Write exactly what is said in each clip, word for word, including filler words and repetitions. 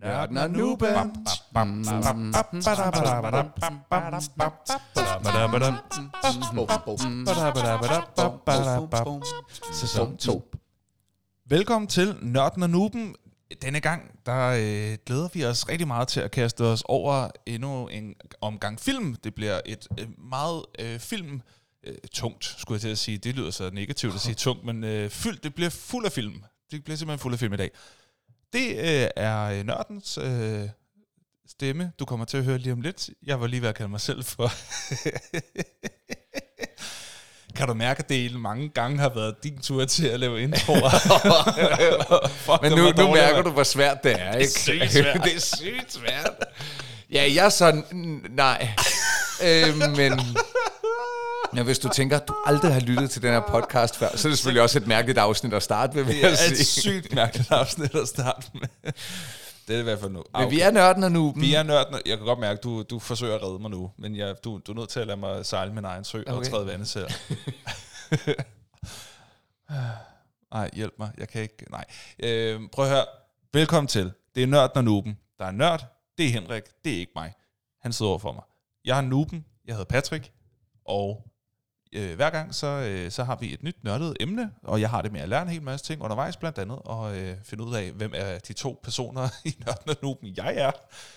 Nørden og Nuben. Sæson to. Velkommen til Nørden og Nuben. Denne gang, der øh, glæder vi os rigtig meget til at kaste os over endnu en omgang film. Det bliver et øh, meget øh, film... Øh, tungt, skulle jeg til at sige. Det lyder så negativt at sige tungt, men øh, fyldt, det bliver fuld af film. Det bliver simpelthen fuld af film i dag. Det øh, er Nørdens øh, stemme, du kommer til at høre lige om lidt. Jeg var lige ved at kalde mig selv for... Kan du mærke, at det mange gange har været din tur til at lave introer? Men nu, nu mærker du, hvor svært det er, ikke? Det er sygt svært. Det er sygt svært. Ja, jeg er sådan... Nej. øh, men... Ja, hvis du tænker, at du aldrig har lyttet til den her podcast før, så er det selvfølgelig også et mærkeligt afsnit at starte med, vil jeg sige. Det er et sygt mærkeligt afsnit at starte med. Det er det i hvert fald nu. Men vi er Nørden og Nuben. Vi er Nørden. Jeg kan godt mærke, at du, du forsøger at redde mig nu, men jeg, du, du er nødt til at lade mig sejle min egen sø okay. og træde vandet selv. Nej, hjælp mig. Jeg kan ikke... Nej. Øh, prøv at høre. Velkommen til. Det er Nørden og Nuben. Der er nørd. Det er Henrik. Det er ikke mig. Han sidder over for mig. Jeg er Nuben. Jeg hedder Patrick. Og... Øh, hver gang, så, øh, så har vi et nyt nørdet emne, og jeg har det med at lære en hel masse ting undervejs, blandt andet, og øh, finde ud af, hvem er de to personer i Nørden og Nuben, jeg er.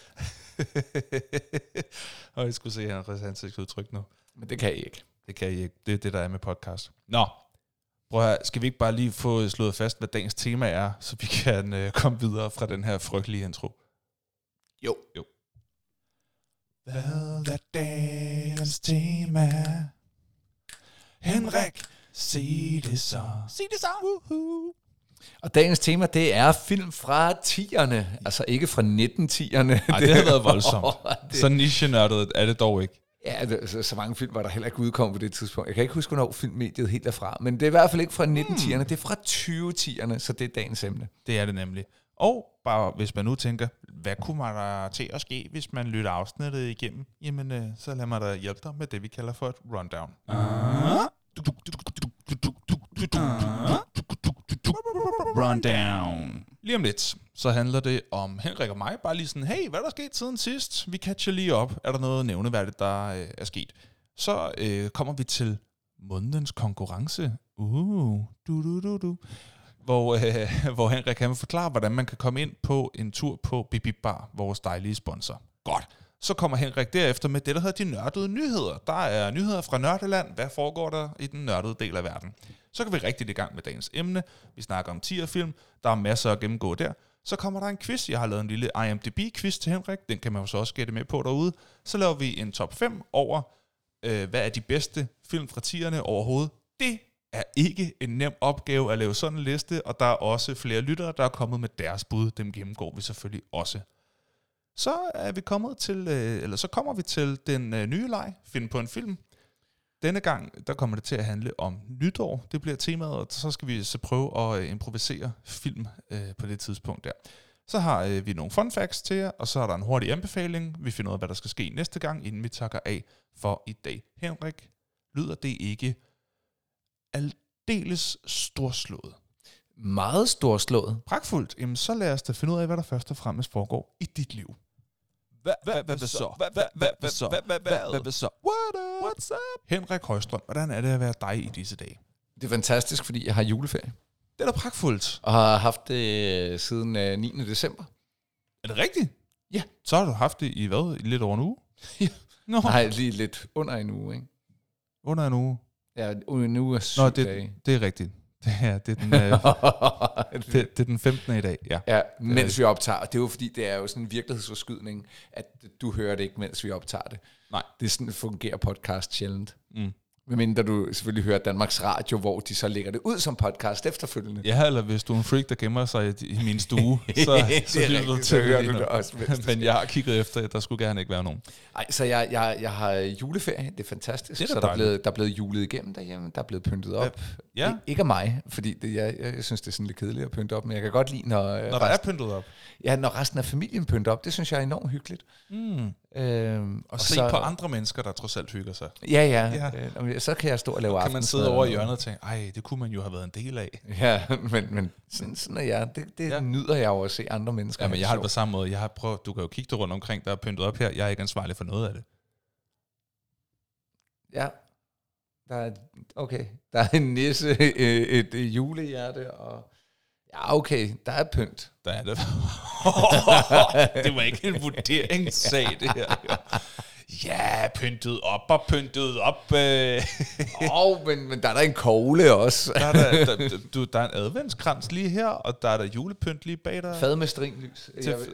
Og jeg skulle se hans ansigtsudtryk nu. Men det kan I ikke. Det kan I ikke. Det er det, der er med podcast. Nå, prøv at høre, skal vi ikke bare lige få slået fast, hvad dagens tema er, så vi kan øh, komme videre fra den her frygtelige intro? Jo. Jo. Hvad er dagens tema? Henrik, sig det så. Sig det så. Woohoo. Og dagens tema, det er film fra tierne. Altså ikke fra nitten tierne. Nej, det har været voldsomt. det... Så niche-nørdet er det dog ikke. Ja, det, så, så mange film var der heller ikke udkommet på det tidspunkt. Jeg kan ikke huske, hvornår filmmediet helt er fra. Men det er i hvert fald ikke fra nitten tierne. Det er fra tyve tierne, så det er dagens emne. Det er det nemlig. Og bare hvis man nu tænker, hvad kunne man der til at ske, hvis man lytter afsnittet igennem? Jamen, øh, så lad mig da hjælpe dig med det, vi kalder for et rundown. Uh-huh. Rundown. Lige om lidt, så handler det om Henrik og mig. Bare lige sådan, hey, hvad er der sket siden sidst? Vi catcher lige op. Er der noget nævneværdigt, der øh, er sket? Så øh, kommer vi til månedens konkurrence. Uh, du, du, du, du. Hvor, øh, hvor Henrik kan forklare, hvordan man kan komme ind på en tur på Bip Bip Bar, vores dejlige sponsor. Godt. Så kommer Henrik derefter med det, der hedder de nørdede nyheder. Der er nyheder fra Nørdeland. Hvad foregår der i den nørdede del af verden? Så kan vi rigtig i gang med dagens emne. Vi snakker om tierfilm. Der er masser at gennemgå der. Så kommer der en quiz. Jeg har lavet en lille I M D B-quiz til Henrik. Den kan man jo så også gætte med på derude. Så laver vi en top fem over, øh, hvad er de bedste film fra tierne overhovedet. Det er ikke en nem opgave at lave sådan en liste, og der er også flere lyttere, der er kommet med deres bud. Dem gennemgår vi selvfølgelig også. Så er vi kommet til, eller så kommer vi til den nye leg, Find på en film. Denne gang, der kommer det til at handle om nytår. Det bliver temaet, og så skal vi så prøve at improvisere film øh, på det tidspunkt der. Så har øh, vi nogle fun facts til jer, og så er der en hurtig anbefaling. Vi finder ud af, hvad der skal ske næste gang, inden vi takker af for i dag. Henrik, lyder det ikke aldeles storslået? Meget storslået. Pragtfuldt. Jamen, så lad os da finde ud af, hvad der først og fremmest foregår i dit liv. Hvad så? Hvad så? Hvad så? What's up? Henrik Højstrøm, hvordan er det at være dig i disse dage? Det er fantastisk, fordi jeg har juleferie. Det er da pragtfuldt. Og har haft det siden niende december. Er det rigtigt? Ja. Så har du haft det i hvad? I lidt over en uge? Ja. Nå. Nej, lige lidt under en uge, ikke? Under en uge? Ja, en uge er syv Nå, det, dage. det er rigtigt. Det er, det er, den, øh, det, det er den femtende i dag, ja. Ja, mens vi optager. Det er jo fordi, det er jo sådan en virkelighedsforskydning, at du hører det ikke, mens vi optager det. Nej. Det er sådan, det fungerer podcast sjældent. Mm. Medmindre du selvfølgelig hører Danmarks Radio, hvor de så lægger det ud som podcast efterfølgende. Ja, eller hvis du er en freak, der gemmer sig i, i min stue, så, så lytter du til det. det også, Men jeg har kigget efter, der skulle gerne ikke være nogen. Nej, så jeg, jeg, jeg har juleferie, det er fantastisk. Det er så der er, blevet, der er blevet julet igennem derhjemme, der er blevet pyntet op. Ja. Ik- ikke af mig, fordi det, jeg, jeg synes, det er sådan lidt kedeligt at pynte op, men jeg kan godt lide, når... Når der resten, er pyntet op? Ja, når resten af familien pynter op, det synes jeg er enormt hyggeligt. Mm. Øhm, Og, og se så, på andre mennesker, der trods alt hygger sig. Ja, ja. ja. Øh, så kan jeg stå og lave aften. Kan man sidde over i hjørnet og tænke, ej, det kunne man jo have været en del af. Ja, men, men sådan, sådan er jeg. Det, det ja. nyder jeg jo at se andre mennesker. Ja, men jeg har det på samme måde. Jeg har prøvet, du kan jo kigge dig rundt omkring, der er pyntet op her. Jeg er ikke ansvarlig for noget af det. Ja. Der er, okay. Der er en nisse, et, et julehjerte, og ja, okay, der er pynt. Der er det. Det var ikke en vurderingssag, det her. Ja, pyntet op og pyntet op. Åh, oh, men, men der er der en kogle også. Der er, der, der, du, der er en adventskrans lige her, og der er der julepynt lige bag dig. Fad med stringlys. Til jeg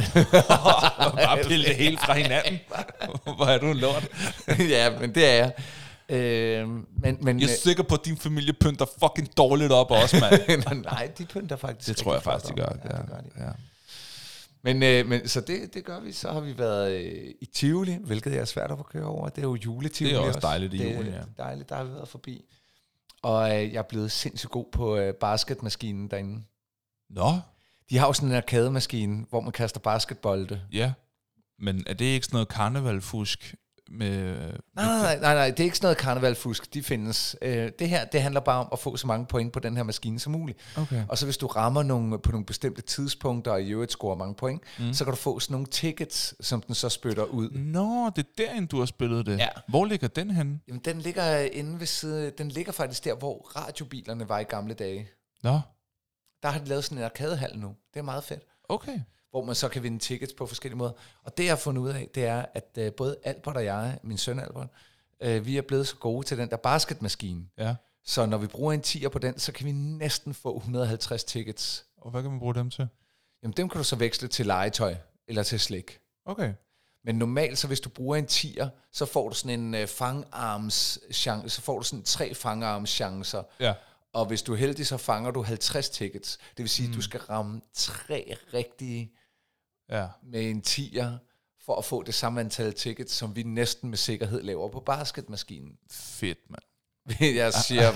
bare pille det hele fra hinanden. Hvor er du en lort. Ja, men det er jeg. Øh, men, men, jeg er sikker på, at din familie pynter fucking dårligt op også, mand. Nej, de pynter faktisk. Det tror jeg faktisk, de gør. Ja, ja, det gør de. Ja. Men, øh, men så det, det gør vi. Så har vi været øh, i Tivoli, hvilket er svært at få køre over. Det er jo juletivoli. Det er også dejligt i det, julen, ja. Det er dejligt, der har vi været forbi. Og øh, jeg er blevet sindssygt god på øh, basketmaskinen derinde. Nå? De har jo sådan en arkademaskine, hvor man kaster basketbolde. Ja, men er det ikke sådan noget karnevalfusk? Med, nej, nej, nej, nej, det er ikke sådan noget karnevalfusk, de findes. Øh, det her, det handler bare om at få så mange point på den her maskine som muligt. Okay. Og så hvis du rammer nogle, på nogle bestemte tidspunkter, og i øvrigt scorer mange point, mm. så kan du få sådan nogle tickets, som den så spytter ud. Nå, det er derinde, du har spillet det. Ja. Hvor ligger den henne? Jamen, den ligger inde ved siden, den ligger faktisk der, hvor radiobilerne var i gamle dage. Nå. Der har de lavet sådan en arkadehal nu. Det er meget fedt. Okay. Hvor man så kan vinde tickets på forskellige måder. Og det, jeg har fundet ud af, det er, at øh, både Albert og jeg, min søn Albert, øh, vi er blevet så gode til den der basketmaskine. Ja. Så når vi bruger en tier på den, så kan vi næsten få et hundrede og halvtreds tickets. Og hvad kan man bruge dem til? Jamen, dem kan du så veksle til legetøj eller til slik. Okay. Men normalt, så hvis du bruger en tier, så får du sådan en øh, fangarms chance, så får du sådan tre fangarms chancer. Ja. Og hvis du er heldig, så fanger du halvtreds tickets. Det vil sige, mm. at du skal ramme tre rigtige ja. med en tier, for at få det samme antal tickets, som vi næsten med sikkerhed laver på basketmaskinen. Fedt, mand. Jeg siger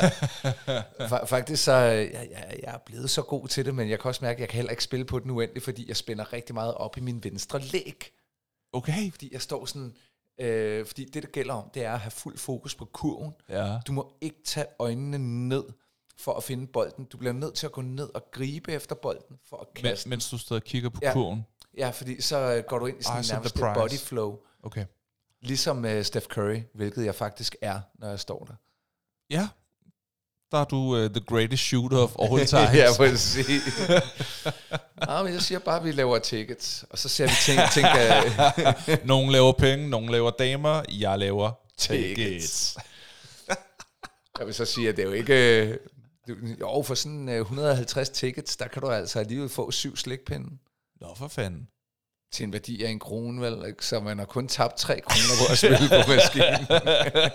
bare, faktisk så, jeg, jeg, jeg er blevet så god til det, men jeg kan også mærke, at jeg kan heller ikke spille på den uendeligt, fordi jeg spænder rigtig meget op i min venstre læg. Okay. Fordi jeg står sådan, øh, fordi det, der gælder om, det er at have fuld fokus på kurven. Ja. Du må ikke tage øjnene ned for at finde bolden. Du bliver nødt til at gå ned og gribe efter bolden for at kaste. Men, mens du står og kigger på ja. kurven? Ja, fordi så går du ind i sådan en nærmest body flow. Okay. Ligesom uh, Steph Curry, hvilket jeg faktisk er, når jeg står der. Ja, der er du uh, the greatest shooter of all times. Ja, præcis. Nå, men jeg siger bare, at vi laver tickets, og så ser vi ting, tænker... Nogen laver penge, nogen laver damer, jeg laver tickets. Jeg vil så sige, at det er jo ikke... Jo, for sådan uh, et hundrede og halvtreds tickets, der kan du altså alligevel få syv slikpinde. Nå, for fanden. Til en værdi af en krone, vel? Ikke? Så man har kun tabt tre kroner på at spille på maskinen.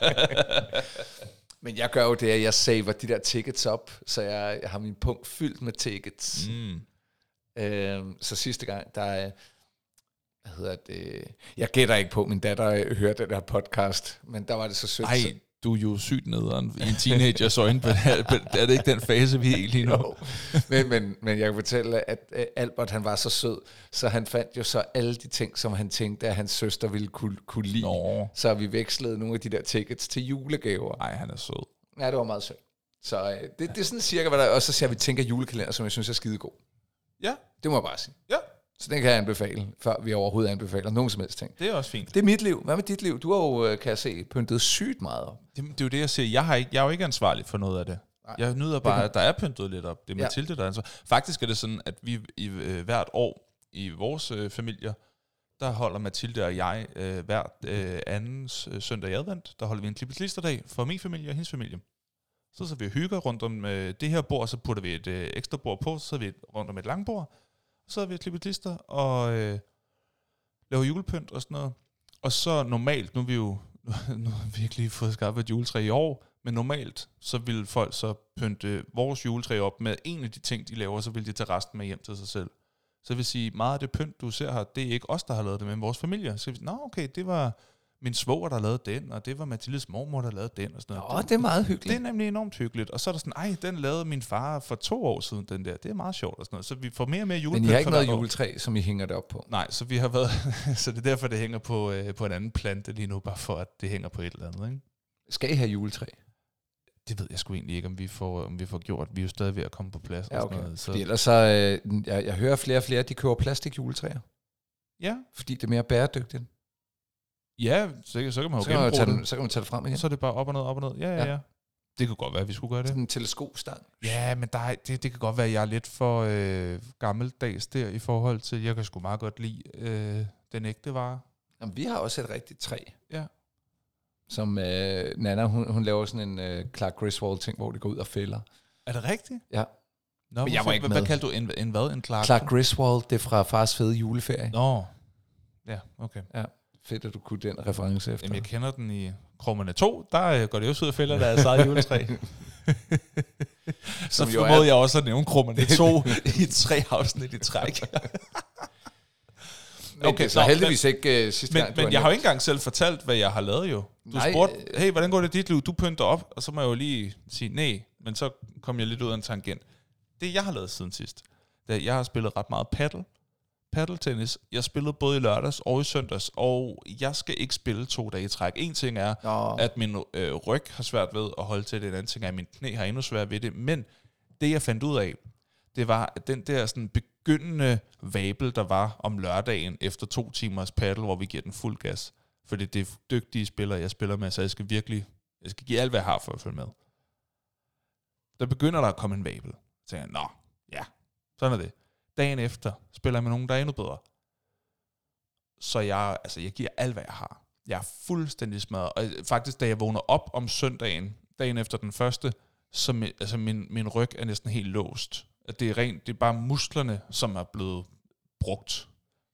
Men jeg gør jo det, at jeg saver de der tickets op, så jeg, jeg har min punkt fyldt med tickets. Mm. Øhm, så sidste gang, der er... Hvad hedder det? Jeg gætter ikke på, min datter hørte den der podcast, men der var det så sødt. Ej, du er jo sygt nederen i en teenagers øjne. Er det ikke den fase, vi er i lige nu? No. men, men, men jeg kan fortælle, at Albert, han var så sød, så han fandt jo så alle de ting, som han tænkte, at hans søster ville kunne, kunne lide. Nå. Så vi vekslede nogle af de der tickets til julegaver. Nej, han er sød. Ja, det var meget sødt. Så øh, det, det er sådan cirka, hvad der er. Og så ser vi Tænker julekalender, som jeg synes er skidegod. Ja. Det må jeg bare sige. Ja. Så den kan jeg anbefale, før vi overhovedet anbefaler nogen som helst ting. Det er også fint. Det er mit liv. Hvad med dit liv? Du har jo, kan jeg se, pyntet sygt meget op. Det, det er jo det, jeg siger. Jeg, har ikke, jeg er jo ikke ansvarlig for noget af det. Nej, jeg nyder bare, at der er pyntet lidt op. Det er Mathilde, ja. Der er ansvarlig. Faktisk er det sådan, at vi i, øh, hvert år i vores øh, familier, der holder Mathilde og jeg øh, hvert øh, anden øh, søndag i advent, der holder vi en klippeslisterdag for min familie og hendes familie. Så så vi hygger rundt om øh, det her bord, så putter vi et øh, ekstra bord på, så sidder vi rundt om et langbord, så har vi et klippeslister og øh, laver julepynt og sådan noget. Og så normalt, nu har vi jo nu har vi virkelig fået skaffet et juletræ i år, men normalt, så vil folk så pynte vores juletræ op med en af de ting, de laver, så vil de tage resten med hjem til sig selv. Så det vil sige, meget af det pynt, du ser her, det er ikke os, der har lavet det, men vores familie. Så vi, nå okay, det var min svoger, der lavede den, og det var Mathildes mormor, der lavede den, og sådan noget. Åh, det er meget hyggeligt. Det er nemlig enormt hyggeligt. Og så er der sådan, ej, den lavede min far for to år siden, den der. Det er meget sjovt og sådan noget. Så vi får mere og mere julepynt. Men I har ikke for noget hvert år. juletræ, som I hænger det op på? Nej, så vi har været, så det er derfor, det hænger på, øh, på en anden plante lige nu, bare for at det hænger på et eller andet, ikke? Skal I have juletræ? Det ved jeg sgu egentlig ikke, om vi får, om vi får gjort. Vi er jo stadig ved at komme på plads. Ja, og okay. sådan noget, så. Fordi ellers så, øh, jeg, jeg hører flere og flere, de køber plastikjuletræer. Ja. Fordi det er mere bæredygtigt. Ja, så, så kan man jo Så kan, man tage genbruge den, så kan man tage det frem igen. det. Så er det bare op og ned, op og ned. Ja, ja, Ja. ja. Det kunne godt være, at vi skulle gøre det. Sådan en teleskopstang. Ja, men der er, det, det kan godt være, at jeg er lidt for øh, gammeldags der i forhold til, jeg kan sgu meget godt lide øh, den ægte vare. Jamen, vi har også et rigtigt træ. Ja. Som øh, Nana, hun, hun laver sådan en øh, Clark Griswold-ting, hvor det går ud og fælder. Er det rigtigt? Ja. Nå, Men jeg var hvorfor- ikke hvad, hvad med. kaldte du en, en hvad? En Clark? Clark Griswold, det er fra Fars Fede Juleferie. Nå. Ja, okay. Ja, fedt, at du kunne den reference efter. Jamen, jeg kender den i Krummerne to. Der øh, går det jo ud og fælder deres eget juletræ. Så Som jo formåede er- jeg også at nævne Krummerne to i tre afsnit i træk. Men Okay, det er så nå, heldigvis men, ikke uh, sidste Men, gang, du men var jeg har jo nævnt. ikke engang selv fortalt, hvad jeg har lavet jo. Du Nej, spurgte, øh, hey, hvordan går det i dit liv? Du pynter op, og så må jeg jo lige sige nej, men så kom jeg lidt ud af en tangent. Det, jeg har lavet siden sidst, det er, at jeg har spillet ret meget paddle. Paddeltennis. Jeg spillede både i lørdags og i søndags, og jeg skal ikke spille to dage i træk. En ting er, Nå. at min øh, ryg har svært ved at holde til det. En anden ting er, at min knæ har endnu svært ved det. Men det, jeg fandt ud af, det var, at den der sådan begyndende vabel, der var om lørdagen efter to timers paddle, hvor vi giver den fuld gas. Fordi det er dygtige spillere, jeg spiller med, så jeg skal virkelig, jeg skal give alt, hvad jeg har for at følge med. Der begynder der at komme en vabel. Så tænker jeg, nå, ja, sådan er det. Dagen efter spiller jeg med nogen, der er endnu bedre. Så jeg, altså, jeg giver alt, hvad jeg har. Jeg er fuldstændig smadret. Og faktisk, da jeg vågner op om søndagen, dagen efter den første, så min, altså min, min ryg er næsten helt låst. At det er rent, det er bare musklerne, som er blevet brugt.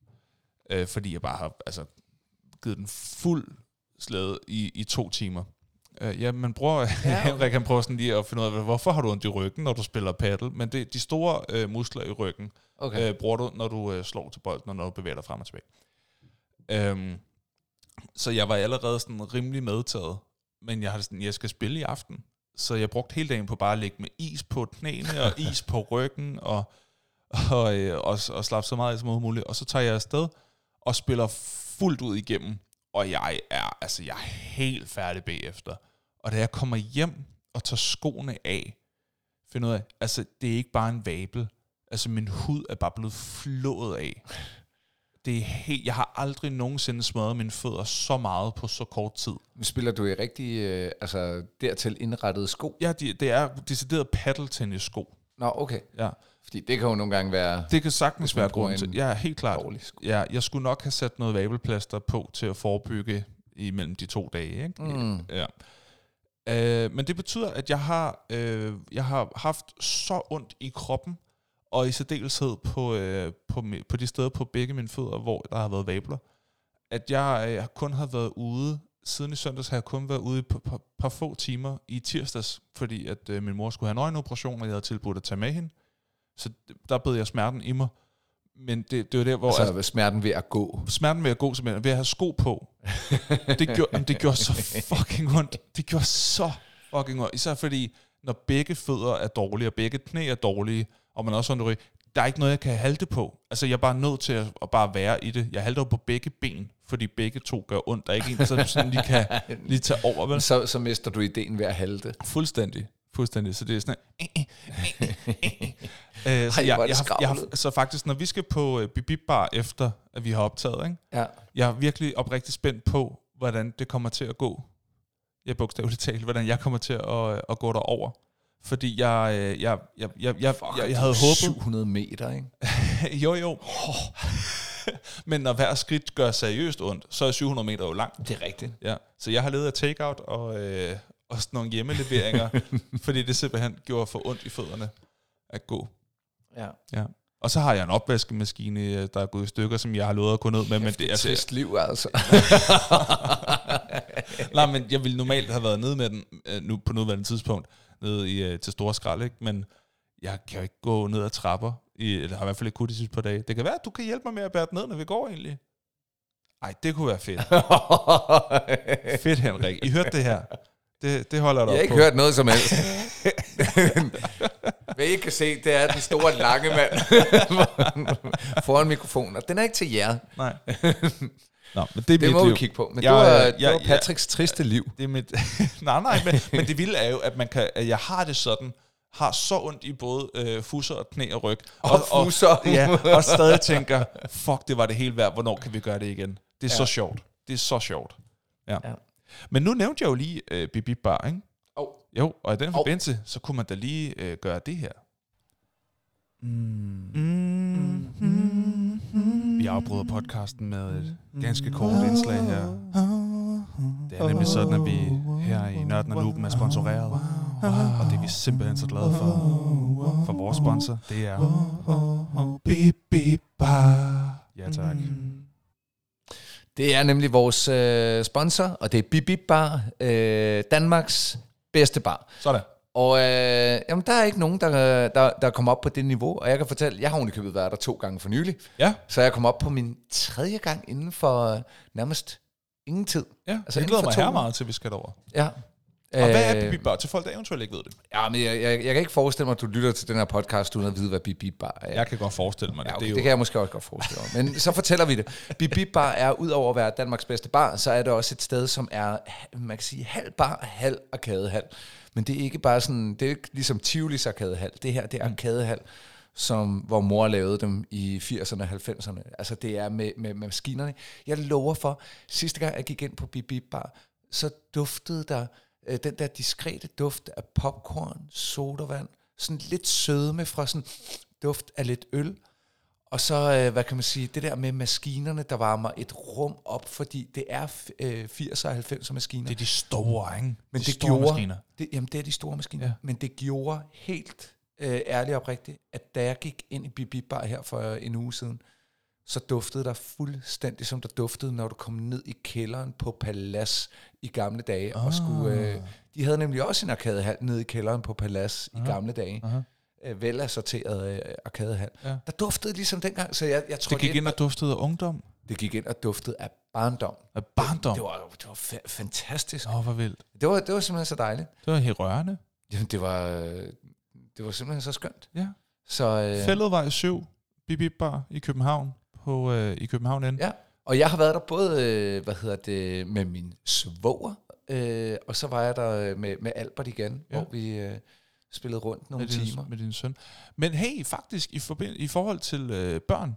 Øh, fordi jeg bare har altså, givet den fuld slæde i, i to timer. Uh, ja, man bruger, ja, okay. Henrik han prøver sådan lige at finde ud af, hvorfor har du ondt i ryggen, når du spiller paddle, men det, de store uh, muskler i ryggen okay. uh, bruger du, når du uh, slår til bolden, og når du bevæger dig frem og tilbage. Um, så jeg var allerede sådan rimelig medtaget, men jeg, har sådan, jeg skal spille i aften, så jeg brugte hele dagen på bare at lægge med is på knæene, og is på ryggen, og, og, øh, og, og slappe så meget som muligt, og så tager jeg afsted, og spiller fuldt ud igennem, og jeg er, altså jeg er helt færdig bagefter. Og da jeg kommer hjem og tager skoene af, finder ud af, altså det er ikke bare en vabel. Altså min hud er bare blevet flået af. Det er helt, jeg har aldrig nogensinde smadret mine fødder så meget på så kort tid. Spiller du i rigtig, øh, altså dertil indrettede sko? Ja, det, det er decideret paddeltennis-sko. Nå, okay. Ja. Fordi det kan jo nogle gange være... Det kan sagtens man være bruger grund til. en Ja, helt klart. dårlig sko. Ja, jeg skulle nok have sat noget vabelplaster på til at forebygge imellem de to dage. Ikke? Mm. Ja. Øh, men det betyder, at jeg har, øh, jeg har haft så ondt i kroppen, og i særdeleshed på, øh, på, på de steder på begge mine fødder, hvor der har været vabler, at jeg øh, kun har været ude, siden i søndags har jeg kun været ude i et par, par, par få timer i tirsdags, fordi at øh, min mor skulle have en øjenoperation, og jeg havde tilbudt at tage med hende. Så der bed jeg smerten i mig. Men det, det var der, hvor... Altså, altså, smerten ved at gå. Smerten ved at gå, simpelthen, ved at have sko på. det, gjorde, jamen, det gjorde så fucking ondt. Det gjorde så fucking ondt. Især fordi, når begge fødder er dårlige, og begge knæ er dårlige, og man også har ondt i ryggen, der er ikke noget, jeg kan halte på. Altså, jeg er bare nødt til at, at bare være i det. Jeg halter jo på begge ben, fordi begge to gør ondt. Der er ikke en, så sådan lige kan lige tage over, vel? Så, så mister du ideen ved at halte. Fuldstændig. Fuldstændig. Så det er sådan Øh, så, Ej, jeg, hvor er det jeg, har, jeg har, skravlet. så faktisk, når vi skal på uh, Bip Bip Bar efter, at vi har optaget, ikke? Ja. Jeg er virkelig oprigtigt spændt på, hvordan det kommer til at gå. Jeg bogstaveligt talt, hvordan jeg kommer til at, at gå derover. Fordi jeg, øh, jeg, jeg, jeg, jeg, Fuck, jeg, jeg havde håbet... syv hundrede meter, ikke? jo, jo. Oh. Men når hver skridt gør seriøst ondt, så er syv hundrede meter jo langt. Det er rigtigt. Ja. Så jeg har levet af takeout og, øh, og sådan nogle hjemmeleveringer, fordi det simpelthen gjorde for ondt i fødderne at gå. Ja. Ja. Og så har jeg en opvaskemaskine, der er gået i stykker, som jeg har lovet at gå ned med. Men det er altså, trist liv, altså. nej, men jeg ville normalt have været nede med den øh, nu på nuværende tidspunkt, nede i, øh, til Store Skrald, ikke? Men jeg kan jo ikke gå ned ad trapper, i, eller har i hvert fald ikke kunnet de sidste par dage. Det kan være, at du kan hjælpe mig med at bære den ned, når vi går egentlig. Ej, det kunne være fedt. Fedt, Henrik. I hørte det her. Det, det holder du op på. Jeg har ikke hørt noget som helst. Hvad I kan se, det er den store lange mand foran mikrofonen. Den er ikke til jer. Nej. Nå, men det er det må liv. vi kigge på. Men jeg, det var, jeg, det var Patricks ja, triste liv. Det er mit, nej, nej, men, men det vilde er jo, at, man kan, at jeg har det sådan, har så ondt i både øh, fusser og knæ og ryg. Og, og fusser. Og, ja, og stadig tænker, fuck, det var det hele værd. Hvornår kan vi gøre det igen? Det er ja. så sjovt. Det er så sjovt. Ja. Ja. Men nu nævnte jeg jo lige øh, Bip Bip Bar, ikke? Oh. Jo, og i den forbindelse, oh. så kunne man da lige øh, gøre det her. Mm. Mm. Mm. Mm. Vi afbryder podcasten med et ganske kort indslag her. Det er nemlig sådan, at vi her i Nørden og Nuben er sponsoreret. Og det er vi simpelthen så glade for. For vores sponsor, det er Bip Bip Bar. Ja, tak. Det er nemlig vores øh, sponsor, og det er Bip Bip Bar, øh, Danmarks bedste bar. Sådan. Og øh, jamen, der er ikke nogen, der, der, der kommer op på det niveau. Og jeg kan fortælle, jeg har ovenikøbet været der to gange for nylig. Ja. Så jeg kom op på min tredje gang inden for øh, nærmest ingen tid. Ja, altså, jeg glæder mig her meget til, vi skal derover. Ja. Og hvad er Bip Bip Bar til folk, der eventuelt ikke ved det? Ja, men jeg, jeg, jeg kan ikke forestille mig, at du lytter til den her podcast, uden at vide, hvad Bip Bip Bar er. Jeg kan godt forestille mig det. Ja, okay, det, er jo... det kan jeg måske også godt forestille mig. Men så fortæller vi det. Bip Bip Bar er, ud over at være Danmarks bedste bar, så er det også et sted, som er, man kan sige, halv bar, halv arkadehal. Men det er ikke bare sådan, det er ikke ligesom Tivolis arkadehal. Det her, det er arkadehal, som, hvor mor lavede dem i firserne og halvfemserne. Altså det er med, med, med maskinerne. Jeg lover for, sidste gang jeg gik ind på Bip Bip Bar, så duftede der øh, den der diskrete duft af popcorn, sodavand, sådan lidt sødme fra sådan duft af lidt øl. Og så, øh, hvad kan man sige, det der med maskinerne, der varmer et rum op, fordi det er øh, firserne og halvfemserne maskiner. Det er de store, ikke? Men de det store gjorde, maskiner. Det, jamen, det er de store maskiner. Ja. Men det gjorde helt øh, ærligt og oprigtigt, at da jeg gik ind i Bip Bip Bar her for en uge siden, så duftede der fuldstændig, som der duftede, når du kom ned i kælderen på Palads i gamle dage. Ah. Og skulle, øh, de havde nemlig også en arkadehal nede i kælderen på Palads i gamle dage. Aha. Vel assorteret øh, arkadehal. Ja. Der duftede ligesom dengang, så jeg, jeg tror... Det gik ind og duftede af ungdom? Det gik ind og duftede af barndom. Af barndom? Det, det var, det var fa- fantastisk. Åh, oh, hvor vildt. Det var, det var simpelthen så dejligt. Det var helt rørende. Jamen, det var, det var simpelthen så skønt. Ja. Så, øh, Fælledvej syv, Bip Bip Bar i København, på, øh, i København N. Ja, og jeg har været der både, øh, hvad hedder det, med min svoger, øh, og så var jeg der med, med Albert igen, ja. Hvor vi... Øh, spillede rundt nogle med din, timer. Med din søn. Men hey, faktisk, i, forbind- i forhold til øh, børn...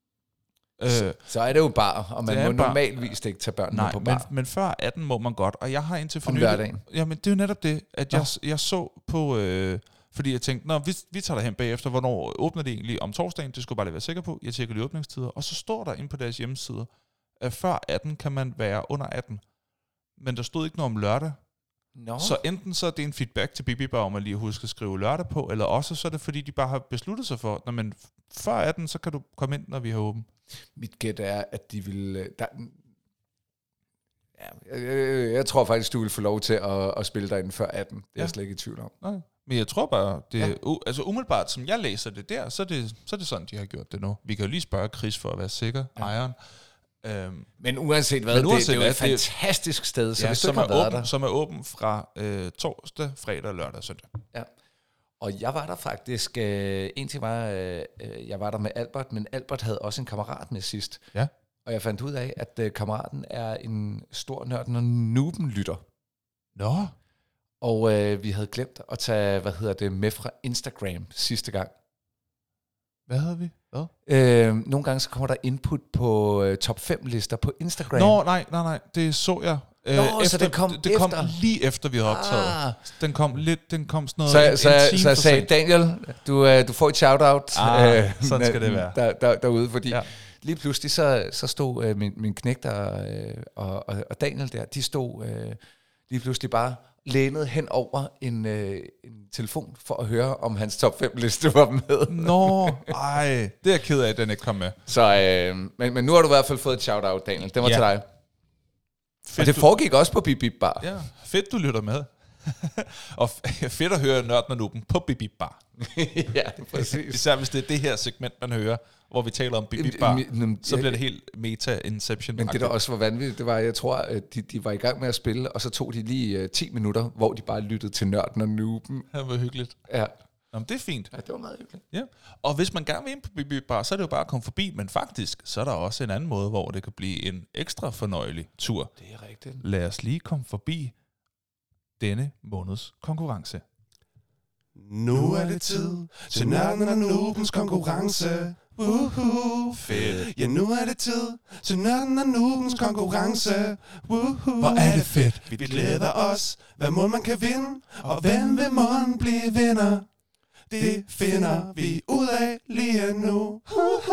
Så, øh, så er det jo bar, og man må bar. normalvis ikke tage børnene Nej, på bar. Men, men før atten må man godt, og jeg har indtil for nylig... Om hverdagen? Jamen, det er jo netop det, at jeg, jeg så på... Øh, fordi jeg tænkte, nå, vi, vi tager derhen bagefter, hvornår åbner det egentlig om torsdagen? Det skulle jeg bare lige være sikker på. Jeg tjekker lige åbningstider, og så står der inde på deres hjemmesider, at før atten kan man være under atten. Men der stod ikke noget om lørdag. No. Så enten så er det en feedback til Bip Bip Bar, om at lige huske at skrive lørdag på, eller også så er det fordi, de bare har besluttet sig for, når man før atten, så kan du komme ind, når vi har åbent. Mit gæt er, at de vil... Der, ja, jeg, jeg tror faktisk, du vil få lov til at, at spille dig inden før atten. Det er ja. Jeg slet ikke i tvivl om. Nej, men jeg tror bare, det ja. u, altså umiddelbart, som jeg læser det der, så er det, så er det sådan, de har gjort det nu. Vi kan jo lige spørge Chris for at være sikker, ja. ejeren. Øhm, men uanset hvad, men uanset det, det er jo hvad, et fantastisk sted, så ja, hvis du som, ikke har været åben, der. som er åben fra øh, torsdag, fredag, lørdag og søndag. Ja, og jeg var der faktisk, øh, en ting var, øh, jeg var der med Albert, men Albert havde også en kammerat med sidst. Ja. Og jeg fandt ud af, at øh, kammeraten er en stor Nørden og Nuben-lytter. Nå. Og øh, vi havde glemt at tage, hvad hedder det, med fra Instagram sidste gang. Hvad havde vi? Hvad? Øh, nogle gange så kommer der input på øh, top fem lister på Instagram. Nå, nej, nej, nej, det så jeg. Nå, øh, efter, så det kom det efter? kom lige efter, vi havde optaget. Ah. Den kom lidt, den kom sådan noget... Så, en, så, en så jeg sagde, Daniel, du, øh, du får et shout-out. Ah, øh, sådan skal det være. Der, der, derude, fordi ja. Lige pludselig så, så stod øh, min, min knægter øh, og, og, og Daniel der, de stod øh, lige pludselig bare lænet hen over en, øh, en telefon for at høre, om hans top fem liste var med. Nå, ej, det er jeg ked af, at den ikke kom med. Så, øh, men, men nu har du i hvert fald fået et shout-out, Daniel. Det var ja. til dig. Fedt, og det foregik du... også på Bip Bip Bar. Ja, fedt du lytter med. Og fedt at høre Nørden og Nuben på Bip Bip Bar. Ja, præcis. Især hvis det er det her segment, man hører. hvor vi taler om Bibi Bar, så bliver det helt meta-inception. Men det, der også var vanvittigt, det var, jeg tror, at de, de var i gang med at spille, og så tog de lige uh, ti minutter, hvor de bare lyttede til Nørden og Nooben. Det var hyggeligt. Ja. Nå, det er fint. Ja, det var meget hyggeligt. Ja. Og hvis man gerne vil ind på Bibi Bar, så er det jo bare at komme forbi, men faktisk, så er der også en anden måde, hvor det kan blive en ekstra fornøjelig tur. Det er rigtigt. Lad os lige komme forbi denne måneds konkurrence. Nu er det tid til Nørden og Noobens konkurrence. Woohoo, fedt. Ja, nu er det tid til Nørden og Noobens konkurrence. Woohoo, hvor er det fedt. Vi glæder os, hvad må man kan vinde, og hvem vil måden blive vinder? Det finder vi ud af lige nu.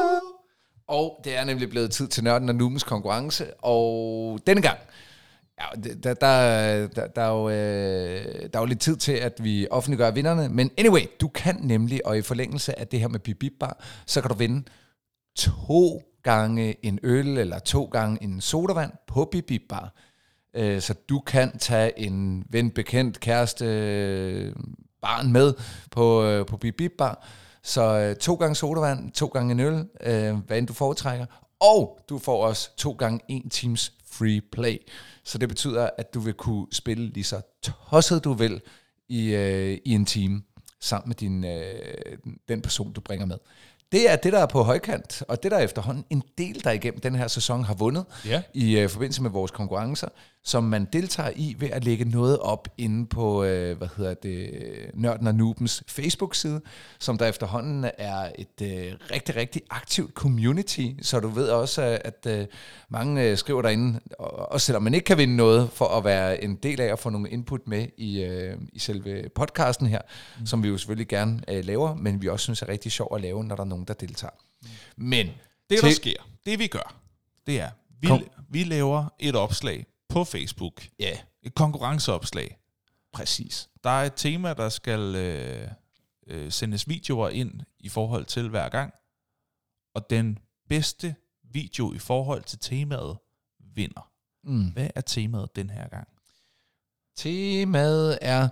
Og det er nemlig blevet tid til Nørden og Noobens konkurrence, og denne gang, ja, der, der, der, der, er jo, øh, der er jo lidt tid til, at vi offentliggør vinderne. Men anyway, du kan nemlig, og i forlængelse af det her med Bibi Bar, så kan du vinde to gange en øl eller to gange en sodavand på Bibi Bar. Øh, så du kan tage en ven, bekendt, kæreste, barn med på, øh, på Bibi Bar. Så øh, to gange sodavand, to gange en øl, øh, hvad end du foretrækker. Og du får også to gange en times free play. Så det betyder, at du vil kunne spille lige så tosset du vil i, øh, i en time sammen med din, øh, den person, du bringer med. Det er det, der er på højkant, og det der er efterhånden en del, der igennem den her sæson har vundet ja. i øh, forbindelse med vores konkurrencer, som man deltager i ved at lægge noget op inde på, øh, hvad hedder det, Nørden og Noobens Facebook-side, som der efterhånden er et øh, rigtig, rigtig aktivt community, så du ved også, at øh, mange øh, skriver derinde, og, og selvom man ikke kan vinde noget for at være en del af at få nogle input med i, øh, i selve podcasten her, mm. som vi jo selvfølgelig gerne øh, laver, men vi også synes er rigtig sjov at lave, når der er nogen, der deltager. Mm. Men det, der sker, det vi gør, det er, vi, vi laver et opslag på Facebook. Ja. Yeah. Et konkurrenceopslag. Præcis. Der er et tema, der skal øh, øh, sendes videoer ind i forhold til hver gang. Og den bedste video i forhold til temaet vinder. Mm. Hvad er temaet den her gang? Temaet er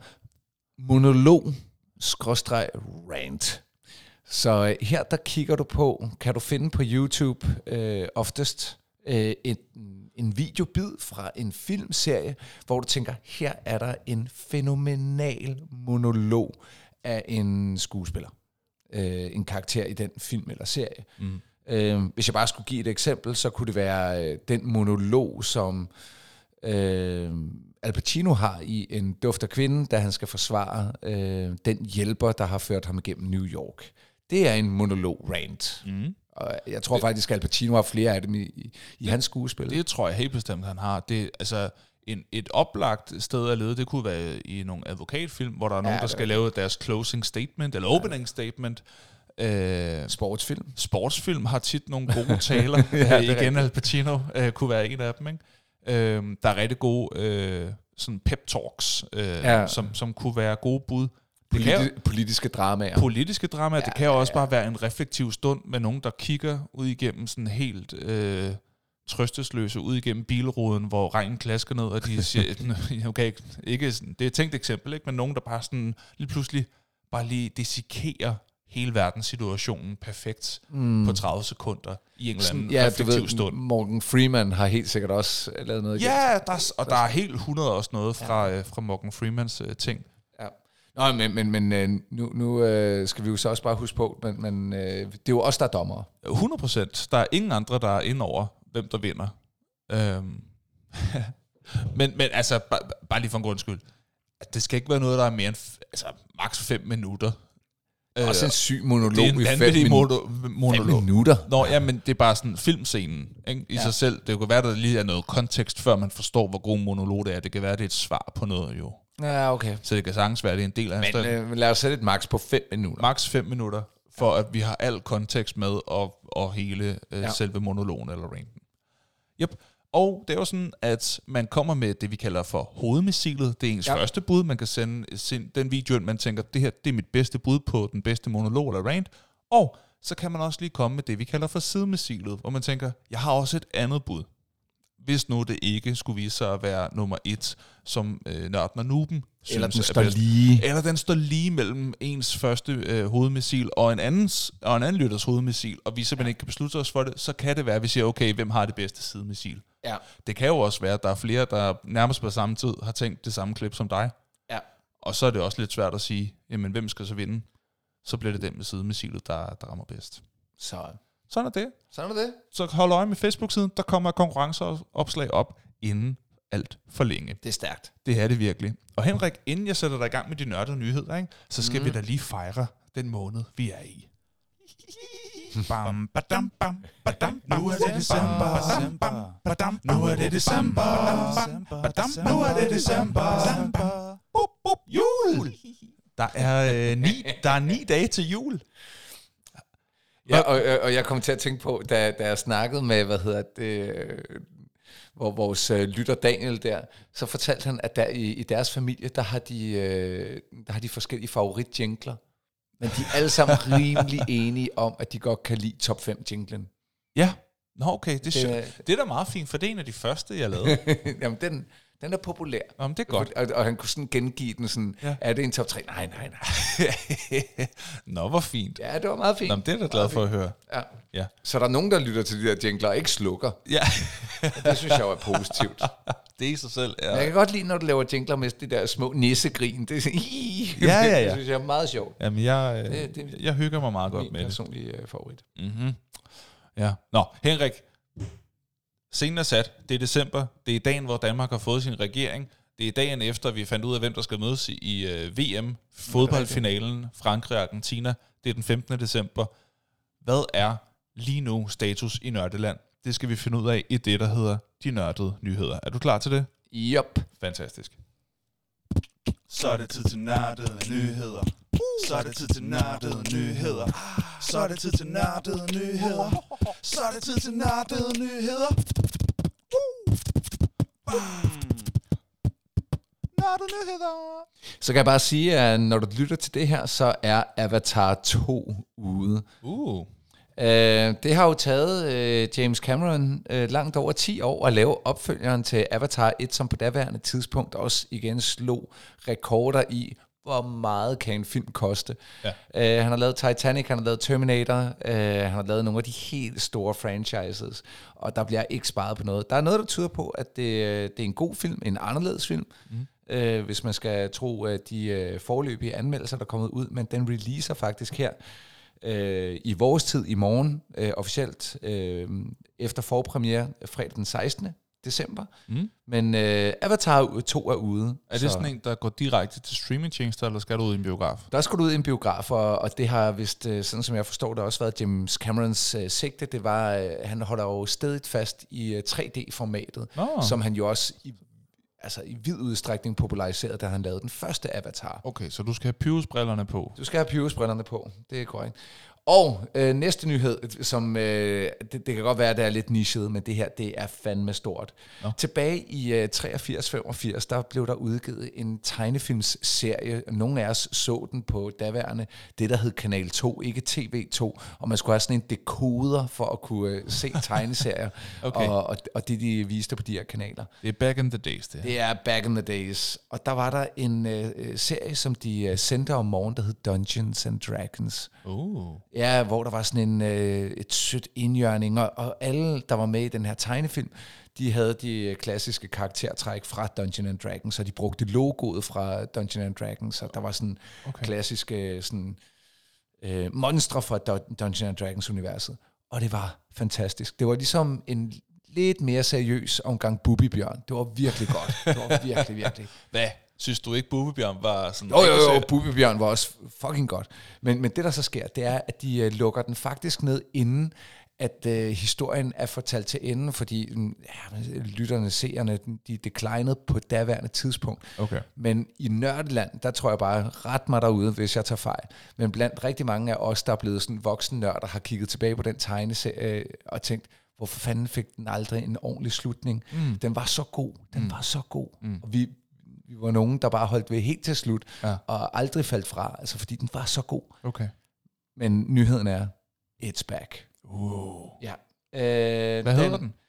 monolog-rant. Så her der kigger du på, kan du finde på YouTube øh, oftest øh, et, en videobid fra en filmserie, hvor du tænker, her er der en fænomenal monolog af en skuespiller. Øh, en karakter i den film eller serie. Mm. Øh, hvis jeg bare skulle give et eksempel, så kunne det være øh, den monolog, som øh, Al Pacino har i En duft af kvinde, da han skal forsvare øh, den hjælper, der har ført ham igennem New York. Det er en monolog-rant. Mm. Og jeg tror det, faktisk, at Al Pacino har flere af dem i, i, i hans skuespil. Det tror jeg helt bestemt, han har. Det, altså, en, et oplagt sted at lede, det kunne være i nogle advokatfilm, hvor der er nogen, ja, der skal lave deres closing statement, eller opening ja. statement. Øh, sportsfilm. Sportsfilm har tit nogle gode taler. ja, igen, rigtigt. Al Pacino øh, kunne være en af dem. Ikke? Øh, der er rigtig gode øh, sådan pep talks, øh, ja. som, som kunne være gode bud. Politi- kan, politiske dramaer. Politiske dramaer. Ja, det kan jo også ja. bare være en reflektiv stund med nogen, der kigger ud igennem sådan helt øh, trøstesløse, ud igennem bilruden, hvor regnen klasker ned, og de siger, okay, ikke, det er et tænkt eksempel, ikke? Men nogen, der bare sådan lige pludselig bare lige desikerer hele verdenssituationen perfekt mm. på tredive sekunder i en eller anden ja, reflektiv ved, stund. Morgan Freeman har helt sikkert også lavet noget. Ja, der, og der er helt hundrede også noget fra, ja. fra Morgan Freemans uh, ting. Ja. Nå, men, men, men nu, nu øh, skal vi jo så også bare huske på, men, men øh, det er jo os, der er dommere. hundrede procent. Der er ingen andre, der er inde over, hvem der vinder. Øhm. men, men altså, bare, bare lige for en grund skyld. Det skal ikke være noget, der er mere end altså, maks fem minutter. Også en syg monolog det er en i fem, min- mono- monolog. fem minutter. Nå, ja, men det er bare sådan filmscenen ikke? i ja. sig selv. Det kan være, der lige er noget kontekst, før man forstår, hvor god monolog det er. Det kan være, det er et svar på noget, jo. Ja, okay. Så det kan sagtens være, det er en del af hans Men øh, lad os sætte et max på fem minutter. Max fem minutter, for at vi har al kontekst med, og, og hele øh, ja. selve monologen eller ranten. Yep. Og det er jo sådan, at man kommer med det, vi kalder for hovedmissilet. Det er ens ja. første bud. Man kan sende, sende den video, man tænker, det her det er mit bedste bud på den bedste monolog eller rant. Og så kan man også lige komme med det, vi kalder for sidemissilet, hvor man tænker, jeg har også et andet bud. hvis nu det ikke skulle vise sig at være nummer et, som øh, Nørden og Nuben synes Eller den er står bedst. lige. Eller den står lige mellem ens første øh, hovedmissil og en, andens, og en anden lytters hovedmissil, og vi simpelthen ikke kan beslutte os for det, så kan det være, at vi siger, okay, hvem har det bedste sidemissil? Ja. Det kan jo også være, at der er flere, der nærmest på samme tid har tænkt det samme klip som dig. Ja. Og så er det også lidt svært at sige, jamen hvem skal så vinde? Så bliver det den med sidemissilet, der, der rammer bedst. Så Sådan er det. sådan er det. Så hold øje med Facebook-siden, der kommer konkurrenceopslag op inden alt for længe. Det er stærkt. Det er det virkelig. Og Henrik, inden jeg sætter dig i gang med de nørdede nyheder, ikke, så skal mm. vi da lige fejre den måned, vi er i. Bam, badam, bam, badam, nu er det december. Badam, nu er det december. Badam, nu er det december. Bup, bup, jul! Der er, øh, ni, der er ni dage til jul. Ja, og, og jeg kom til at tænke på, da, da jeg snakkede med, hvad hedder det, hvor vores øh, lytter Daniel der, så fortalte han, at der i, i deres familie, der har de, øh, der har de forskellige favoritjingler. Men de er alle sammen rimelig enige om, at de godt kan lide top fem jinglen. Ja, nå okay, det er, Det det, er- det er da meget fint, for det er en af de første, jeg lavede. Jamen, den, den er populær. Nå, men det er godt. Og, og han kunne sådan gengive den sådan, Ja. ja. Er det en top tre? Nej, nej, nej. Nå, hvor fint. Ja, det var meget fint. Nå, men det er jeg da glad for at høre. Ja. Ja. Så der er nogen, der lytter til de der jingler og ikke slukker. Ja, Det synes jeg jo er positivt. det i sig selv er... Men jeg kan godt lide, når du laver jingler med de der små nissegrin. Det er sådan, Ja, ja, ja. Det synes jeg er meget sjovt. Jamen, jeg, øh, Det- det- jeg hygger mig meget godt Min med det. personlige øh, favorit. Mm-hmm. Ja. Nå, Henrik. Scenen er sat. Det er december. Det er dagen, hvor Danmark har fået sin regering. Det er dagen efter, vi fandt ud af, hvem der skal mødes i uh, V M. Fodboldfinalen. Frankrig og Argentina. Det er den femtende december. Hvad er lige nu status i Nørdeland? Det skal vi finde ud af i det, der hedder De Nørdede Nyheder. Er du klar til det? Jop. Fantastisk. Så er det tid til nørdede nyheder. Så er det tid til nørdede nyheder. Så er det tid til nørdede nyheder. Så er det tid til nørdede nyheder. Nørdede Nyheder! Så kan jeg bare sige, at når du lytter til det her, så er Avatar to ude. Uh. Uh, det har jo taget uh, James Cameron uh, langt over ti år at lave opfølgeren til Avatar et, som på daværende tidspunkt også igen slog rekorder i, hvor meget kan en film koste. Ja. Uh, han har lavet Titanic, han har lavet Terminator, uh, han har lavet nogle af de helt store franchises, og der bliver ikke sparet på noget. Der er noget, der tyder på, at det, det er en god film, en anderledes film, mm. uh, hvis man skal tro uh, de uh, foreløbige anmeldelser, der er kommet ud, men den releaser faktisk her øh, i vores tid i morgen, øh, officielt, øh, efter forpremiere fredag den sekstende december. Mm. Men øh, Avatar to er ude. Er det sådan en, der går direkte til streamingtjenester, eller skal du ud i en biograf? Der skal du ud i en biograf, og, og det har vist, sådan som jeg forstår det, også været James Camerons øh, sigte. Det var, øh, han holder jo stedigt fast i øh, tre D-formatet, Nå. som han jo også i, altså, i vid udstrækning populariserede, da han lavede den første Avatar. Okay, så du skal have Pyrus-brillerne på. Du skal have Pyrus-brillerne på, det er korrekt. Og øh, næste nyhed, som øh, det, det kan godt være, at det er lidt nichet, men det her, det er fandme stort. Nå. Tilbage i øh, treogfirs femogfirs, der blev der udgivet en tegnefilmsserie. Nogle af os så den på daværende, det der hed Kanal to, ikke T V to, og man skulle have sådan en dekoder for at kunne øh, se tegneserier, Okay. og, og, og det de viste på de her kanaler. Det er back in the days, det her. Det er back in the days. Og der var der en øh, serie, som de øh, sendte om morgenen, der hed Dungeons and Dragons. Uh. Ja, hvor der var sådan en, øh, et sødt indjørning, og, og alle, der var med i den her tegnefilm, de havde de klassiske karaktertræk fra Dungeons and Dragons, så de brugte logoet fra Dungeons and Dragons, så der var sådan okay. klassiske sådan, øh, monstre fra Dungeons and Dragons-universet. Og det var fantastisk. Det var ligesom en lidt mere seriøs omgang Bubbibjørn. Det var virkelig godt. Det var virkelig, virkelig. Hvad? Synes du ikke, Bubbebjørn var sådan... Jo, jo, jo, Bubbebjørn var også fucking godt. Men, men det, der så sker, det er, at de uh, lukker den faktisk ned, inden at uh, historien er fortalt til enden, fordi ja, lytterne, seerne, de declinede på daværende tidspunkt. Okay. Men i Nørdeland, der tror jeg bare, ret mig derude, hvis jeg tager fejl. Men blandt rigtig mange af os, der er blevet sådan voksne nørder, har kigget tilbage på den tegneserie uh, og tænkt, hvorfor fanden fik den aldrig en ordentlig slutning? Mm. Den var så god. Den mm. var så god. Mm. Og vi... Vi var nogen, der bare holdt ved helt til slut, ja. og aldrig faldt fra, altså fordi den var så god. Okay. Men nyheden er, it's back. Uh. Ja. Øh, Hvad hedder den?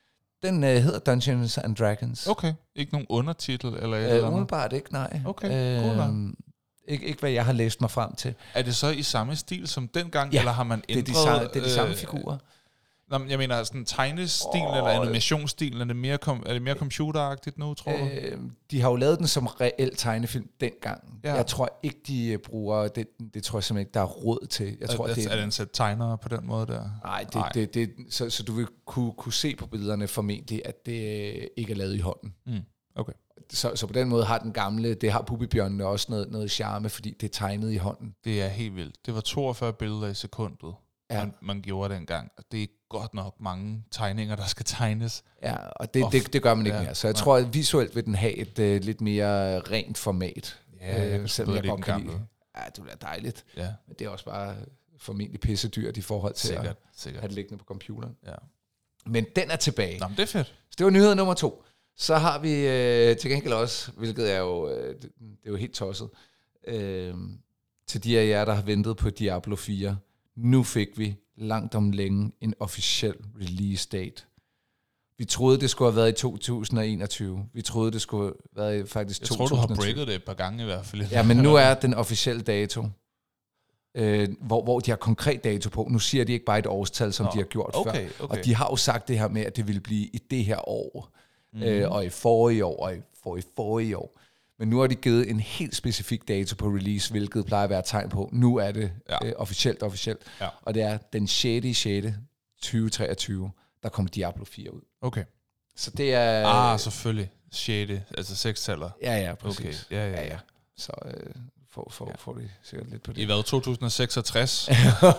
Den øh, hedder Dungeons and Dragons. Okay, ikke nogen undertitel eller et Øh, eller andet? umiddelbart ikke, nej. Okay, cool nok. øh, ikke, ikke hvad jeg har læst mig frem til. Er det så i samme stil som dengang, Ja, eller har man Det er ændret... de samme, det er de samme øh, figurer. Nå, men jeg mener sådan tegnestil Åh, eller animationsstilen, er det mere, kom, er det mere computeragtigt nu, tror du? Øh, de har jo lavet den som reel tegnefilm dengang. Ja. Ja. Jeg tror ikke, de øh, bruger det. Det tror jeg simpelthen ikke, der er råd til. Jeg tror, er, det er det en sæt tegnere på den måde der? Nej, det, det, det, så, så du vil kunne, kunne se på billederne formentlig, at det øh, ikke er lavet i hånden. Mm. Okay. Så, så på den måde har den gamle, det har Puppybjørnene også noget, noget charme, fordi det er tegnet i hånden. Det er helt vildt. Det var toogfyrre billeder i sekundet, Ja. man, man gjorde dengang. Det er godt nok mange tegninger, der skal tegnes. Ja, og det, Og det, det gør man ikke ja, mere. Så jeg nej. tror, at visuelt vil den have et uh, lidt mere rent format. Ja, jeg kan Øh, sgu selvom bedre jeg lide godt den kan gamle. lide. Ja, det bliver dejligt. Ja, Men det er også bare formentlig pissedyrt i forhold til sikkert. at sikkert. have det liggende på computeren. Ja. Men den er tilbage. Nå, men det er fedt. Så det var nyhed nummer to. Så har vi øh, til gengæld også, hvilket er jo, øh, det, det er jo helt tosset, øh, til de af jer, der har ventet på Diablo fire. Nu fik vi langt om længe en officiel release date. Vi troede, det skulle have været i to tusind og enogtyve. Vi troede, det skulle have været i faktisk Jeg to tror, tusind og tyve. du har breaket det et par gange i hvert fald. Ja, men nu er den officielle dato, øh, hvor, hvor de har konkret dato på. Nu siger de ikke bare et årstal, som Nå, de har gjort okay, før. okay. Og de har jo sagt det her med, at det ville blive i det her år. Mhm. Øh, og i forrige år, og i forrige, forrige år. Men nu har de givet en helt specifik dato på release, hvilket plejer at være et tegn på. Nu er det Ja. øh, officielt, officielt. Ja. Og det er den sjette sjette tyve treogtyve, der kommer Diablo fire ud. Okay. Så det er... Ah, selvfølgelig. sjette, altså seks-taller. Ja, ja, præcis. Okay, ja, ja, ja, ja. ja. Så øh, får, får, får de sikkert lidt på det. I hvad, to tusind og seksogtres?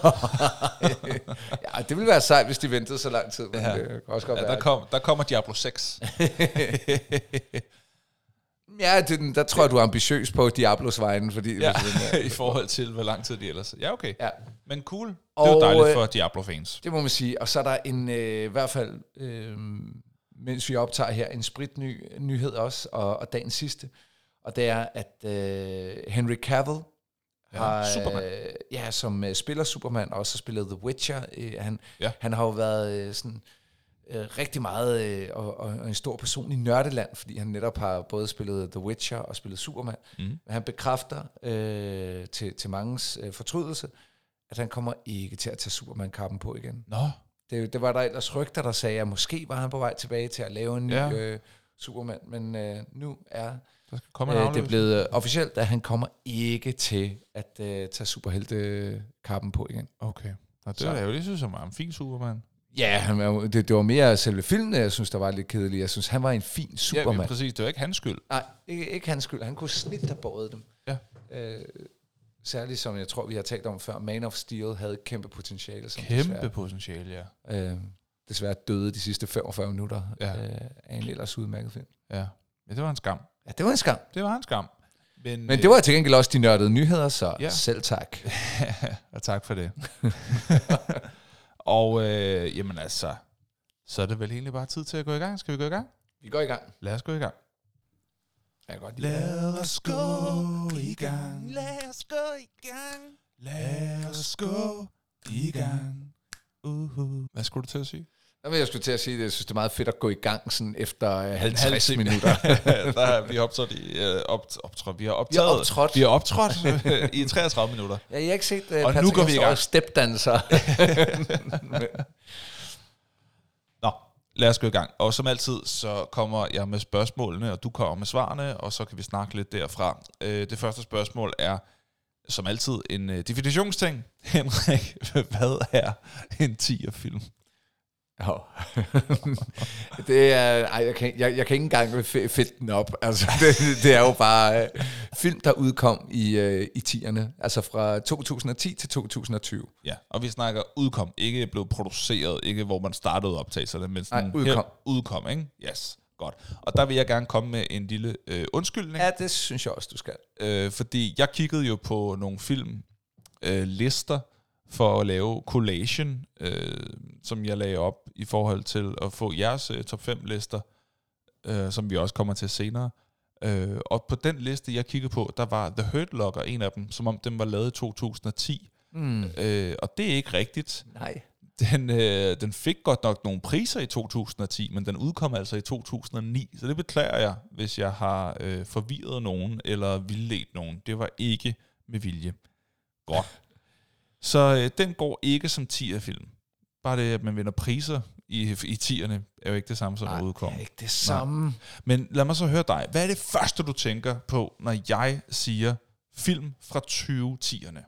Ja, det ville være sejt, hvis de ventede så lang tid, men Ja. ja. det kan også godt Ja, være. der, kom, der kommer Diablo seks. Ja, det, der tror jeg, du er ambitiøs på Diablos vejen, fordi... Ja, hvis- i forhold til, hvor lang tid de ellers... Ja, okay. ja, Men cool. Det Og, er jo dejligt øh, for Diablo-fans. det må man sige. Og så er der en, øh, i hvert fald, øh, mens vi optager her, en spritny nyhed også, og, og dagens sidste. Og det er, at øh, Henry Cavill Ja, har, Superman. øh, ja, som øh, spiller Superman, og også har spillet The Witcher. Øh, han, Ja. han har jo været øh, sådan... Øh, rigtig meget øh, og, og, og en stor person i nørdeland, fordi han netop har både spillet The Witcher og spillet Superman. Mm. Men han bekræfter øh, til, til mangens øh, fortrydelse, at han kommer ikke til at tage Superman-kappen på igen. Nå, Det, det var der ellers rygter, der sagde, at måske var han på vej tilbage til at lave en ny Ja. øh, Superman, men øh, nu er der skal komme en øh, det afløser. blevet øh, officielt, at han kommer ikke til at øh, tage superhelte-kappen på igen. Okay. Nå, det Så. var jo, det synes jeg var en fin Superman. Ja, han var jo- det, det var mere selve filmen, jeg synes, der var lidt kedeligt. Jeg synes, han var en fin Ja, Superman. men præcis. Det var ikke hans skyld. Nej, ikke, ikke hans skyld. Han kunne snit have båret dem. Ja. Øh, særligt som jeg tror, vi har talt om før, Man of Steel havde et kæmpe potentiale. Som Kæmpe desværre, potentiale, ja. øh, desværre døde de sidste femogfyrre minutter Ja. øh, af en ellers udmærket film. Ja. Ja, det var en skam. Ja, det var en skam. Det var en skam. Men, Men det var til gengæld også de nørdede nyheder, så Ja. ja. selv tak. og tak for det. og øh, jamen altså, så er det vel egentlig bare tid til at gå i gang. Skal vi gå i gang? Vi går i gang. Lad os gå i gang. Jeg kan godt lide. Lad os gå i gang. Lad os gå i gang. Lad os gå i gang. Uh-huh. Hvad skulle du til at sige? Jamen, jeg skulle til at sige, at jeg synes, det er meget fedt at gå i gang sådan efter øh, halv halvtreds time. minutter. Der har vi optrådt i øh, op, optrådt. Vi har Vi har optaget. optrådt. Vi har optrådt øh, i treogtredive minutter. Ja, jeg har ikke set uh, Og nu Patrick går vi i gang. Hasseløj stepdanser. Nå, lad os gå i gang. Og som altid, så kommer jeg med spørgsmålene, og du kommer med svarene, og så kan vi snakke lidt derfra. Øh, det første spørgsmål er, som altid, en øh, definitionsting. Henrik, hvad er en tier-film? Ja. Det er, ej, jeg, kan, jeg, jeg kan ikke engang fedte den op. Altså, det, det er jo bare øh, film, der udkom i, øh, i tierne. Altså fra to tusind og ti til to tusind og tyve. Ja, og vi snakker udkom, ikke blev produceret, ikke hvor man startede optagelserne, men sådan Nej, udkom. her- udkom, ikke? Yes, godt. Og der vil jeg gerne komme med en lille øh, undskyldning, Ja, det synes jeg også, du skal. øh, fordi jeg kiggede jo på nogle film øh, lister for at lave collation, øh, som jeg lagde op i forhold til at få jeres øh, top fem lister, øh, som vi også kommer til senere. Øh, og på den liste, jeg kiggede på, der var The Hurt Locker en af dem, som om den var lavet i to tusind og ti. Mm. Øh, og det er ikke rigtigt. Nej. Den, øh, den fik godt nok nogle priser i to tusind og ti, men den udkom altså i to tusind og ni, så det beklager jeg, hvis jeg har øh, forvirret nogen eller vildledt nogen. Det var ikke med vilje. Godt. Så øh, den går ikke som tier-film. Bare det, at man vinder priser i, i tierne, er jo ikke det samme, som Nej, at udkomme. det er ikke det samme. Nej. Men lad mig så høre dig. Hvad er det første, du tænker på, når jeg siger film fra tyve tierne?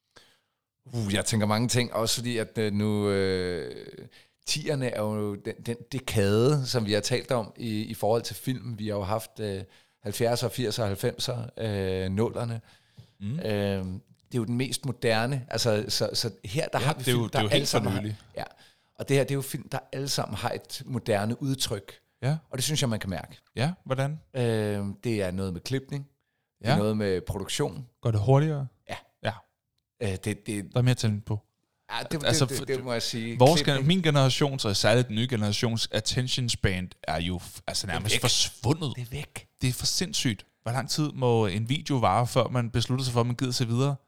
Uh, jeg tænker mange ting, også fordi at øh, nu øh, tierne er jo den, den dekade, som vi har talt om i, i forhold til film. Vi har jo haft øh, halvfjerdser, firser og halvfemser, øh, nullerne. Mm. Øh, det er jo den mest moderne. Altså, så, så her der ja, har vi det er film, jo, der det er jo helt fornøjeligt. Ja, og det her det er jo film, der alle sammen har et moderne udtryk. Ja. Og det synes jeg, man kan mærke. Ja, hvordan? Øh, det er noget med klipning. Ja. Det er noget med produktion. Går det hurtigere? Ja. Ja. Øh, det, det, der er mere tændt på. Ja, det, altså, det, det, det må jeg sige. Vores gener- min generations, og særligt den nye generations attention span, er jo altså nærmest det forsvundet. Det er væk. Det er for sindssygt. Hvor lang tid må en video vare, før man beslutter sig for, at man gider se videre?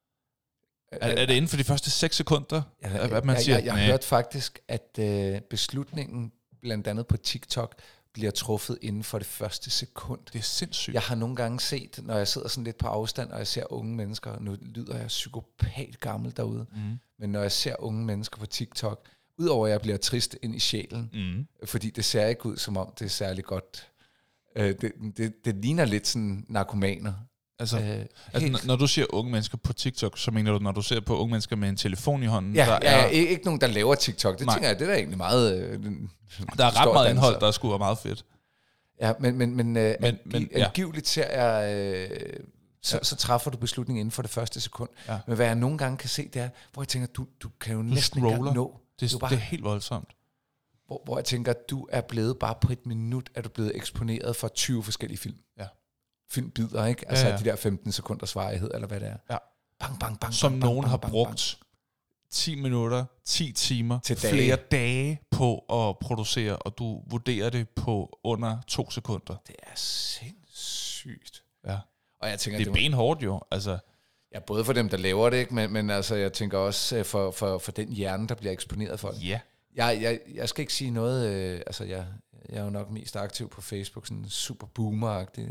Er, er det inden for de første seks sekunder, jeg, at man jeg, siger... Jeg, jeg, jeg har hørt faktisk, at øh, beslutningen, blandt andet på TikTok, bliver truffet inden for det første sekund. Det er sindssygt. Jeg har nogle gange set, når jeg sidder sådan lidt på afstand, og jeg ser unge mennesker, nu lyder jeg psykopat gammel derude, mm. men når jeg ser unge mennesker på TikTok, udover at jeg bliver trist ind i sjælen, mm. fordi det ser ikke ud, som om det er særlig godt. Øh, det, det, det ligner lidt sådan narkomaner. Altså, øh, altså når du siger unge mennesker på TikTok, så mener du, når du ser på unge mennesker med en telefon i hånden? Ja, der ja er, ikke nogen, der laver TikTok. Det nej. tænker jeg, det er da egentlig meget... Øh, der er ret meget indhold, der skulle være meget fedt. Ja, men, men, men, øh, men, men ja. angiveligt ser jeg... Øh, så, ja. så træffer du beslutningen inden for det første sekund. Ja. Men hvad jeg nogle gange kan se, det er, hvor jeg tænker, du, du kan jo du næsten ikke nå. Det, det, bare, det er helt voldsomt. Hvor, hvor jeg tænker, du er blevet bare på et minut, er du blevet eksponeret for tyve forskellige film. Ja. Filmbider, ikke? Altså ja, ja. de der femten sekunders varighed, eller hvad det er. Ja. Bang, bang, bang, Som bang, nogen bang, har bang, brugt bang. ti minutter, ti timer, til flere dage. dage på at producere, og du vurderer det på under to sekunder. Det er sindssygt. Ja. Og jeg tænker, det er det benhårdt jo. Altså. Ja, både for dem, der laver det, ikke? Men, men altså, jeg tænker også for, for, for den hjerne, der bliver eksponeret for det. Ja. Jeg, jeg, jeg skal ikke sige noget, øh, altså jeg, jeg er jo nok mest aktiv på Facebook, sådan super boomer-agtig.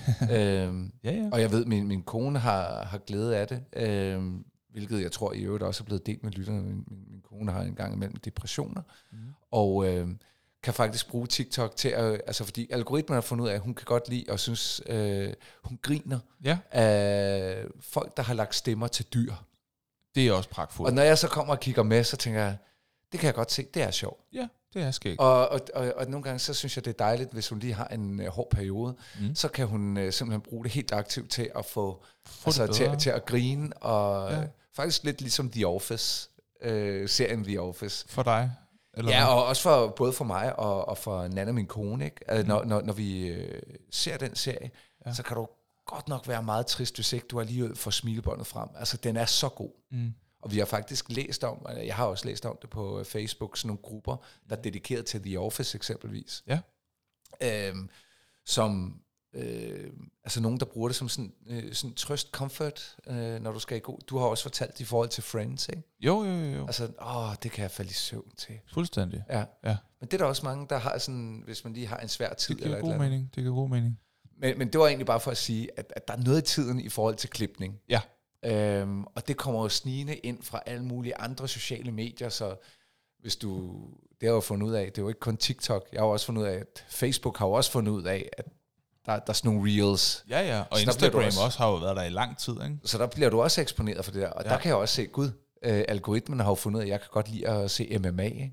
øhm, ja, ja. Og jeg ved, at min, min kone har, har glæde af det, øhm, hvilket jeg tror i øvrigt også er blevet delt med lytterne. Min, min, min kone har en gang imellem depressioner, mm. og øh, kan faktisk bruge TikTok til at, altså fordi algoritmen har fundet ud af, at hun kan godt lide og synes, øh, hun griner ja. af folk, der har lagt stemmer til dyr. Det er også pragtfuldt. Og når jeg så kommer og kigger med, så tænker jeg, det kan jeg godt se, det er sjovt. Ja, det er skægt. Og, og, og, og nogle gange, så synes jeg, det er dejligt, hvis hun lige har en uh, hård periode, mm. så kan hun uh, simpelthen bruge det helt aktivt til at få, altså, til, til at grine, og ja. faktisk lidt ligesom The Office, uh, serien The Office. For dig? Eller ja, og også for, både for mig og, og for Nana, min kone. Ikke? Altså, mm. når, når, når vi uh, ser den serie, ja. så kan du godt nok være meget trist, hvis ikke du har lige får smilebåndet frem. Altså, den er så god. Mm. Og vi har faktisk læst om, jeg har også læst om det på Facebook, sådan nogle grupper, der er dedikeret til The Office eksempelvis. Ja. Øhm, som, øh, altså nogen, der bruger det som sådan, øh, sådan trøst, comfort, øh, når du skal i god. Du har også fortalt i forhold til Friends, ikke? Jo, jo, jo. Altså, åh, det kan jeg falde i søvn til. Fuldstændig. Ja. ja. Men det er der også mange, der har sådan, hvis man lige har en svær tid. Det giver eller god et mening, det giver god mening. Men, men det var egentlig bare for at sige, at, at der er noget i tiden i forhold til klipning. Ja. Øhm, og det kommer jo snigende ind fra alle mulige andre sociale medier, så hvis du, det har jeg jo fundet ud af, det er jo ikke kun TikTok, jeg har jo også fundet ud af, at Facebook har jo også fundet ud af, at der, der er sådan nogle reels. Ja, ja, og så Instagram også, også har jo været der i lang tid, ikke? Så der bliver du også eksponeret for det der, og ja. der kan jeg også se, gud, øh, algoritmen har jo fundet ud af, at jeg kan godt lide at se M M A, ikke?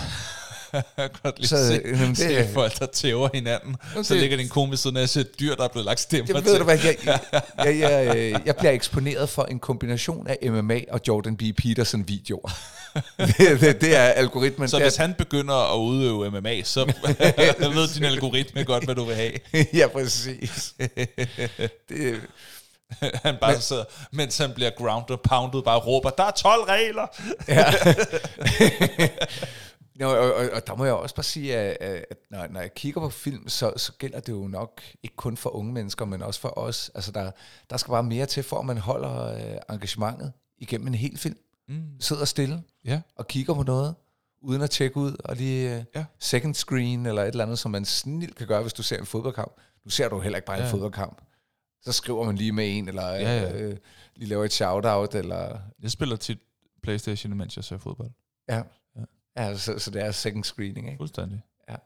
Jeg kan godt lide så, se, jamen, se det, folk, der tæver hinanden. Det, så ligger din kone ved siden af et dyr, der er blevet lagt stemmer til. Ved du hvad, jeg, jeg, jeg, jeg, jeg bliver eksponeret for en kombination af M M A og Jordan B. Peterson-videoer. det, det, det er algoritmen. Så det hvis er, han begynder at udøve M M A, så ved din algoritme godt, hvad du vil have. Ja, præcis. det, han bare men, sidder, mens han bliver grounded, pounded, bare råber, der er tolv regler! Ja. Nå, og, og, og der må jeg også bare sige, at, at når, når jeg kigger på film, så, så gælder det jo nok ikke kun for unge mennesker, men også for os. Altså der, der skal bare mere til, for at man holder øh, engagementet igennem en hel film. Mm. Sidder stille Ja. og kigger på noget, uden at tjekke ud, og lige uh, Ja. second screen, eller et eller andet, som man snilt kan gøre, hvis du ser en fodboldkamp. Nu ser du heller ikke bare Ja. en fodboldkamp. Så skriver man lige med en, eller Ja, ja. øh, lige laver et shout-out, eller... Jeg spiller tit PlayStation, mens jeg ser fodbold. Ja, Ja. ja så, så det er second screening, ikke? Fuldstændig.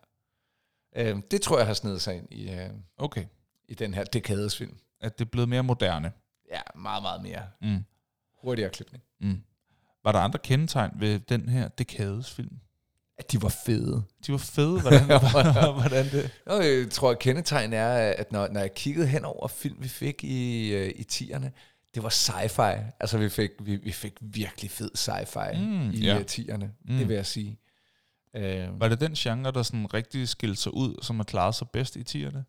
Øh, det tror jeg har snedet sig ind i, øh, Okay. i den her dekadesfilm. At det er blevet mere moderne. Ja, meget, meget mere Mm. hurtigere klipning. Mm. Var der andre kendetegn ved den her dekadesfilm? At de var fede. De var fede, hvordan, hvordan det... Og jeg tror, at kendetegn er, at når, når jeg kiggede hen over film, vi fik i, øh, i tierne, det var sci-fi. Altså, vi fik, vi, vi fik virkelig fed sci-fi Mm, i ja. ja. tierne. Mm. Det vil jeg sige. Øh, Var det den genre, der sådan rigtig skilte sig ud, som har klaret sig bedst i tierne?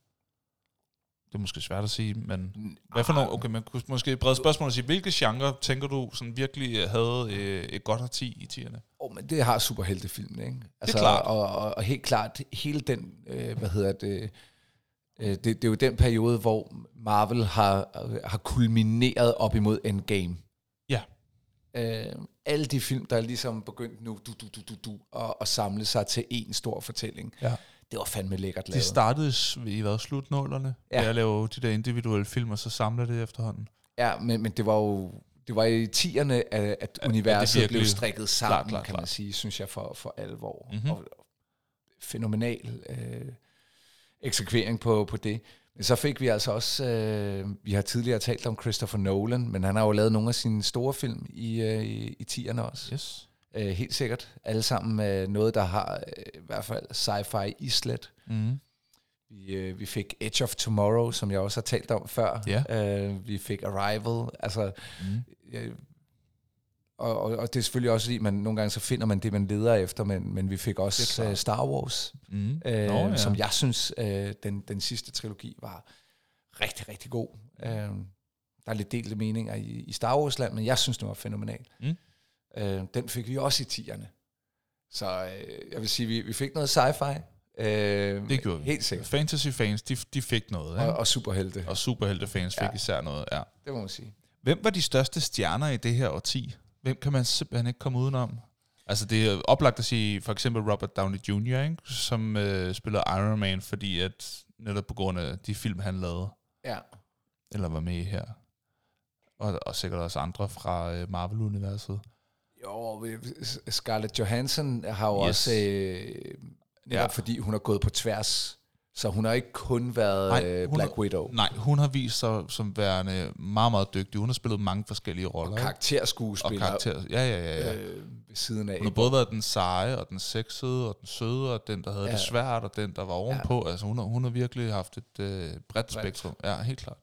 Det er måske svært at sige, men... Hvad for nogle... Okay, man kunne måske brede spørgsmål og sige, hvilke genre tænker du sådan virkelig havde øh, et godt årti i tierne? Oh, men det har superheltefilmen, ikke? Altså, klart. Og, og, og helt klart, hele den, øh, hvad hedder det, øh, det, det er jo den periode, hvor Marvel har, har kulmineret op imod Endgame. Ja. Øh, alle de film, der er ligesom begyndt nu, du, du, du, du, du, og, og samle sig til en stor fortælling. Ja. Det var fandme lækkert De lavet. startede i hvad, slutnullerne? Ja. Ja. At lave de der individuelle film, og så samle det efterhånden. Ja, men, men det var jo det var i tierne, at, at universet virkelig- blev strikket sammen, Klart, klart, kan man klart. sige, synes jeg, for, for alvor. Mhm. Og fænomenal øh, eksekvering på, på det. Men så fik vi altså også, øh, vi har tidligere talt om Christopher Nolan, men han har jo lavet nogle af sine store film i, øh, i, i tierne også. Yes. Øh, helt sikkert. Alle sammen øh, noget, der har øh, i hvert fald sci-fi islet. Mm. Vi, øh, vi fik Edge of Tomorrow, som jeg også har talt om før. Ja. Øh, vi fik Arrival. Altså, Mm. øh, og, og, og det er selvfølgelig også fordi, man nogle gange så finder man det, man leder efter, men, men vi fik også øh, Star Wars, Mm. øh, Nå, ja. som jeg synes, øh, den, den sidste trilogi var rigtig, rigtig god. Øh, der er lidt delte meninger i, i Star Wars-land, men jeg synes, den var fænomenal. Mm. Øh, den fik vi også i tierne. Så øh, jeg vil sige, vi, vi fik noget sci-fi. Øh, Det gjorde vi. Helt sikkert. Fantasy-fans, de, de fik noget, ikke? Og, og superhelte. Og superhelte-fans fik Ja. især noget, ja. Det må man sige. Hvem var de største stjerner i det her årti? Hvem kan man simpelthen ikke komme udenom? Altså, det er oplagt at sige, for eksempel Robert Downey junior, ikke? Som øh, spiller Iron Man, fordi at netop på grund af de film, han lavede, Ja. eller var med i her. Og, og sikkert også andre fra øh, Marvel-universet. Jo, vi- Scarlett Johansson har jo Yes. også, øh, netop Ja. fordi hun er gået på tværs, så hun har ikke kun været Nej, øh, hun Black er- Widow. Nej, hun har vist sig som værende meget, meget dygtig. Hun har spillet mange forskellige roller. Og ikke? karakterskuespiller og karakter. Ja, ja, ja. ja. øh, ved siden af. Hun har både været den seje, og den sexede, og den søde, og den, der havde Ja. ja. det svært, og den, der var ovenpå. Ja. Altså, hun har, hun har virkelig haft et øh, bredt spektrum. Ja, helt klart.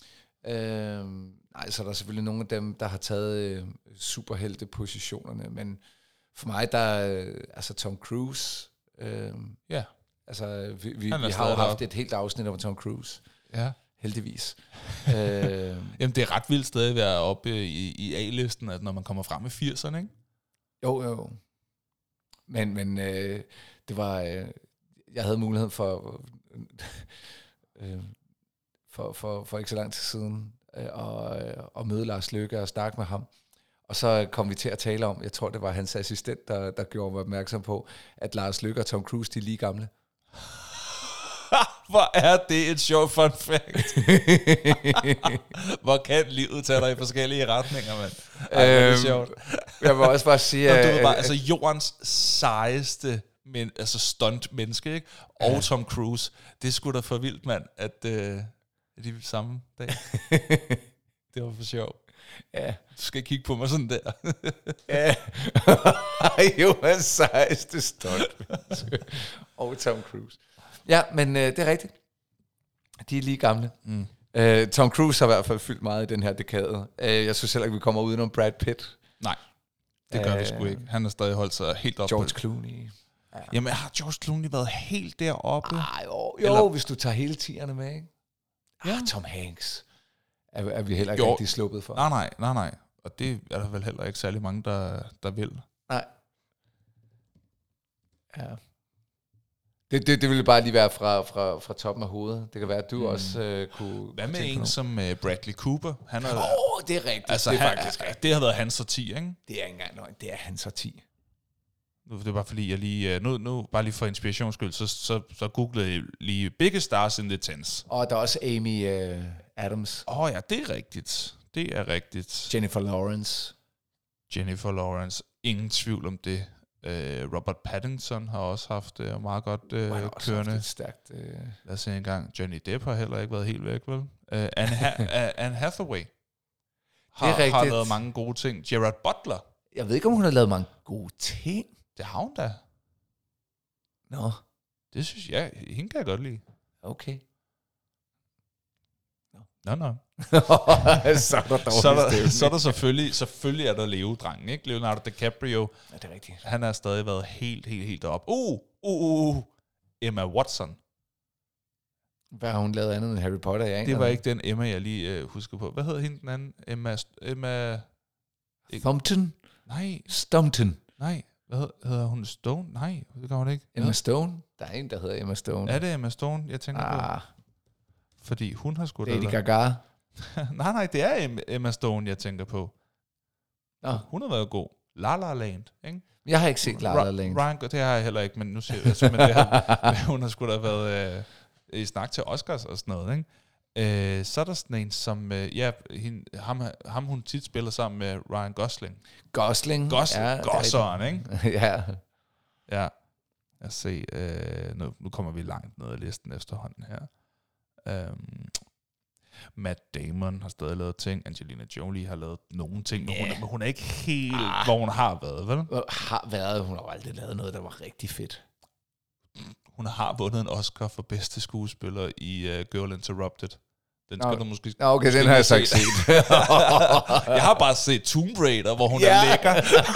Øh, nej, så er der selvfølgelig nogle af dem, der har taget øh, superheltepositionerne, men for mig, der er øh, altså Tom Cruise. Øh, Ja. altså, vi, vi, Han er vi har jo stadig haft deroppe. et helt afsnit om Tom Cruise, Ja. heldigvis. øh, Jamen, det er ret vildt stadig at være oppe i, i A-listen, at når man kommer frem i firserne, ikke? Jo, jo. Men, men øh, det var... Øh, jeg havde mulighed for... Øh, for, for, for ikke så lang tid siden øh, og, øh, at møde Lars Løkke og snakke med ham. Og så kom vi til at tale om, jeg tror, det var hans assistent, der, der gjorde mig opmærksom på, at Lars Løkke og Tom Cruise, de er lige gamle. Hvor er det et sjovt fun fact. Hvor kan livet tage dig i forskellige retninger, mand. Ej, det er Øhm, sjovt. Jeg vil også bare sige... Jamen, du ved at- bare, altså jordens sejeste men, altså stunt menneske, ikke? Og Ja. Tom Cruise. Det er sgu da for vildt, mand, at øh, at de er samme dag. Det var for sjov. ja. Du skal kigge på mig sådan der. Ja. jo, hans sejeste stunt. Og Tom Cruise. Ja, men øh, det er rigtigt. De er lige gamle. Mm. Øh, Tom Cruise har i hvert fald fyldt meget i den her dekade. Øh, jeg synes heller ikke, vi kommer udenom Brad Pitt. Nej, det gør Øh, vi sgu ikke. Han har stadig holdt sig helt op. George Clooney. Jamen, har George Clooney været helt deroppe? Ah, jo, jo Eller- hvis du tager hele tierne med, ikke? Ah, Ja. Tom Hanks er, er vi heller ikke Jo. rigtig sluppet for. Nej, nej, nej, nej. Og det er der vel heller ikke særlig mange, der, der vil. Nej. Ja. Det, det, det ville bare lige være fra, fra, fra toppen af hovedet. Det kan være, at du mm. også øh, kunne... Hvad med en som uh, Bradley Cooper? Han er, Åh, oh, det er rigtigt. altså, det er han, faktisk rigtigt. Det har været hans sorti, ikke? Det er ikke engang løgn. Det er hans sorti. Nu, det er bare fordi, jeg lige... Nu, nu bare lige for inspirationsskyld, så, så, så googlede jeg lige Biggest Stars in the Tens. Og der er også Amy uh, Adams. Åh oh, ja, det er rigtigt. Det er rigtigt. Jennifer Lawrence. Jennifer Lawrence. Ingen tvivl om det. Uh, Robert Pattinson har også haft uh, meget godt uh, kørende. Haft stærkt, uh... Lad os se en gang. Johnny Depp har heller ikke været helt væk, vel? Uh, Anne, ha- Anne Hathaway har, det er har lavet mange gode ting. Gerard Butler. Jeg ved ikke, om hun har lavet mange gode ting. Det har hun da. Nå. Det synes jeg, hende kan jeg godt lide. Okay. Nå, nå. så er der så, er der, så er der selvfølgelig, selvfølgelig er der Leo-drengen, ikke? Leonardo DiCaprio. Ja, det er rigtigt. Han har stadig været helt, helt, helt deroppe. Uh, uh, uh, Emma Watson. Hvad har hun lavet andet end Harry Potter? Jeg det var ikke den Emma, jeg lige uh, husker på. Hvad hedder hende den anden? Emma... Emma Thumpton? Nej. Stumpton? Nej. Hvad hedder, hedder hun? Stone? Nej, det gør hun ikke. Emma Stone? Der er en, der hedder Emma Stone. Er det Emma Stone, jeg tænker ah. på? Fordi hun har sgu da... Lady Gaga? nej, nej, det er Emma Stone, jeg tænker på. Nå. Hun har været god. La La Land, ikke? Jeg har ikke set La La Land. Ryan, det har jeg heller ikke, men nu siger jeg, altså, men det har, hun har sgu da været øh, i snak til Oscars og sådan noget, ikke? Øh, så er der sådan en, som, øh, ja, hende, ham, ham hun tit spiller sammen med Ryan Gosling. Gosling? Gosling, ja, Gosseren, ikke? ja. Ja. Lad os se, øh, nu, nu kommer vi langt ned ad listen efterhånden her. Um, Matt Damon har stadig lavet ting. Angelina Jolie har lavet nogle ting, men, yeah. hun, men hun er ikke helt, ah. hvor hun har været, vel? Har været. Hun har aldrig lavet noget, der var rigtig fedt. Hun har vundet en Oscar for bedste skuespiller i uh, Girl Interrupted. Den skal okay. du måske... Okay, måske den har jeg så ikke set. Jeg har bare set Tomb Raider, hvor hun yeah. er lækker.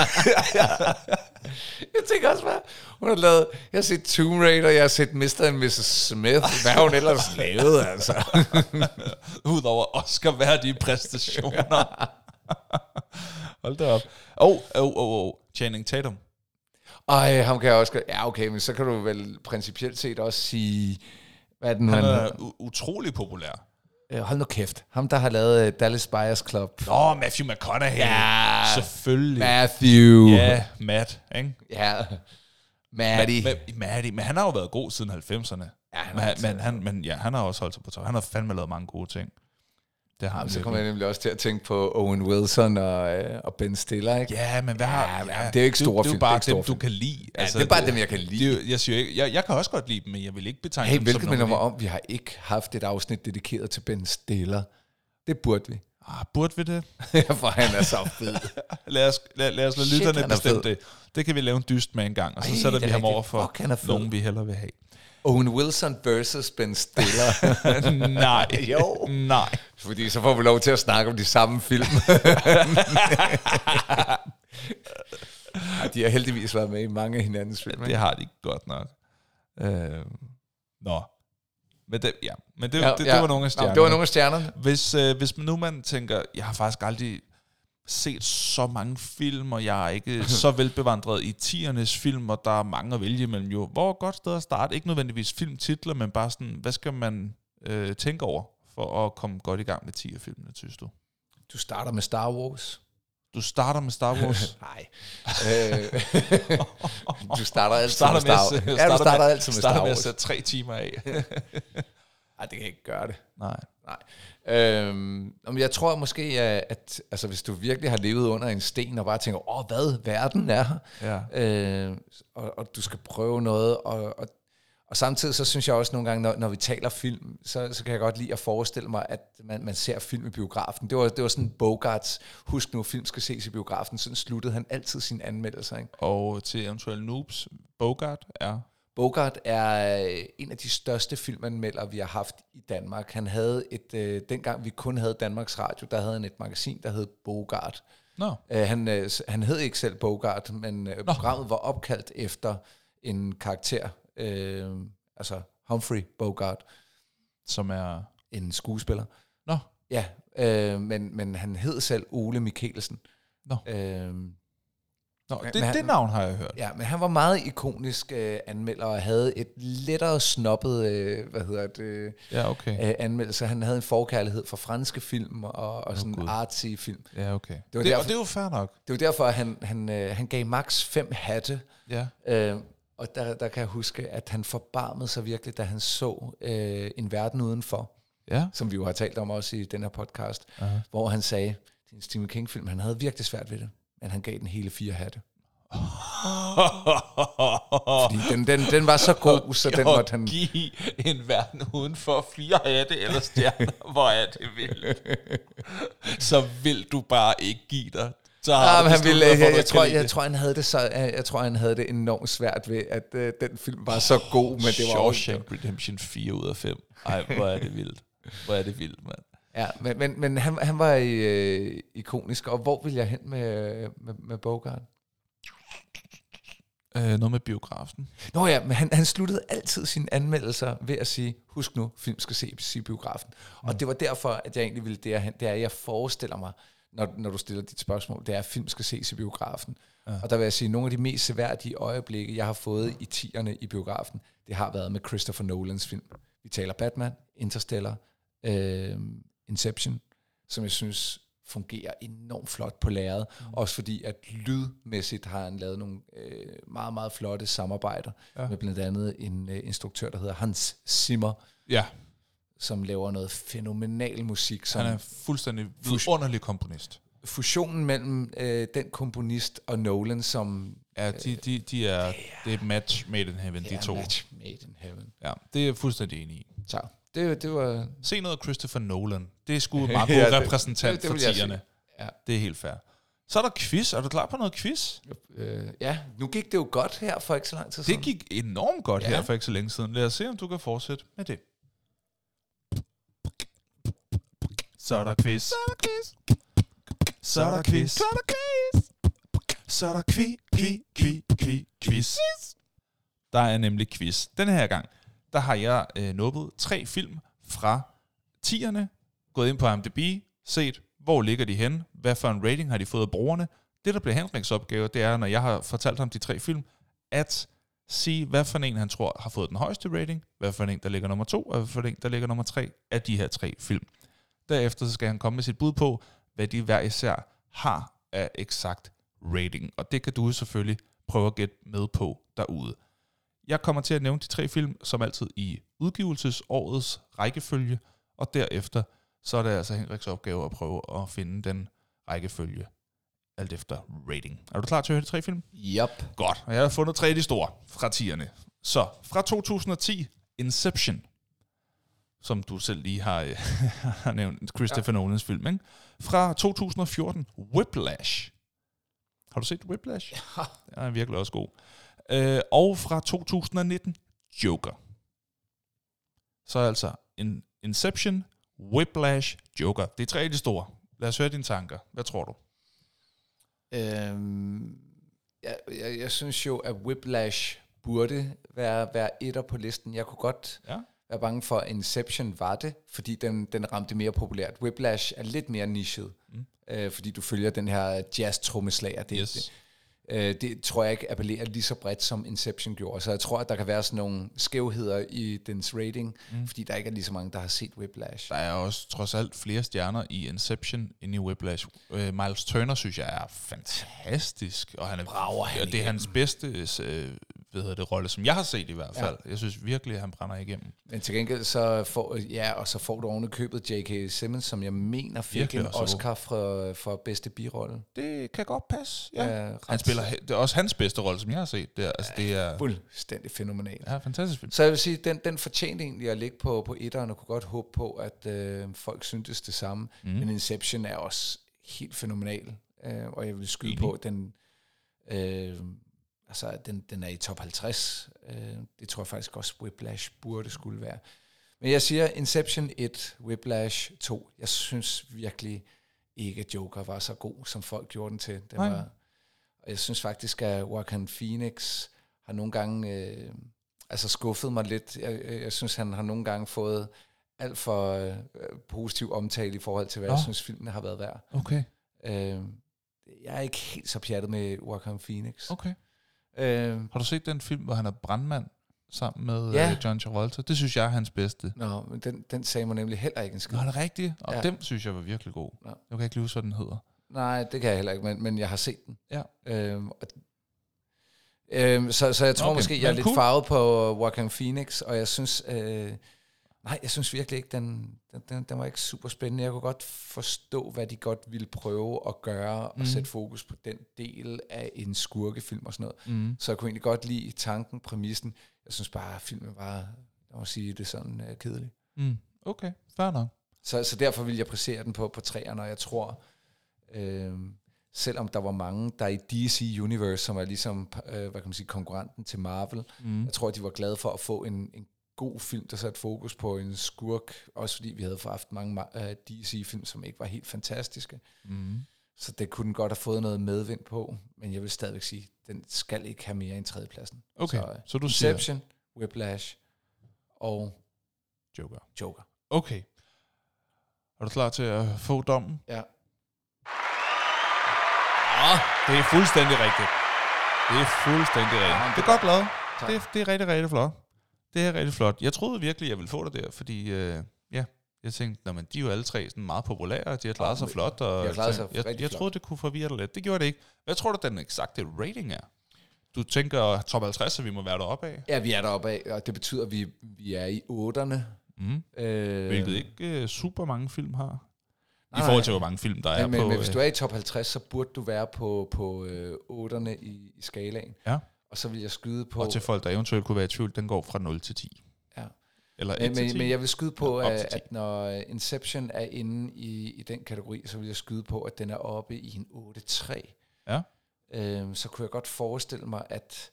Jeg tænker også bare, hun har lavet... Jeg har set Tomb Raider, jeg har set mister and missus Smith. Hvad har hun ellers lavet, altså? Udover Oscar-værdige præstationer. Hold da op. Åh, åh, åh, åh. Channing Tatum. Ej, ham kan jeg også... Ja, okay, men så kan du vel principielt set også sige... Hvad er den, han er u- utrolig populær. Hold nu kæft. Ham, der har lavet uh, Dallas Buyers Club. Nå, Matthew McConaughey. Ja, selvfølgelig. Matthew. Ja, Matt, ikke? Ja, Matty. Ma- ma- Matty. Men han har jo været god siden halvfemserne. Ja, han men, men, han, men ja, han har også holdt sig på top. Han har fandme lavet mange gode ting. Det har Jamen, så kommer jeg nemlig også til at tænke på Owen Wilson og, øh, og Ben Stiller, ikke? Ja, men hvad ja, har... Ja, det er jo ikke store film. Det er jo bare det er dem, film. du kan lide. Ja, altså, det er bare det, dem, jeg kan lide. Det, jeg, siger ikke, jeg, jeg kan også godt lide dem, men jeg vil ikke betegne hey, dem som hvilket minder mig om, vi har ikke haft et afsnit dedikeret til Ben Stiller. Det burde vi. Ah, burde vi det? For han er så fed. lad os lad, lad os lade lytterne bestemme det. Det kan vi lave en dyst med en gang, og så Ej, sætter vi ham over for Fuck, nogen, vi hellere vil have. Owen Wilson versus Ben Stiller. Nej. Jo. Nej. Fordi så får vi lov til at snakke om de samme film. De har heldigvis været med i mange af hinandens film. Ja, det har de godt nok. Øh, nå. Men det, ja. Men det, ja, det, ja. det var nogle af stjernerne. Nå, det var nogle af stjernerne. Hvis, øh, hvis nu man tænker, jeg har faktisk aldrig set så mange film, og jeg er ikke så velbevandret i tiernes film, og der er mange at vælge imellem jo. Hvor er et godt sted at starte? Ikke nødvendigvis filmtitler, men bare sådan, hvad skal man øh, tænke over for at komme godt i gang med tier-filmene, synes du? Du starter med Star Wars. Du starter med Star Wars? Nej. Du starter altid starter med Star Wars. Ja, du starter med, altid med Star Wars. Starter med at sætte tre timer af. Nej, det kan ikke gøre det. Nej. Nej. Øhm, jeg tror måske, at altså, hvis du virkelig har levet under en sten, og bare tænker, åh, hvad verden er, ja. øh, og, og du skal prøve noget, og, og, og samtidig så synes jeg også nogle gange, når, når vi taler film, så, så kan jeg godt lide at forestille mig, at man, man ser film i biografen. Det var, det var sådan Bogarts, husk nu, film skal ses i biografen, sådan sluttede han altid sine anmeldelser. Ikke? Og til eventuelle noobs, Bogart er... Bogart er en af de største filmanmeldere, vi har haft i Danmark. Han havde et, øh, dengang vi kun havde Danmarks Radio, der havde han et magasin, der hed Bogart. No. Øh, han, øh, han hed ikke selv Bogart, men øh, programmet var opkaldt efter en karakter, øh, altså Humphrey Bogart. Som er... En skuespiller. Nå. Ja, øh, men, men han hed selv Ole Mikkelsen. Nå. Øh, Nå, Men det, han- det navn har jeg hørt. Ja, men han var meget ikonisk øh, anmelder og havde et lettere snobbet, øh, hvad hedder det, Ja, okay. øh, anmeldelse. Han havde en forkærlighed for franske film og, og Åh, sådan Gud. artsy film. Ja, okay. var Det, det, derfor- og det er jo fair nok. Det var derfor, at han, han, øh, han gav max fem hatte. Ja. Øh, og der, der kan jeg huske, at han forbarmede sig virkelig, da han så øh, En verden udenfor, Ja. som vi jo har talt om også i den her podcast, Uh-huh. hvor han sagde, det er en Stephen King-film, han havde virkelig svært ved det, men han gav den hele fire hatte. Fordi den, den, den var så god, så den måtte han... give en verden uden for fire hatte eller stjerner. Hvor er det vildt. Så vil du bare ikke give dig. Så har Ja, du men han besluttet ville, dig for, jeg, at du jeg, ikke tror, kan lide jeg, det. tror, han havde det så, jeg, jeg tror, han havde det enormt svært ved, at øh, den film var så god, men det var Shawshank Redemption fire ud af fem. Ej, hvor er det vildt. Hvor er det vildt, mand. Ja, men, men, men han, han var øh, ikonisk, og hvor vil jeg hen med, med, med Bogart? Øh, noget med biografen. Nå ja, men han, han sluttede altid sine anmeldelser ved at sige, husk nu, film skal ses i biografen. Mm. Og det var derfor, at jeg egentlig ville derhen, det er, at jeg forestiller mig, når, når du stiller dit spørgsmål, det er, at film skal ses i biografen. Ja. Og der vil jeg sige, at nogle af de mest seværdige øjeblikke, jeg har fået i tierne i biografen, det har været med Christopher Nolans film. Vi taler Batman, Interstellar, øh, Inception, som jeg synes fungerer enormt flot på lærredet. Mm. Også fordi, at lydmæssigt har han lavet nogle øh, meget, meget flotte samarbejder ja. med blandt andet en øh, instruktør, der hedder Hans Zimmer, Ja, som laver noget fænomenal musik. Som han er fuldstændig vidunderlig komponist. fusionen mellem øh, den komponist og Nolan, som Ja, de, de, de er, yeah. det er et match made in heaven, de er to. match made in heaven. Ja, det er jeg fuldstændig enig i. Så det, det var... Se noget af Christopher Nolan. Det er sgu en meget god Ja, det- repræsentant det- det for vil jeg tierne. Ja. Det er helt fair. Så er der quiz. Er du klar på noget quiz? Øh, ja, nu gik det jo godt her for ikke så lang tid siden. Det gik enormt godt Ja. her for ikke så længe siden. Lad os se, om du kan fortsætte med det. Så er der quiz. Så er der quiz. Så er der quiz. Så er der quiz. Så er der kvi, kvi, kvi, kvi, Quiz. Der er nemlig quiz. Denne her gang, der har jeg øh, nubbet tre film fra tierne, gået ind på I M D B, set, hvor ligger de henne, hvad for en rating har de fået af brugerne. Det, der bliver Henriks opgave, det er, når jeg har fortalt ham de tre film, at sige, hvad for en han tror har fået den højeste rating, hvad for en der ligger nummer to, og hvad for en der ligger nummer tre af de her tre film. Derefter så skal han komme med sit bud på, hvad de hver især har af eksakt rating. Og det kan du selvfølgelig prøve at gætte med på derude. Jeg kommer til at nævne de tre film, som altid i udgivelsesårets rækkefølge, og derefter så er det altså Henriks opgave at prøve at finde den rækkefølge, alt efter rating. Er du klar til at høre de tre film? Yep. Godt, og jeg har fundet tre af de store fra tierne. Så, fra to tusind og ti, Inception, som du selv lige har, øh, har nævnt, Christopher ja. Nolans film, ikke? Fra to tusind og fjorten, Whiplash. Har du set Whiplash? Ja. Den er virkelig også god. Øh, og fra to tusind og nitten, Joker. Så altså en Inception, Whiplash, Joker. Det er tre af de store. Lad os høre dine tanker. Hvad tror du? Øhm, jeg, jeg, jeg synes jo, at Whiplash burde være, være etter på listen. Jeg kunne godt Ja. være bange for, at Inception var det, fordi den, den ramte mere populært. Whiplash er lidt mere nichet, mm. øh, fordi du følger den her jazz-trommeslager. Det, Yes. det, øh, det tror jeg ikke appellerer lige så bredt, som Inception gjorde. Så jeg tror, at der kan være sådan nogle skævheder i dens rating, mm. fordi der ikke er lige så mange, der har set Whiplash. Der er også trods alt flere stjerner i Inception end i Whiplash. Uh, Miles Turner synes jeg er fantastisk, og han er Brager han og det er hans bedste uh, hvad hedder det, rolle, som jeg har set i hvert fald. Ja. Jeg synes virkelig, at han brænder igennem. Men til gengæld så får, ja, og så får du oven i købet J K. Simmons, som jeg mener fik Virkelig en også Oscar for, for bedste birolle. Det kan godt passe. Ja. Ja, Han spiller, det er også hans bedste rolle, som jeg har set. Det er, altså, det er fuldstændig fænomenalt. ja, fantastisk film. Så jeg vil sige, den, den fortjente egentlig at ligge på, på etteren, og kunne godt håbe på, at øh, folk syntes det samme. Mm. Men Inception er også helt fænomenal, øh, og jeg vil skyde Enig. på, at den, øh, altså, den, den er i top halvtreds. Øh, det tror jeg faktisk også, Whiplash burde skulle være. Men jeg siger Inception et, Whiplash to. Jeg synes virkelig ikke, at Joker var så god, som folk gjorde den til. Den Nej. var, og jeg synes faktisk, at Joaquin Phoenix har nogle gange øh, altså skuffet mig lidt. Jeg, jeg, jeg synes, han har nogle gange fået alt for øh, positiv omtale i forhold til, hvad Nå. jeg synes, filmen har været værd. Okay. Øh, jeg er ikke helt så pjattet med Joaquin Phoenix. Okay. Øh, Har du set den film, hvor han er brandmand sammen med Ja. øh, John Travolta? Det synes jeg er hans bedste. Nå, men den, den sagde mig nemlig heller ikke en skid. Nå, er det rigtigt? Og Ja. den synes jeg var virkelig god. Nå. Jeg kan ikke lige huske, hvad den hedder. Nej, det kan jeg heller ikke, men, men jeg har set den. Ja. Øhm, og, øhm, så, så jeg tror Okay, okay, måske, jeg men er lidt cool. farvet på Joaquin Phoenix, og jeg synes... Øh, nej, jeg synes virkelig ikke, den, den, den, den var ikke super spændende. Jeg kunne godt forstå, hvad de godt ville prøve at gøre, og Mhm. sætte fokus på den del af en skurkefilm og sådan noget. Mm. Så jeg kunne egentlig godt lide tanken, præmissen. Jeg synes bare, at filmen var, jeg må sige, det er sådan uh, kedelig. Mm. Okay, fair nok. Så, så derfor vil jeg placere den på, på træerne, og jeg tror, øh, selvom der var mange, der i D C Universe, som er ligesom, øh, hvad kan man sige, konkurrenten til Marvel, Mm. jeg tror, de var glade for at få en, en god film, der satte fokus på en skurk, også fordi vi havde haft mange uh, D C-film, som ikke var helt fantastiske. Mm. Så det kunne den godt have fået noget medvind på, men jeg vil stadigvæk sige, den skal ikke have mere end tredjepladsen. Okay, Så, så, øh, så du siger Inception, Whiplash og Joker. Joker. Okay. Er du klar til at få dommen? Ja. Ja, det er fuldstændig rigtigt. Det er fuldstændig rigtigt. men Det er godt lavet. Tak. Det er, det er rigtig, rigtig flot. Det er rigtig flot. Jeg troede virkelig, jeg ville få det der, fordi øh, ja, jeg tænkte, nå, men de er jo alle tre sådan meget populære, de har klaret sig men flot. Og de har klaret sig jeg, rigtig jeg flot. troede, det kunne forvirre dig lidt. Det gjorde det ikke. Hvad tror du, den eksakte rating er? Du tænker top halvtreds, så vi må være deroppe af? Ja, vi er deroppe af, og det betyder, at vi, vi er i otterne. Mm. Øh, Hvilket ikke øh, super mange film har. I Nej, forhold til, nej. hvor mange film der er men, på... men, men hvis øh, du er i top halvtreds, så burde du være på, på øh, otterne i, i skalaen. Ja. Og så vil jeg skyde på... Og til folk, der eventuelt kunne være i tvivl, den går fra nul til ti. Ja. Eller et Men, til men, ti. men jeg vil skyde på, Nå, op til at, ti. at når Inception er inde i, i den kategori, så vil jeg skyde på, at den er oppe i en otte tre. Ja. Øhm, så kunne jeg godt forestille mig, at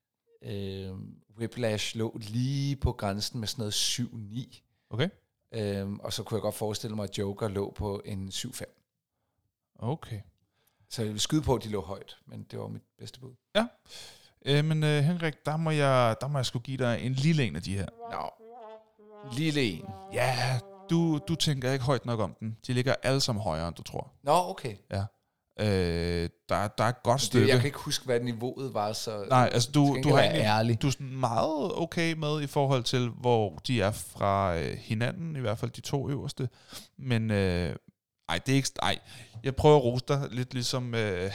øhm, Whiplash lå lige på grænsen med sådan noget syv ni. Okay. Øhm, og så kunne jeg godt forestille mig, at Joker lå på en syv fem. Okay. Så jeg vil skyde på, at de lå højt, men det var mit bedste bud. Øh, men øh, Henrik, der må, jeg, der må jeg sgu give dig en lille en af de her. Nå, lille en. Ja, du, du tænker ikke højt nok om den. De ligger alle sammen højere, end du tror. Nå, okay. Ja. Øh, der, der er et godt Det, stykke. jeg kan ikke huske, hvad niveauet var, så... Nej, altså du, skal du ikke har være egentlig, ærlig. du er sådan meget okay med i forhold til, hvor de er fra øh, hinanden, i hvert fald de to øverste. Men øh, ej, det er ikke... Ej, jeg prøver at rose dig lidt ligesom... Øh,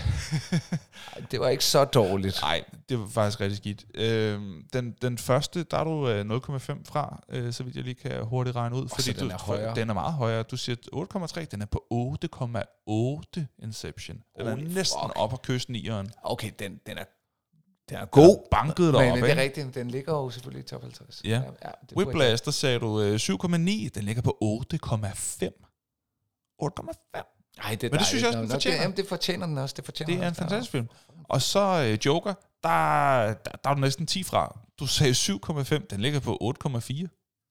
Ej, det var ikke så dårligt. Nej, det var faktisk rigtig skidt. Øh, den, den første, der er du øh, nul komma fem fra, øh, så vidt jeg lige kan hurtigt regne ud. så den du, er højere. Den er meget højere. Du siger otte komma tre, den er på otte komma otte Inception. Den er Holy næsten fuck. op at kysse nieren. Okay, den, den er, den er God. god. Banket Men, deroppe, men det er ikke? rigtigt, den ligger jo selvfølgelig i top halvtreds. Ja. ja det burde jeg- Whiplash, der sagde du øh, syv komma ni, den ligger på otte komma fem. otte komma fem. Ej, det er Men det synes jeg også, dejligt. den Nå, fortjener. Det, jamen, det fortjener den også. Det, fortjener Det er den en også. fantastisk film. Og så øh, Joker, der, der, der er du næsten ti fra. Du sagde syv komma fem, den ligger på otte komma fire.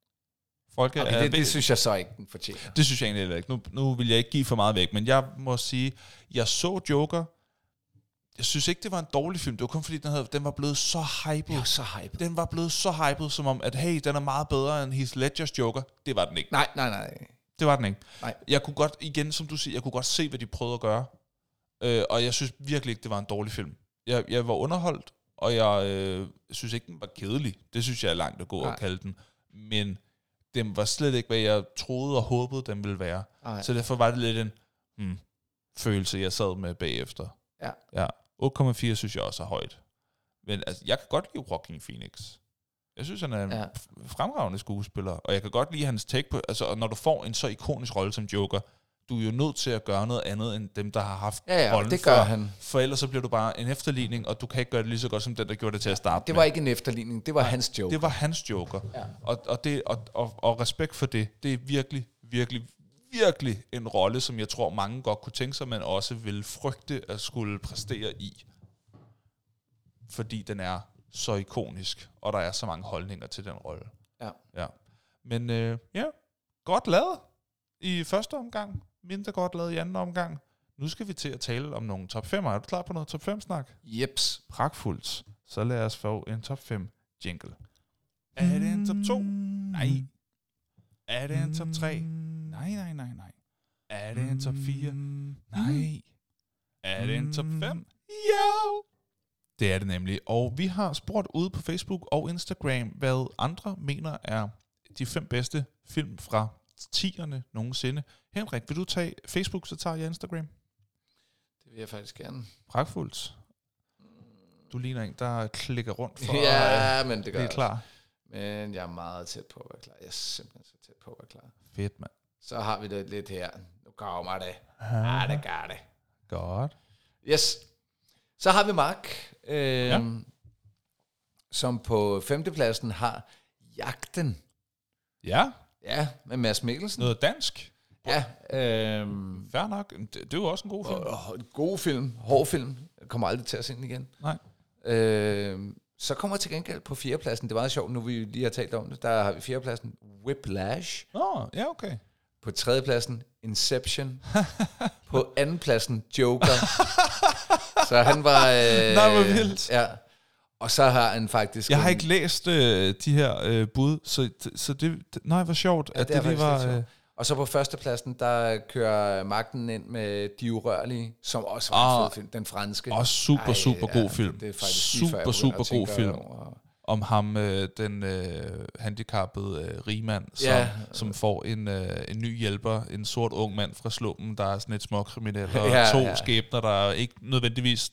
Folk er, Okay, det, det synes jeg så ikke, den fortjener. det synes jeg egentlig heller ikke. Nu, nu vil jeg ikke give for meget væk, men jeg må sige, jeg så Joker. Jeg synes ikke, det var en dårlig film. Det var kun fordi, den, havde, den var blevet så hyped. Jeg er så hyped. Den var blevet så hyped, som om, at hey, den er meget bedre end Heath Ledgers Joker. Det var den ikke. Nej, nej, nej. Det var den ikke. Nej. Jeg kunne godt, igen som du siger, jeg kunne godt se, hvad de prøvede at gøre. Øh, og jeg synes virkelig ikke, det var en dårlig film. Jeg, jeg var underholdt, og jeg øh, synes ikke, den var kedelig. Det synes jeg er langt at gå Nej. og kalde den. Men den var slet ikke, hvad jeg troede og håbede, den ville være. Nej. Så derfor var det lidt en hmm, følelse, jeg sad med bagefter. Ja. Ja. otte komma fire synes jeg også er højt. Men altså, jeg kan godt lide Joaquin Phoenix. Jeg synes, han er en Ja. fremragende skuespiller, og jeg kan godt lide hans take på, altså når du får en så ikonisk rolle som Joker, du er jo nødt til at gøre noget andet, end dem, der har haft Ja, ja, rollen det gør før, han. for ellers så bliver du bare en efterligning, og du kan ikke gøre det lige så godt, som den, der gjorde det til at starte Det med. var ikke en efterligning, det var hans joke. Det var hans Joker, Ja. og, og, det, og, og, og respekt for det, det er virkelig, virkelig, virkelig en rolle, som jeg tror, mange godt kunne tænke sig, men også vil frygte at skulle præstere i. Fordi den er så ikonisk, og der er så mange holdninger til den rolle. Ja. Ja. Men øh, ja, godt lavet i første omgang, mindre godt lavet i anden omgang. Nu skal vi til at tale om nogle top fem'er. Er du klar på noget top fem-snak? Jeps. Pragtfuldt. Så lad os få en top fem jingle. Er det en top to? Nej. Er det en top tre? Nej, nej, nej, nej. Er det en top fire? Nej. Er det en top fem? Jo! Det er det nemlig. Og vi har spurgt ude på Facebook og Instagram, hvad andre mener er de fem bedste film fra tierne nogensinde. Henrik, vil du tage Facebook, så tager jeg Instagram? Det vil jeg faktisk gerne. Pragtfuldt. Du ligner en, der klikker rundt for ja, at men det gør blive klar. Men jeg er meget tæt på at være klar. Jeg er simpelthen så tæt på at være klar. Fedt, mand. Så har vi det lidt her. Nu kommer det. Ja, det gør det. Godt. Yes. Så har vi Mark, øh, ja. som på femtepladsen har Jagten. Ja. Ja, med Mads Mikkelsen. Noget dansk. Ja. Øh, Fair nok. Det, det er jo også en god film. Og, og, god film. Hård film. Jeg kommer aldrig til at se den igen. Nej. Øh, så kommer til gengæld på fjerdepladsen. Det var meget sjovt, nu vi lige har talt om det. Der har vi fjerdepladsen Whiplash. Åh, oh, ja, okay. På tredjepladsen Inception. På andenpladsen Joker. Så han var... Øh, Nej, hvor vildt. Ja. Og så har han faktisk... Jeg har ikke læst øh, de her øh, bud, så, så det... Nej, hvor sjovt, ja, at det, det lige var... Øh, og så på førstepladsen, der kører Magten ind med De Urørlige, som også var ah, en fed film. Den franske. Også super, Ej, super god ja, film. Det, det er faktisk super, super god film. Over. Om ham, øh, den øh, handicappede øh, rigmand, som, ja. som får en, øh, en ny hjælper, en sort ung mand fra slummen, der er sådan et småkriminel, og ja, to ja. skæbner, der ikke nødvendigvis...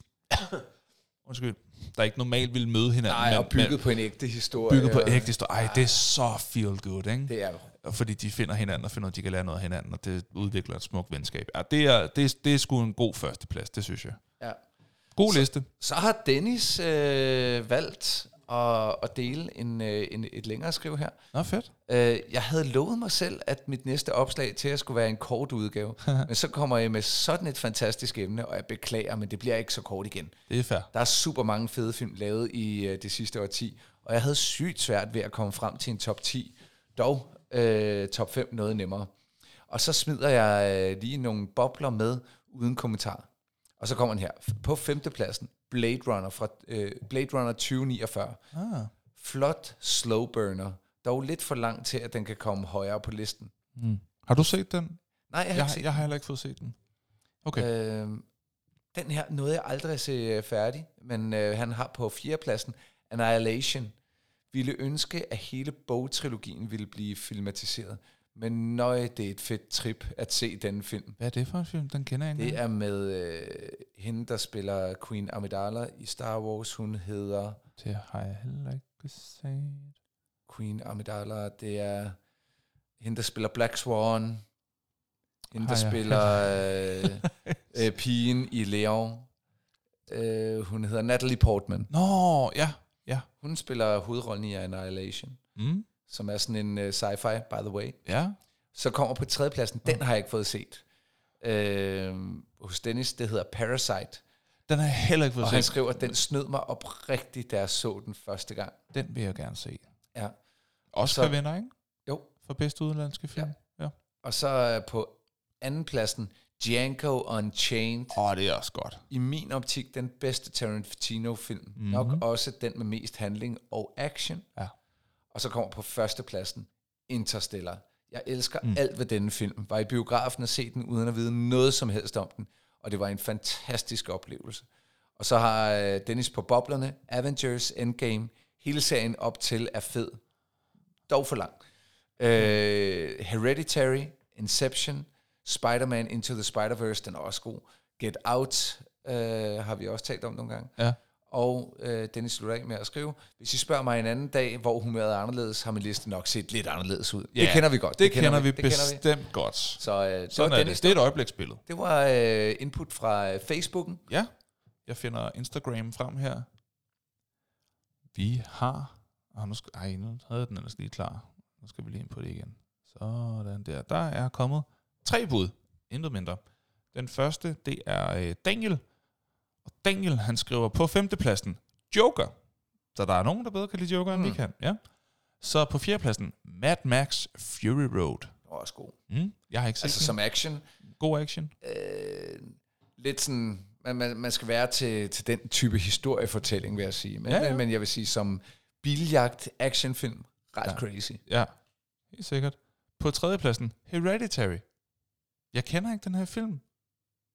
Undskyld. Der ikke normalt ville møde hinanden. Nej, men, og bygget på en ægte historie. Bygget på en ægte historie. Ej, det er så feel good, ikke? Det er det. Fordi de finder hinanden og finder, at de kan lære noget af hinanden, og det udvikler et smukt venskab. Ja, det er, det er, det er sgu en god førsteplads, det synes jeg. Ja. God så, liste. Så har Dennis øh, valgt at, at dele en, øh, en, et længere skriv her. Nå, fedt. Øh, jeg havde lovet mig selv, at mit næste opslag til at skulle være en kort udgave. Men så kommer jeg med sådan et fantastisk emne, og jeg beklager, men det bliver ikke så kort igen. Det er fair. Der er super mange fede film lavet i øh, det sidste årti, og jeg havde sygt svært ved at komme frem til en top ti. Dog øh, top fem noget nemmere. Og så smider jeg øh, lige nogle bobler med uden kommentar. Og så kommer den her. På femtepladsen, Blade Runner fra øh, Blade Runner tyve niogfyrre. Ah. Flot slow burner. Dog lidt for langt til, at den kan komme højere på listen. Mm. Har du set den? Nej, jeg har jeg, ikke set jeg har heller ikke fået set den. Okay. Øh, den her nåede jeg aldrig at se færdig, men øh, han har på fjerdepladsen Annihilation. Ville ønske, at hele bogtrilogien ville blive filmatiseret. Men nøj, det er et fedt trip at se den film. Hvad er det for en film? Den kender jeg ikke. Det er med øh, hende, der spiller Queen Amidala i Star Wars. Hun hedder... Det har jeg heller ikke set. Queen Amidala, det er hende, der spiller Black Swan. Hende, der spiller øh, øh, pigen i Leon. Øh, hun hedder Natalie Portman. Nå, ja. ja. Hun spiller hovedrollen i Annihilation, mm. som er sådan en uh, sci-fi, by the way. Ja. Så kommer på tredjepladsen, den har jeg ikke fået set. Øh, hos Dennis, det hedder Parasite. Den har jeg heller ikke fået og set. Og han skriver, at den snød mig oprigtigt, da jeg så den første gang. Den vil jeg gerne se. Ja. Oscar-vinder, ikke? Jo. For bedste udenlandske film. Ja. ja. Og så uh, på andenpladsen, Django Unchained. Åh, oh, det er også godt. I min optik, den bedste Tarantino-film. Mm-hmm. Nok også den med mest handling og action. Ja. Og så kommer på førstepladsen Interstellar. Jeg elsker mm. alt ved denne film. Var i biografen og se den, uden at vide noget som helst om den. Og det var en fantastisk oplevelse. Og så har uh, Dennis på boblerne, Avengers Endgame. Hele serien op til er fed. Dog for lang. Uh, Hereditary, Inception, Spider-Man Into the Spider-Verse, den er også god. Get Out uh, har vi også talt om nogle gange. Ja. Og uh, Dennis slutter af med at skrive, hvis I spørger mig en anden dag, hvor humøret er anderledes, har min liste nok set lidt anderledes ud. Ja, det kender vi godt. Det, det kender, kender vi det bestemt kender vi. godt. Så uh, det, Sådan var er Dennis, det. det er et øjebliksbillede. Det var uh, input fra uh, Facebooken. Ja, jeg finder Instagram frem her. Vi har... Oh, nu skal, ej, nu havde den ellers lige klar. Nu skal vi lige ind på det igen. Sådan der. Der er kommet tre bud. Intet mindre. Den første, det er øh, Daniel. Og Daniel, han skriver på femtepladsen Joker. Så der er nogen, der bedre kan lide Joker, end mm. vi kan. Ja. Så på fjerdepladsen Mad Max Fury Road. Det var også god. Mm. Jeg har ikke set Altså den. som action. God action. Øh, lidt sådan... Man, man, man skal være til, til den type historiefortælling, vil jeg sige. Men, ja, ja. men, men jeg vil sige, som biljagt actionfilm, ret ja. crazy. Ja, helt sikkert. På tredjepladsen Hereditary. Jeg kender ikke den her film.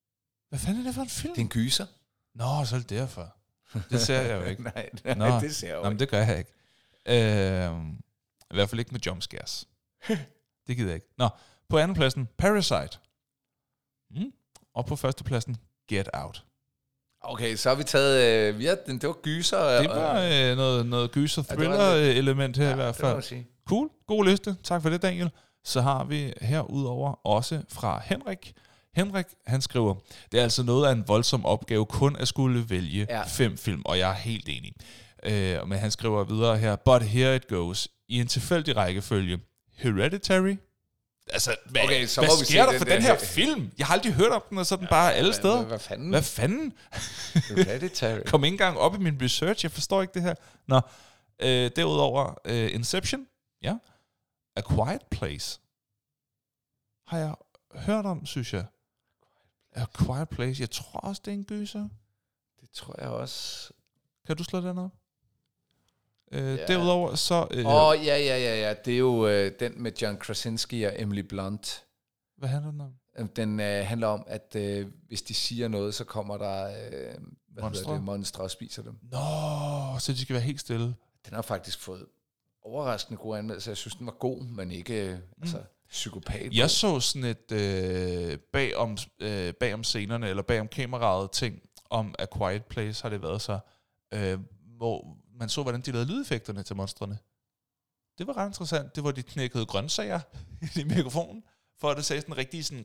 Hvad fanden er det for en film? Det er en gyser. Nå, så er det derfor. Det ser jeg jo ikke. nej, nej Nå, det ser jeg jo Nå, men ikke. det gør jeg ikke. Øh, I hvert fald ikke med jumpscares. Det gider jeg ikke. Nå, på andenpladsen, Parasite. Mm. Og på førstepladsen, Get Out. Okay, så har vi taget... Øh, vi har, det var gyser. Det var øh, noget, noget gyser-thriller Ja, det var element her ja, i hvert det må fald. jeg sige. Cool, god liste. Tak for det, Daniel. Så har vi herudover også fra Henrik. Henrik, han skriver, det er altså noget af en voldsom opgave kun at skulle vælge Ja. fem film, og jeg er helt enig. Øh, men han skriver videre her, but here it goes. I en tilfældig rækkefølge. Hereditary. Altså, hvad, Okay, så hvad må vi sker se der den for der den her her- film? Jeg har aldrig hørt om den, og så er den bare alle Hvad- steder. Hvad, hvad fanden? Hvad fanden? Hereditary. Kom ikke engang op i min research, jeg forstår ikke det her. Nå, øh, derudover øh, Inception, ja. A Quiet Place. Har jeg hørt om, synes jeg. A Quiet Place, jeg tror også, det er en gyser. Det tror jeg også. Kan du slå den op? Øh, Ja. Derudover så... Øh, Åh, oh, ja, ja, ja, ja. Det er jo øh, den med John Krasinski og Emily Blunt. Hvad handler den om? Øh, Den øh, handler om, at øh, hvis de siger noget, så kommer der øh, hvad Monstre? hedder det, monstre og spiser dem. Nå, så de skal være helt stille. Den har faktisk fået overraskende gode anmeldelser. Jeg synes, den var god, men ikke øh, altså, psykopat. Jeg så sådan et øh, bagom, øh, bagom scenerne, eller bagom kameraet ting om A Quiet Place, har det været så, øh, hvor man så, hvordan de lavede lydeffekterne til monstrene. Det var ret interessant. Det var, de knækkede grøntsager i mikrofonen, for at det sagde sådan en rigtig sådan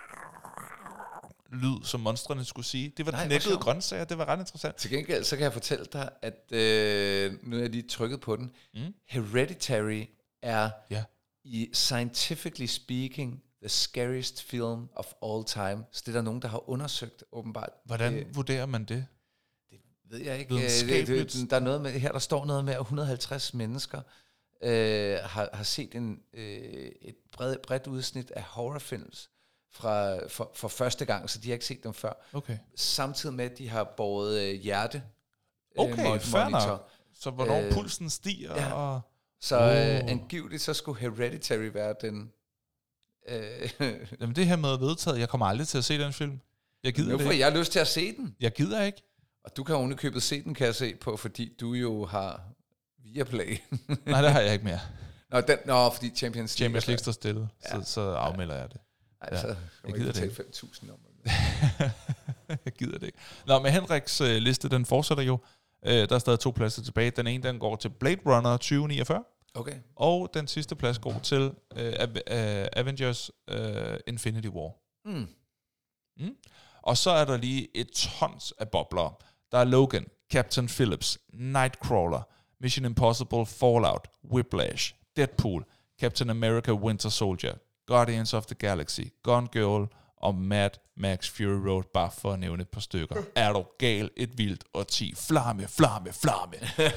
lyd, som monstrene skulle sige. Det var Nej, hvor knækkede sjovt. grøntsager, det var ret interessant. Til gengæld, så kan jeg fortælle dig, at øh, nu er jeg lige trykket på den. Mm. Hereditary er Ja. i scientifically speaking the scariest film of all time. Så det er der nogen, der har undersøgt åbenbart. Hvordan Det vurderer man det? ved jeg ikke. Øh, Videnskabeligt. Det, det, der er noget med, her der står noget med, at et hundrede og halvtreds mennesker øh, har, har set en, øh, et bredt, bredt udsnit af horrorfilms fra, for, for første gang, så de har ikke set dem før. Okay. Samtidig med, at de har båret øh, hjerte øh, Okay, mon- fair monitor. nok. Så hvornår Øh, pulsen stiger, ja. og... Så øh, Oh. angiveligt så skulle Hereditary være den... Øh, Jamen det her med vedtaget, jeg kommer aldrig til at se den film. Jeg gider nu det får ikke. jeg lyst til at se den. Jeg gider ikke. Og du kan ovenikøbet se den, kan jeg se på, fordi du jo har Viaplay. Nej, det har jeg ikke mere. Nå, den, nå, fordi Champions League... Champions League står stille, Ja. så, så afmelder jeg det. Altså, Ja, ja, jeg gider det ikke. fem tusind om det. Jeg gider det ikke. Nå, men Henriks øh, liste, den fortsætter jo. Øh, der er stadig to pladser tilbage. Den ene, den går til Blade Runner tyve niogfyrre, Okay. og den sidste plads går til øh, Av- øh, Avengers øh, Infinity War. Mm. Mm. Og så er der lige et tons af bobler. Der er Logan, Captain Phillips, Nightcrawler, Mission Impossible, Fallout, Whiplash, Deadpool, Captain America Winter Soldier, Guardians of the Galaxy, Gone Girl og Mad Max Fury Road, bare for at nævne et par stykker. Er du gal? Et vildt årti. Flamme, flamme, flamme.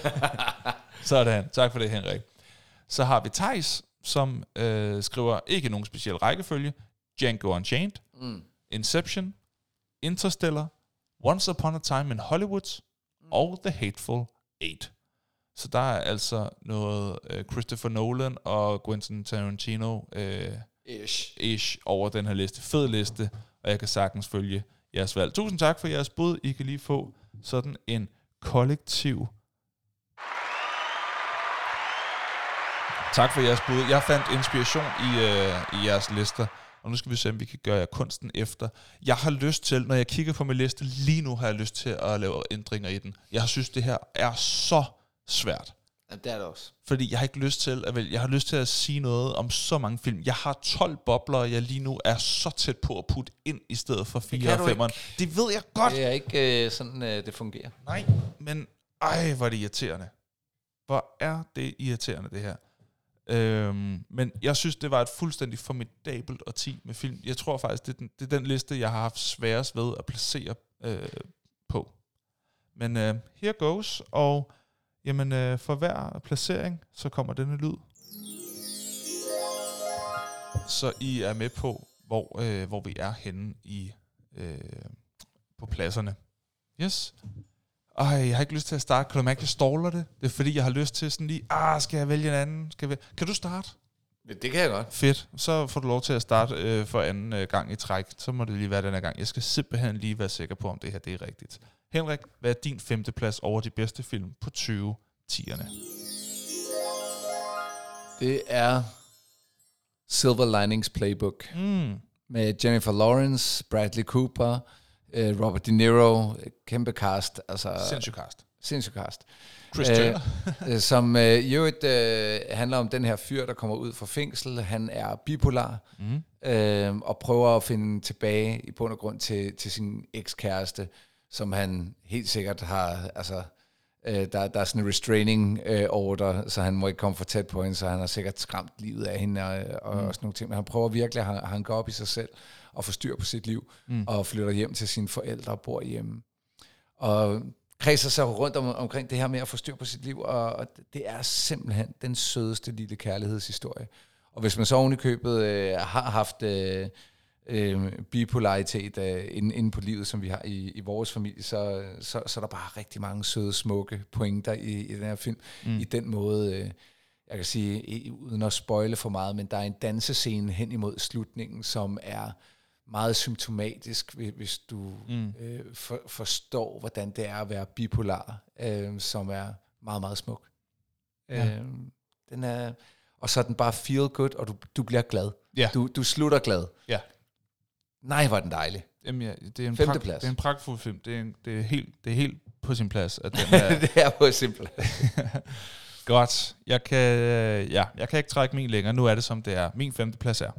Sådan. Tak for det, Henrik. Så har vi Thijs, som øh, skriver ikke nogen speciel rækkefølge. Django Unchained, Mm. Inception, Interstellar, Once Upon a Time in Hollywood og The Hateful Eight. Så der er altså noget øh, Christopher Nolan og Quentin Tarantino øh, Ish. ish over den her liste. Fed liste, og jeg kan sagtens følge jeres valg. Tusind tak for jeres bud. I kan lige få sådan en kollektiv... Tak for jeres bud. Jeg fandt inspiration i, øh, i jeres lister, og nu skal vi se, om vi kan gøre jer kunsten efter. Jeg har lyst til, når jeg kigger på min liste, lige nu har jeg lyst til at lave ændringer i den. Jeg synes, det her er så svært. Ja, det er det også. Fordi jeg har ikke lyst til at vælge. Jeg har lyst til at sige noget om så mange film. Jeg har tolv bobler, jeg lige nu er så tæt på at putte ind i stedet for fire kan og du femeren. Det ved jeg godt. Det er ikke øh, sådan, øh, det fungerer. Nej, men ej, hvor er det irriterende. Hvor er det irriterende, det her. Øhm, men jeg synes, det var et fuldstændig formidabelt årti med film. Jeg tror faktisk, det er den, det er den liste, jeg har haft sværest ved at placere øh, på. Men øh, here goes, og jamen, øh, for hver placering, så kommer denne lyd. Så I er med på, hvor, øh, hvor vi er henne i, øh, på pladserne. Yes. Ej, jeg har ikke lyst til at starte. Kan du mærke, at jeg ståler det? Det er fordi, jeg har lyst til sådan lige, ah, skal jeg vælge en anden? Skal jeg vælge? Kan du starte? Ja, det kan jeg godt. Fedt. Så får du lov til at starte øh, for anden øh, gang i træk. Så må det lige være den her gang. Jeg skal simpelthen lige være sikker på, om det her det er rigtigt. Henrik, hvad er din femteplads over de bedste film på tyve tierne? Det er Silver Linings Playbook. Mm. Med Jennifer Lawrence, Bradley Cooper, øh, Robert De Niro, kæmpe cast. Altså, Sindssygt cast. Sindssygt cast. Chris Taylor. øh, som øh, i øvrigt øh, handler om den her fyr, der kommer ud fra fængsel. Han er bipolar, mm. øh, og prøver at finde tilbage i bund og grund til, til sin ekskæreste, som han helt sikkert har... Altså, øh, der, der er sådan en restraining øh, order, så han må ikke komme for tæt på hende, så han har sikkert skræmt livet af hende og, og mm. sådan nogle ting. Men han prøver virkelig at hanke op i sig selv og få styr på sit liv, mm. og flytter hjem til sine forældre og bor hjemme. Og kredser sig rundt om, omkring det her med at få styr på sit liv, og, og det er simpelthen den sødeste lille kærlighedshistorie. Og hvis man så oven i købet øh, har haft øh, øh, bipolaritet øh, inde, inde på livet, som vi har i, i vores familie, så, så, så er der bare rigtig mange søde, smukke pointer i, i den her film. Mm. I den måde, øh, jeg kan sige, uden at spoile for meget, men der er en dansescene hen imod slutningen, som er meget symptomatisk, hvis du mm. øh, for, forstår, hvordan det er at være bipolar, øh, som er meget, meget smuk. Ja. Øh, den er, og så er den bare feel good, og du, du bliver glad. Ja. Du, du slutter glad. Ja. Nej, hvor er den dejlig. Jamen, ja, det er en Femte pragt, plads. Det er en pragtfuld film. Det er, en, det er, helt, det er helt på sin plads. At den er det er på sin plads. Godt. Jeg kan, ja, jeg kan ikke trække min længere. Nu er det, som det er. Min femte plads er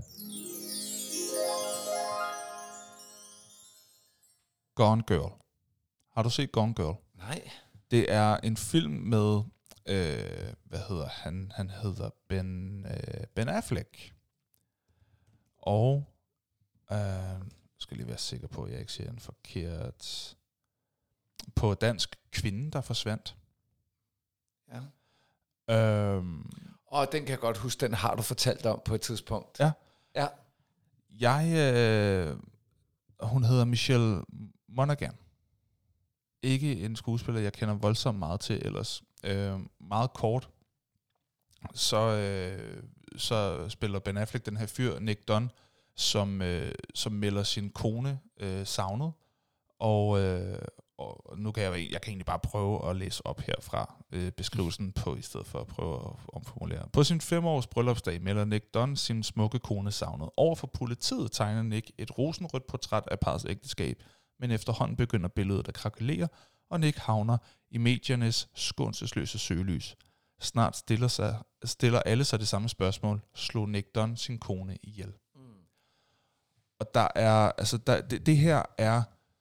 Gone Girl. Har du set Gone Girl? Nej. Det er en film med, øh, hvad hedder han? Han hedder Ben, øh, Ben Affleck. Og, øh, skal lige være sikker på, at jeg ikke siger en forkert. På dansk, Kvinden, der forsvandt. Ja. Øhm, og den kan jeg godt huske, den har du fortalt om på et tidspunkt. Ja. Ja. Jeg, øh, hun hedder Michelle Monaghan. Ikke en skuespiller, jeg kender voldsomt meget til ellers. Øh, meget kort, så, øh, så spiller Ben Affleck den her fyr, Nick Dunn, som, øh, som melder sin kone øh, savnet. Og, øh, og nu kan jeg, jeg kan egentlig bare prøve at læse op herfra øh, beskrivelsen på, i stedet for at prøve at omformulere. På sin femårs bryllupsdag melder Nick Dunn sin smukke kone savnet. Over for politiet tegner Nick et rosenrødt portræt af parrets ægteskab, men efterhånden begynder billedet at krakelere, og Nick havner i mediernes skånselsløse søgelys. Snart stiller, sig, stiller alle sig det samme spørgsmål. Slog Nick Dunn sin kone ihjel? Mm. Og der er, altså der, det, det her er,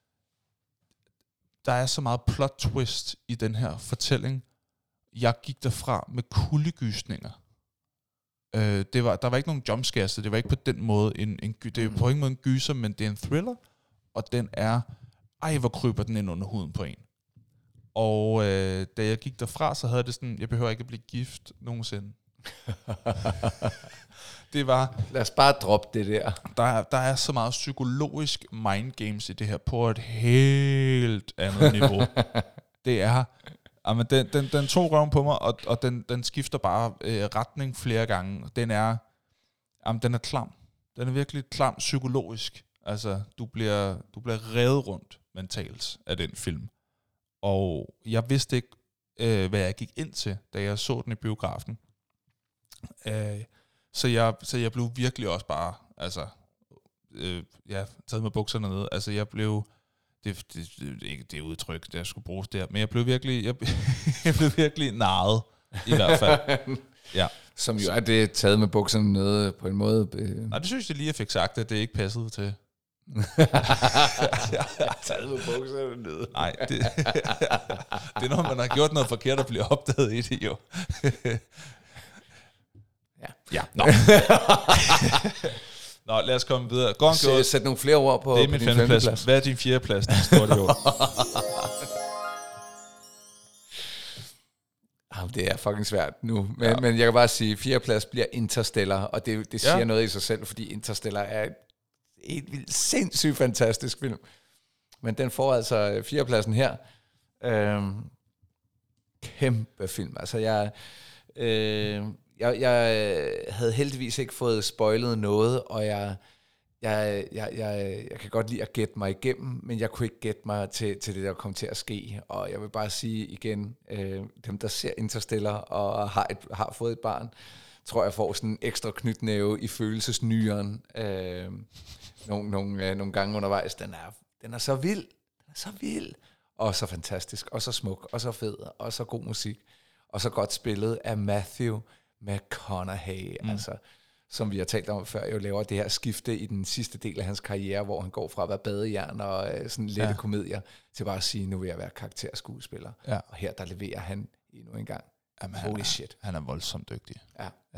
der er så meget plot twist i den her fortælling. Jeg gik derfra med kuldegysninger. Øh, det var, der var ikke nogen jumpscares, så det var ikke på den måde en, en det er på ingen måde en gyser, men det er en thriller, og den er, ej hvor kryber den ind under huden på en. Og øh, da jeg gik derfra, så havde det sådan, jeg behøver ikke at blive gift nogensinde. Det var... Lad os bare droppe det der. Der er, der er så meget psykologisk mind games i det her, på et helt andet niveau. Det er... Jamen, den, den, den tog røven på mig, og, og den, den skifter bare øh, retning flere gange. Den er... Jamen, den er klam. Den er virkelig klam psykologisk. Altså, du bliver, du bliver revet rundt mentalt af den film. Og jeg vidste ikke, øh, hvad jeg gik ind til, da jeg så den i biografen. Øh, så, jeg, så jeg blev virkelig også bare, altså, øh, ja, taget med bukserne ned. Altså, jeg blev, det, det, det, det er ikke det udtryk, der skulle bruges der, men jeg blev virkelig, jeg, jeg blev virkelig narret, i hvert fald. Ja. Som jo er det taget med bukserne nede på en måde. Øh. Nej, det synes jeg lige, jeg fik sagt, at det ikke passede til. Taget med bukserne nede. Nej, det, det er når man har gjort noget forkert og bliver opdaget i det jo. Ja. Ja. Nå. Nå, lad os komme videre. Gone Girl. Sæt nogle flere ord på, det er på min din femte plads. plads. Hvad er din fjerde plads? Den står det jo. Det er fucking svært nu, men, ja. men jeg kan bare sige, fjerde plads bliver Interstellar, og det, det siger ja. noget i sig selv, fordi Interstellar er et helt vildt sindssygt fantastisk film. Men den får altså fjerdepladsen her. Øhm, kæmpe film. Altså jeg, øh, jeg, jeg havde heldigvis ikke fået spoilet noget, og jeg, jeg, jeg, jeg, jeg kan godt lide at gætte mig igennem, men jeg kunne ikke gætte mig til, til det, der kom til at ske. Og jeg vil bare sige igen, øh, dem der ser Interstellar og har, et, har fået et barn, tror jeg får sådan en ekstra knytnæve i følelsesnyren øh, nogle, nogle, øh, nogle gange undervejs. Den er, den er så vild, den er så vild, og så fantastisk, og så smuk, og så fed, og så god musik, og så godt spillet af Matthew McConaughey, mm. altså, som vi har talt om før, jo laver det her skifte i den sidste del af hans karriere, hvor han går fra at være badejern og øh, sådan lette ja. komedier, til bare at sige, nu vil jeg være karakterskuespiller. Ja. Og her, der leverer han endnu en gang. Jamen, Holy han er, shit. Han er voldsomt dygtig. Ja. ja.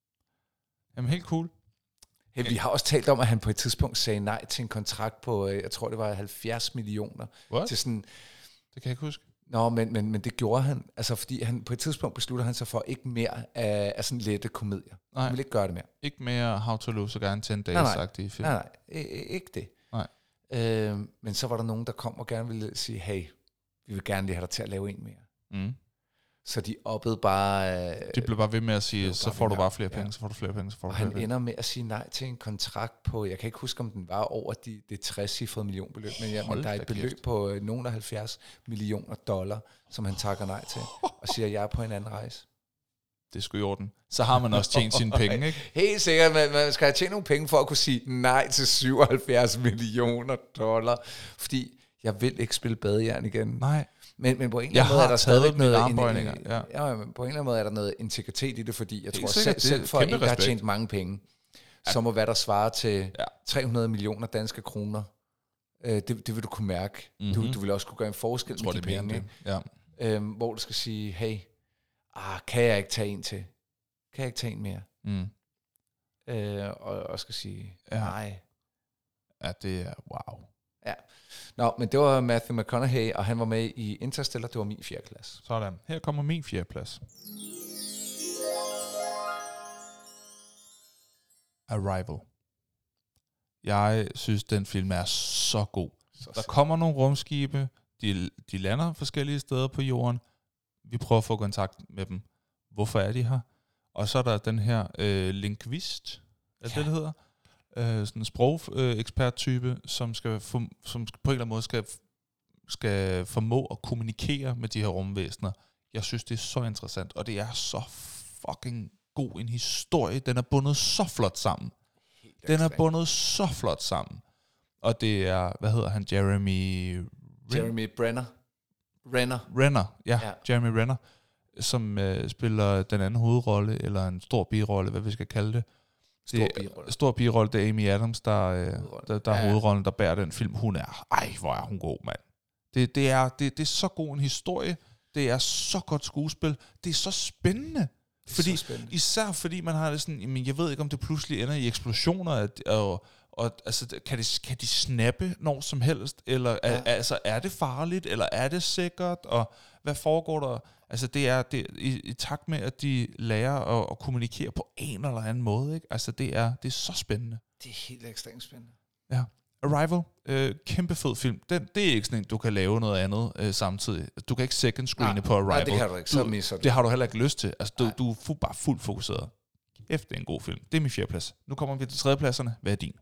Jamen, helt cool. Hey, vi har også talt om, at han på et tidspunkt sagde nej til en kontrakt på, jeg tror det var halvfjerds millioner. What? Til sådan, det kan jeg ikke huske. Nå, men, men, men det gjorde han, altså fordi han på et tidspunkt beslutter han sig for ikke mere af, af sådan lette komedier. Nej. Han vil ikke gøre det mere. Ikke mere How to Lose a Guy in ten Days-agtige film. Nej, nej, ikke det. Nej. Øh, men så var der nogen, der kom og gerne ville sige, hey, vi vil gerne lige have dig til at lave en mere. Mm. Så de oppede bare... Øh, de blev bare ved med at sige, så får du bare flere penge, ja. så får du flere penge, så får du og flere han penge. ender med at sige nej til en kontrakt på, jeg kan ikke huske, om den var over de, det tres-cifrede millionbeløb, men, ja, men der er et beløb kæft. på øh, nogle af halvfjerds millioner dollar, som han takker nej til, og siger, jeg er på en anden rejse. Det er sgu i orden. Så har man også tjent sine penge, ikke? Helt sikkert, man, man skal have tjent nogle penge for at kunne sige nej til syvoghalvfjerds millioner dollar, fordi jeg vil ikke spille badejern igen. Nej. Men, men på en eller anden måde er der stadigvæk noget armbøjninger. Ja. Ja, men på en eller anden måde er der noget integritet i det, fordi jeg Helt tror sikkert, selv, selv for en, der respekt. har tjent mange penge, ja. så må hvad der svarer til ja. tre hundrede millioner danske kroner. Øh, det, det vil du kunne mærke. Mm-hmm. Du, du vil også kunne gøre en forskel tror, med de penge. Ja. Øhm, hvor du skal sige, hey, ah, kan jeg ikke tage en til? Kan jeg ikke tage en mere? Mm. Øh, og, og skal sige, ja. nej. Ja, det er wow. Ja. Nå, men det var Matthew McConaughey, og han var med i Interstellar, det var min fjerde plads. Sådan. Her kommer min fjerde plads. Arrival. Jeg synes, den film er så god. Så der kommer nogle rumskibe, de, de lander forskellige steder på jorden. Vi prøver at få kontakt med dem. Hvorfor er de her? Og så er der den her øh, lingvist, er det, ja. det hedder? Øh, sådan en sprogekspert-type, som, skal for, som på en eller anden måde skal, skal formå at kommunikere med de her rumvæsener. Jeg synes, det er så interessant, og det er så fucking god en historie. Den er bundet så flot sammen. Helt den er bundet så flot sammen. Og det er, hvad hedder han, Jeremy... Jeremy Renner. Renner. Renner, ja, ja. Jeremy Renner, som øh, spiller den anden hovedrolle, eller en stor birolle, hvad vi skal kalde det. Stor birolle. Stor birolle, det er Amy Adams, der, øh, der, der er ja. hovedrollen, der bærer den film. Hun er, ej, hvor er hun god, mand. Det, det, er, det, det er så god en historie. Det er så godt skuespil. Det er så spændende. Fordi, så spændende. Især fordi man har det sådan, jamen, jeg ved ikke, om det pludselig ender i eksplosioner, og, og altså, kan, det, kan de snappe når som helst, eller ja. er, altså, er det farligt, eller er det sikkert, og hvad foregår der? Altså, det er, det, i, i takt med, at de lærer at, at kommunikere på en eller anden måde, ikke? Altså, det er, det er så spændende. Det er helt ekstremt spændende. Ja. Arrival, øh, kæmpe fed film. Den, det er ikke sådan en, du kan lave noget andet øh, samtidig. Du kan ikke second screene på Arrival. Nej, det kan du ikke. Så du, misser du. Det har du heller ikke lyst til. Altså, du, du er fu- bare fuldt fokuseret. Kæft, det er en god film. Det er min fjerde plads. Nu kommer vi til tredjepladserne. Hvad er din?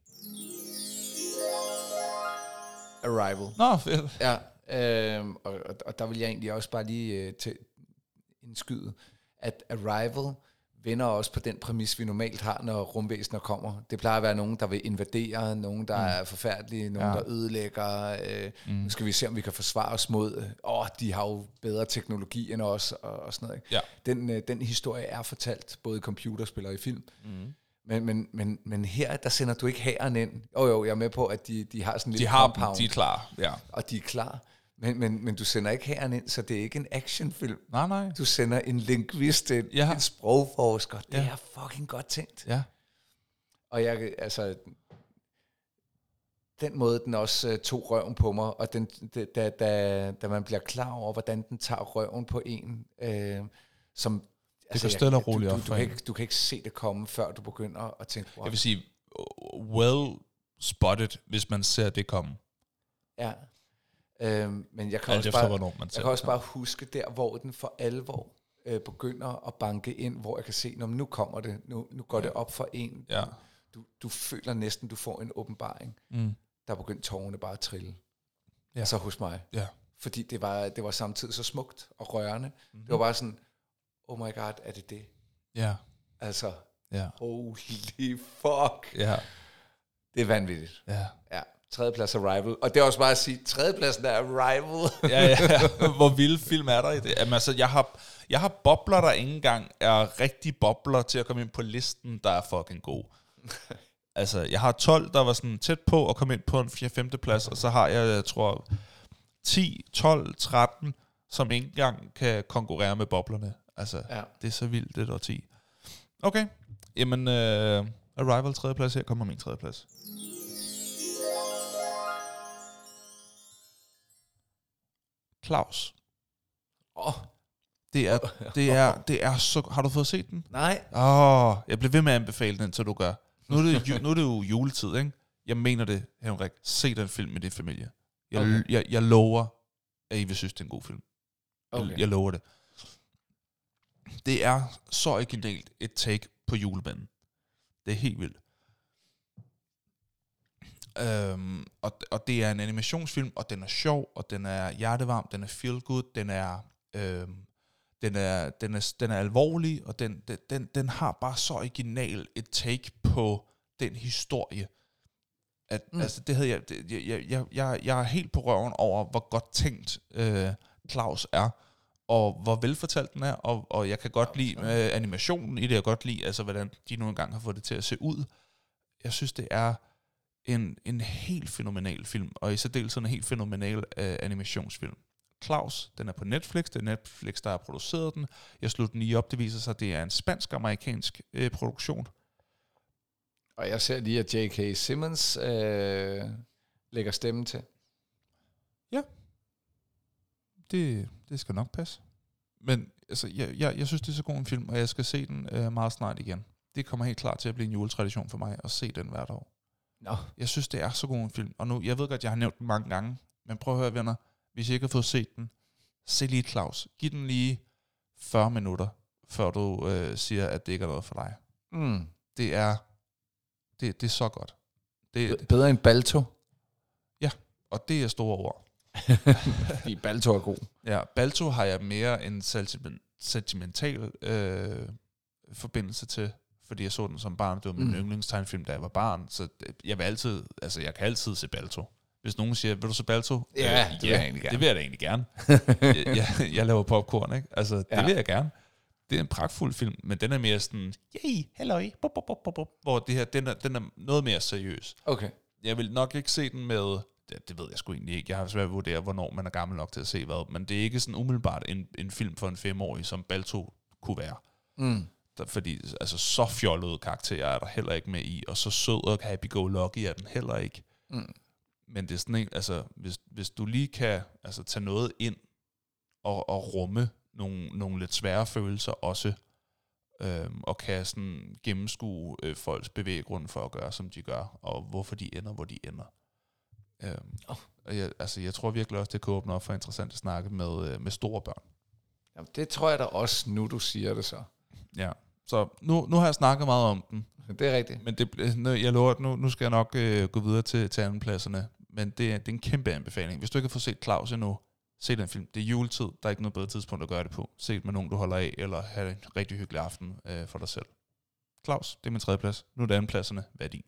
Arrival. Nå, fedt. Ja, øh, og, og der vil jeg egentlig også bare lige øh, til indskyde, at Arrival vender også på den præmis, vi normalt har, når rumvæsener kommer. Det plejer at være nogen, der vil invadere, nogen, der mm. er forfærdelige, nogen, ja. der ødelægger. Øh, mm. Nu skal vi se, om vi kan forsvare os mod, åh, oh, de har jo bedre teknologi end os, og, og sådan noget. Ikke? Ja. Den, øh, den historie er fortalt, både i computerspil og i film. Mm. Men, men, men, men her, der sender du ikke hæren ind. Jo, jo, jeg er med på, at de, de har sådan en de lille har compound. De er klar, ja. Og de er klar. Men, men, men du sender ikke hæren ind, så det er ikke en actionfilm. Nej, nej. Du sender en lingvist ind, ja. en sprogforsker. Det ja. er fucking godt tænkt. Ja. Og jeg, altså, den måde, den også uh, tog røven på mig, og den, da, da, da man bliver klar over, hvordan den tager røven på en, øh, som... Det altså, går stille og roligt du, op du, du, du, kan ikke, du kan ikke se det komme, før du begynder at tænke... Wow. Jeg vil sige, well spotted, hvis man ser det komme. Ja. Øhm, men jeg kan Alt også, efter, bare, hvornår man jeg kan også bare huske der, hvor den for alvor øh, begynder at banke ind, hvor jeg kan se, når nu kommer det, nu, nu går det op for en. Ja. Du, du føler næsten, du får en åbenbaring. Mm. Der begyndte tårerne bare at trille. Ja. Altså hos mig. Ja. Fordi det var, det var samtidig så smukt og rørende. Mm-hmm. Det var bare sådan, oh my god, er det det? Ja. Altså, Ja. holy fuck. Ja. Det er vanvittigt. Ja. Ja, tredjeplads Arrival. Og det er også bare at sige, tredjepladsen er Arrival. ja, ja. Hvor vilde film er der i det? Jamen, altså, jeg har, jeg har bobler, der ikke engang er rigtig bobler til at komme ind på listen, der er fucking god. Altså, jeg har tolv, der var sådan tæt på at komme ind på en fjerde femte plads, og så har jeg, jeg tror, ti, tolv, tretten, som ikke engang kan konkurrere med boblerne. Altså, Ja. det er så vildt, det der ti. Okay, jamen, uh, Arrival tredje plads, her kommer min tredje plads. Klaus. Åh, oh, Det er, det er, det er så... Har du fået set den? nej. Åh, oh, jeg bliver ved med at anbefale den, til du gør. Nu er det, ju, nu er det jo juletid, ikke? Jeg mener det, Henrik. Se den film med din familie. Jeg, Okay. jeg, jeg lover, at I vil synes, det er en god film. Okay. Jeg, jeg lover det. Det er så originalt et take på julemanden. Det er helt vildt. Øhm, og, og det er en animationsfilm, og den er sjov, og den er hjertevarm, den er feel good, den er, øhm, den er, den er, den er alvorlig, og den, den, den, den har bare så original et take på den historie. At, mm. altså, det havde jeg, det, jeg, jeg, jeg, jeg er helt på røven over, hvor godt tænkt øh, Klaus er, og hvor velfortalt den er, og, og jeg kan godt lide øh, animationen i det, jeg kan godt lide, altså hvordan de nu engang har fået det til at se ud. Jeg synes, det er en, en helt fænomenal film, og i særdeleshed en helt fænomenal øh, animationsfilm. Klaus, den er på Netflix, det er Netflix, der har produceret den. Jeg slog den lige op, det viser sig, at det er en spansk-amerikansk øh, produktion. Og jeg ser lige, at J K. Simmons øh, lægger stemme til. Det, det skal nok passe. Men altså, jeg, jeg, jeg synes, det er så god en film, og jeg skal se den øh, meget snart igen. Det kommer helt klart til at blive en juletradition for mig, at se den hvert år. Nå. Jeg synes, det er så god en film. Og nu, jeg ved godt, jeg har nævnt den mange gange, men prøv at høre, venner. Hvis I ikke har fået set den, se lige Klaus. Giv den lige fyrre minutter, før du øh, siger, at det ikke er noget for dig. Mm. Det er, det, det er så godt. Det, Bedre end Balto. og det er store ord. Fordi Balto er god. Ja, Balto har jeg mere en sentiment, sentimental øh, forbindelse til, fordi jeg så den som barn. Det var min mm. yndlingstegnfilm, da jeg var barn, så jeg vil altid, altså jeg kan altid se Balto. Hvis nogen siger, vil du se Balto? Ja, øh, det vil jeg egentlig gerne. Det vil jeg da egentlig gerne. jeg, jeg, jeg laver popcorn, ikke? Altså, det Ja. vil jeg gerne. Det er en pragtfuld film, men den er mere sådan, yay, halløj, bup, bup, bup, bup, bup, hvor det her, den er, den er noget mere seriøs. Okay. Jeg vil nok ikke se den med, det, det ved jeg sgu egentlig ikke, jeg har svært ved at vurdere, hvornår man er gammel nok til at se hvad, men det er ikke sådan umiddelbart en, en film for en femårig, som Balto kunne være. Mm. Der, fordi altså, så fjollede karakterer er der heller ikke med i, og så sød og happy-go-lucky er den heller ikke. Mm. Men det er sådan en, altså, hvis, hvis du lige kan altså, tage noget ind og, og rumme nogle, nogle lidt svære følelser også, øhm, og kan sådan gennemskue øh, folks bevæggrund for at gøre, som de gør, og hvorfor de ender, hvor de ender. Øhm, oh. og jeg, altså, jeg tror virkelig også, det kan åbne op for interessante snakke med, øh, med store børn. Jamen, det tror jeg da også, nu du siger det så. Ja, så nu, nu har jeg snakket meget om den. Det er rigtigt. Men det, jeg lover, at nu, nu skal jeg nok øh, gå videre til, til andenpladserne. Men det, det er en kæmpe anbefaling. Hvis du ikke har fået set Klaus endnu, se den film. Det er juletid. Der er ikke noget bedre tidspunkt at gøre det på. Se det med nogen, du holder af, eller have en rigtig hyggelig aften øh, for dig selv. Klaus, det er min tredje plads. Nu er det andenpladserne. Hvad er din?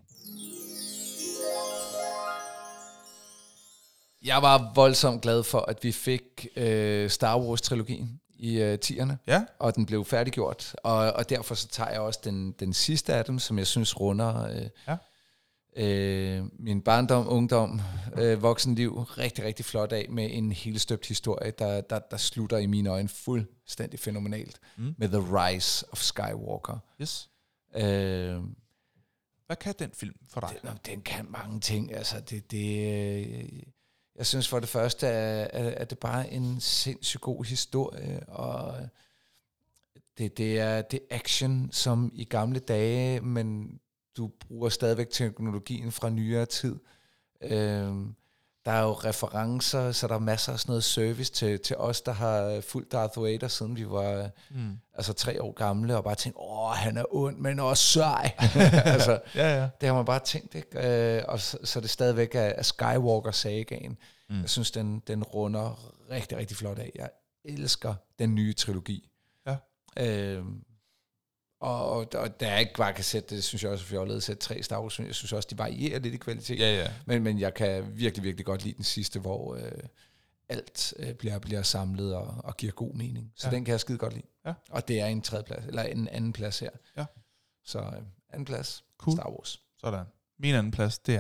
Jeg var voldsomt glad for, at vi fik øh, Star Wars-trilogien i øh, tierne, Ja? og den blev færdiggjort. Og, og derfor så tager jeg også den, den sidste af dem, som jeg synes runder øh, Ja. øh, min barndom, ungdom, øh, voksenliv rigtig, rigtig flot af med en helt støbt historie, der, der, der slutter i mine øjne fuldstændig fænomenalt Mm. med The Rise of Skywalker. Yes. Øh, Hvad kan den film for dig? den, den kan mange ting. Altså, det, det, øh, jeg synes for det første, er, er, er det bare en sindssygt god historie, og det, det, er, det er action som i gamle dage, men du bruger stadigvæk teknologien fra nyere tid. Øhm, der er jo referencer, så der er masser af sådan noget service til, til os, der har fulgt Darth Vader, siden vi var mm. altså tre år gamle, og bare tænkt, åh, han er ond, men også sej. altså, ja, ja. Det har man bare tænkt, ikke? Øh, og så, så det stadigvæk er, er Skywalker-sagaen. Mm. Jeg synes, den, den runder rigtig, rigtig flot af. Jeg elsker den nye trilogi. Ja. Øh, og, og, og der er ikke bare kan sætte, det synes jeg også er fjollet, at sætte tre Star Wars. Jeg synes også, de varierer lidt i kvalitet. Ja, ja. Men, men jeg kan virkelig, virkelig godt lide den sidste, hvor øh, alt øh, bliver, bliver samlet og, og giver god mening. Så ja. Den kan jeg skide godt lide. Ja. Og det er en tredje plads, eller en anden plads her. Ja. Så øh, anden plads, cool. Star Wars. Sådan. Min anden plads, det er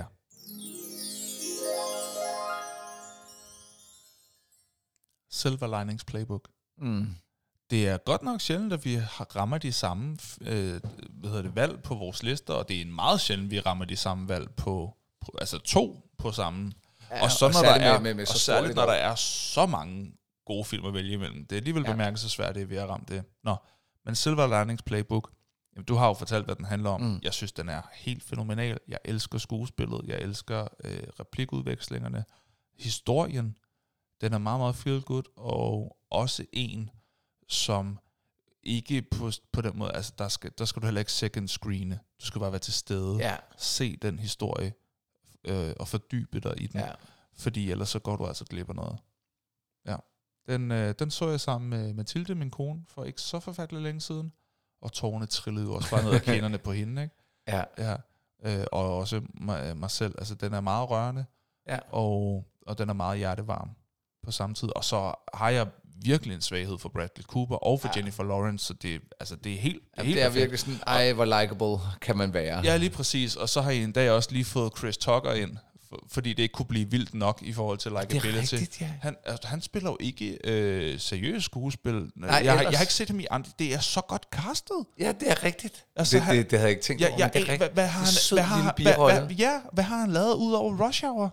Silver Linings Playbook. Mm. Det er godt nok sjældent, at vi har rammer de samme øh, hvad hedder det, valg på vores lister, og det er meget sjældent, at vi rammer de samme valg på, på altså to på samme. Ja, og så og når der er, med, med, med og så særligt når der er så mange gode film at vælge imellem. Det er alligevel ja. bemærkelsesværdigt, at vi har ramt det. Nå, men Silver Linings Playbook, jamen, du har jo fortalt, hvad den handler om. Mm. Jeg synes, den er helt fænomenal. Jeg elsker skuespillet, jeg elsker øh, replikudvekslingerne, historien. Den er meget, meget feel good, og også en, som ikke på, på den måde, altså der skal, der skal du heller ikke second screene. Du skal bare være til stede, ja. se den historie, øh, og fordybe dig i den. Ja. Fordi ellers så går du altså glip af noget. Ja. Den, øh, den så jeg sammen med Mathilde, min kone, for ikke så forfærdeligt længe siden. Og tårerne trillede jo også bare ned af kinderne på hende, ikke? Ja. Ja. Øh, og også mig, mig selv. Altså, den er meget rørende, ja. og, og den er meget hjertevarm på samme tid. Og så har jeg virkelig en svaghed for Bradley Cooper og for ja. Jennifer Lawrence, så det, altså, det er helt det er, Jamen, helt det er perfekt. virkelig sådan, ej, hvor likeable kan man være. Ja, lige præcis. Og så har I en dag også lige fået Chris Tucker ind, for, fordi det ikke kunne blive vildt nok i forhold til likability. Det er rigtigt, ja. Han, altså, han spiller jo ikke øh, seriøst skuespil. Nej, jeg, jeg, jeg har ikke set ham i andre. Det er så godt castet. Ja, det er rigtigt. Altså, det, han, det, det havde jeg ikke tænkt ja, over, ja, men det er hvad, hvad har han, sød hvad har, lille hvad, hvad, ja, hvad har han lavet ud over Rush Hour?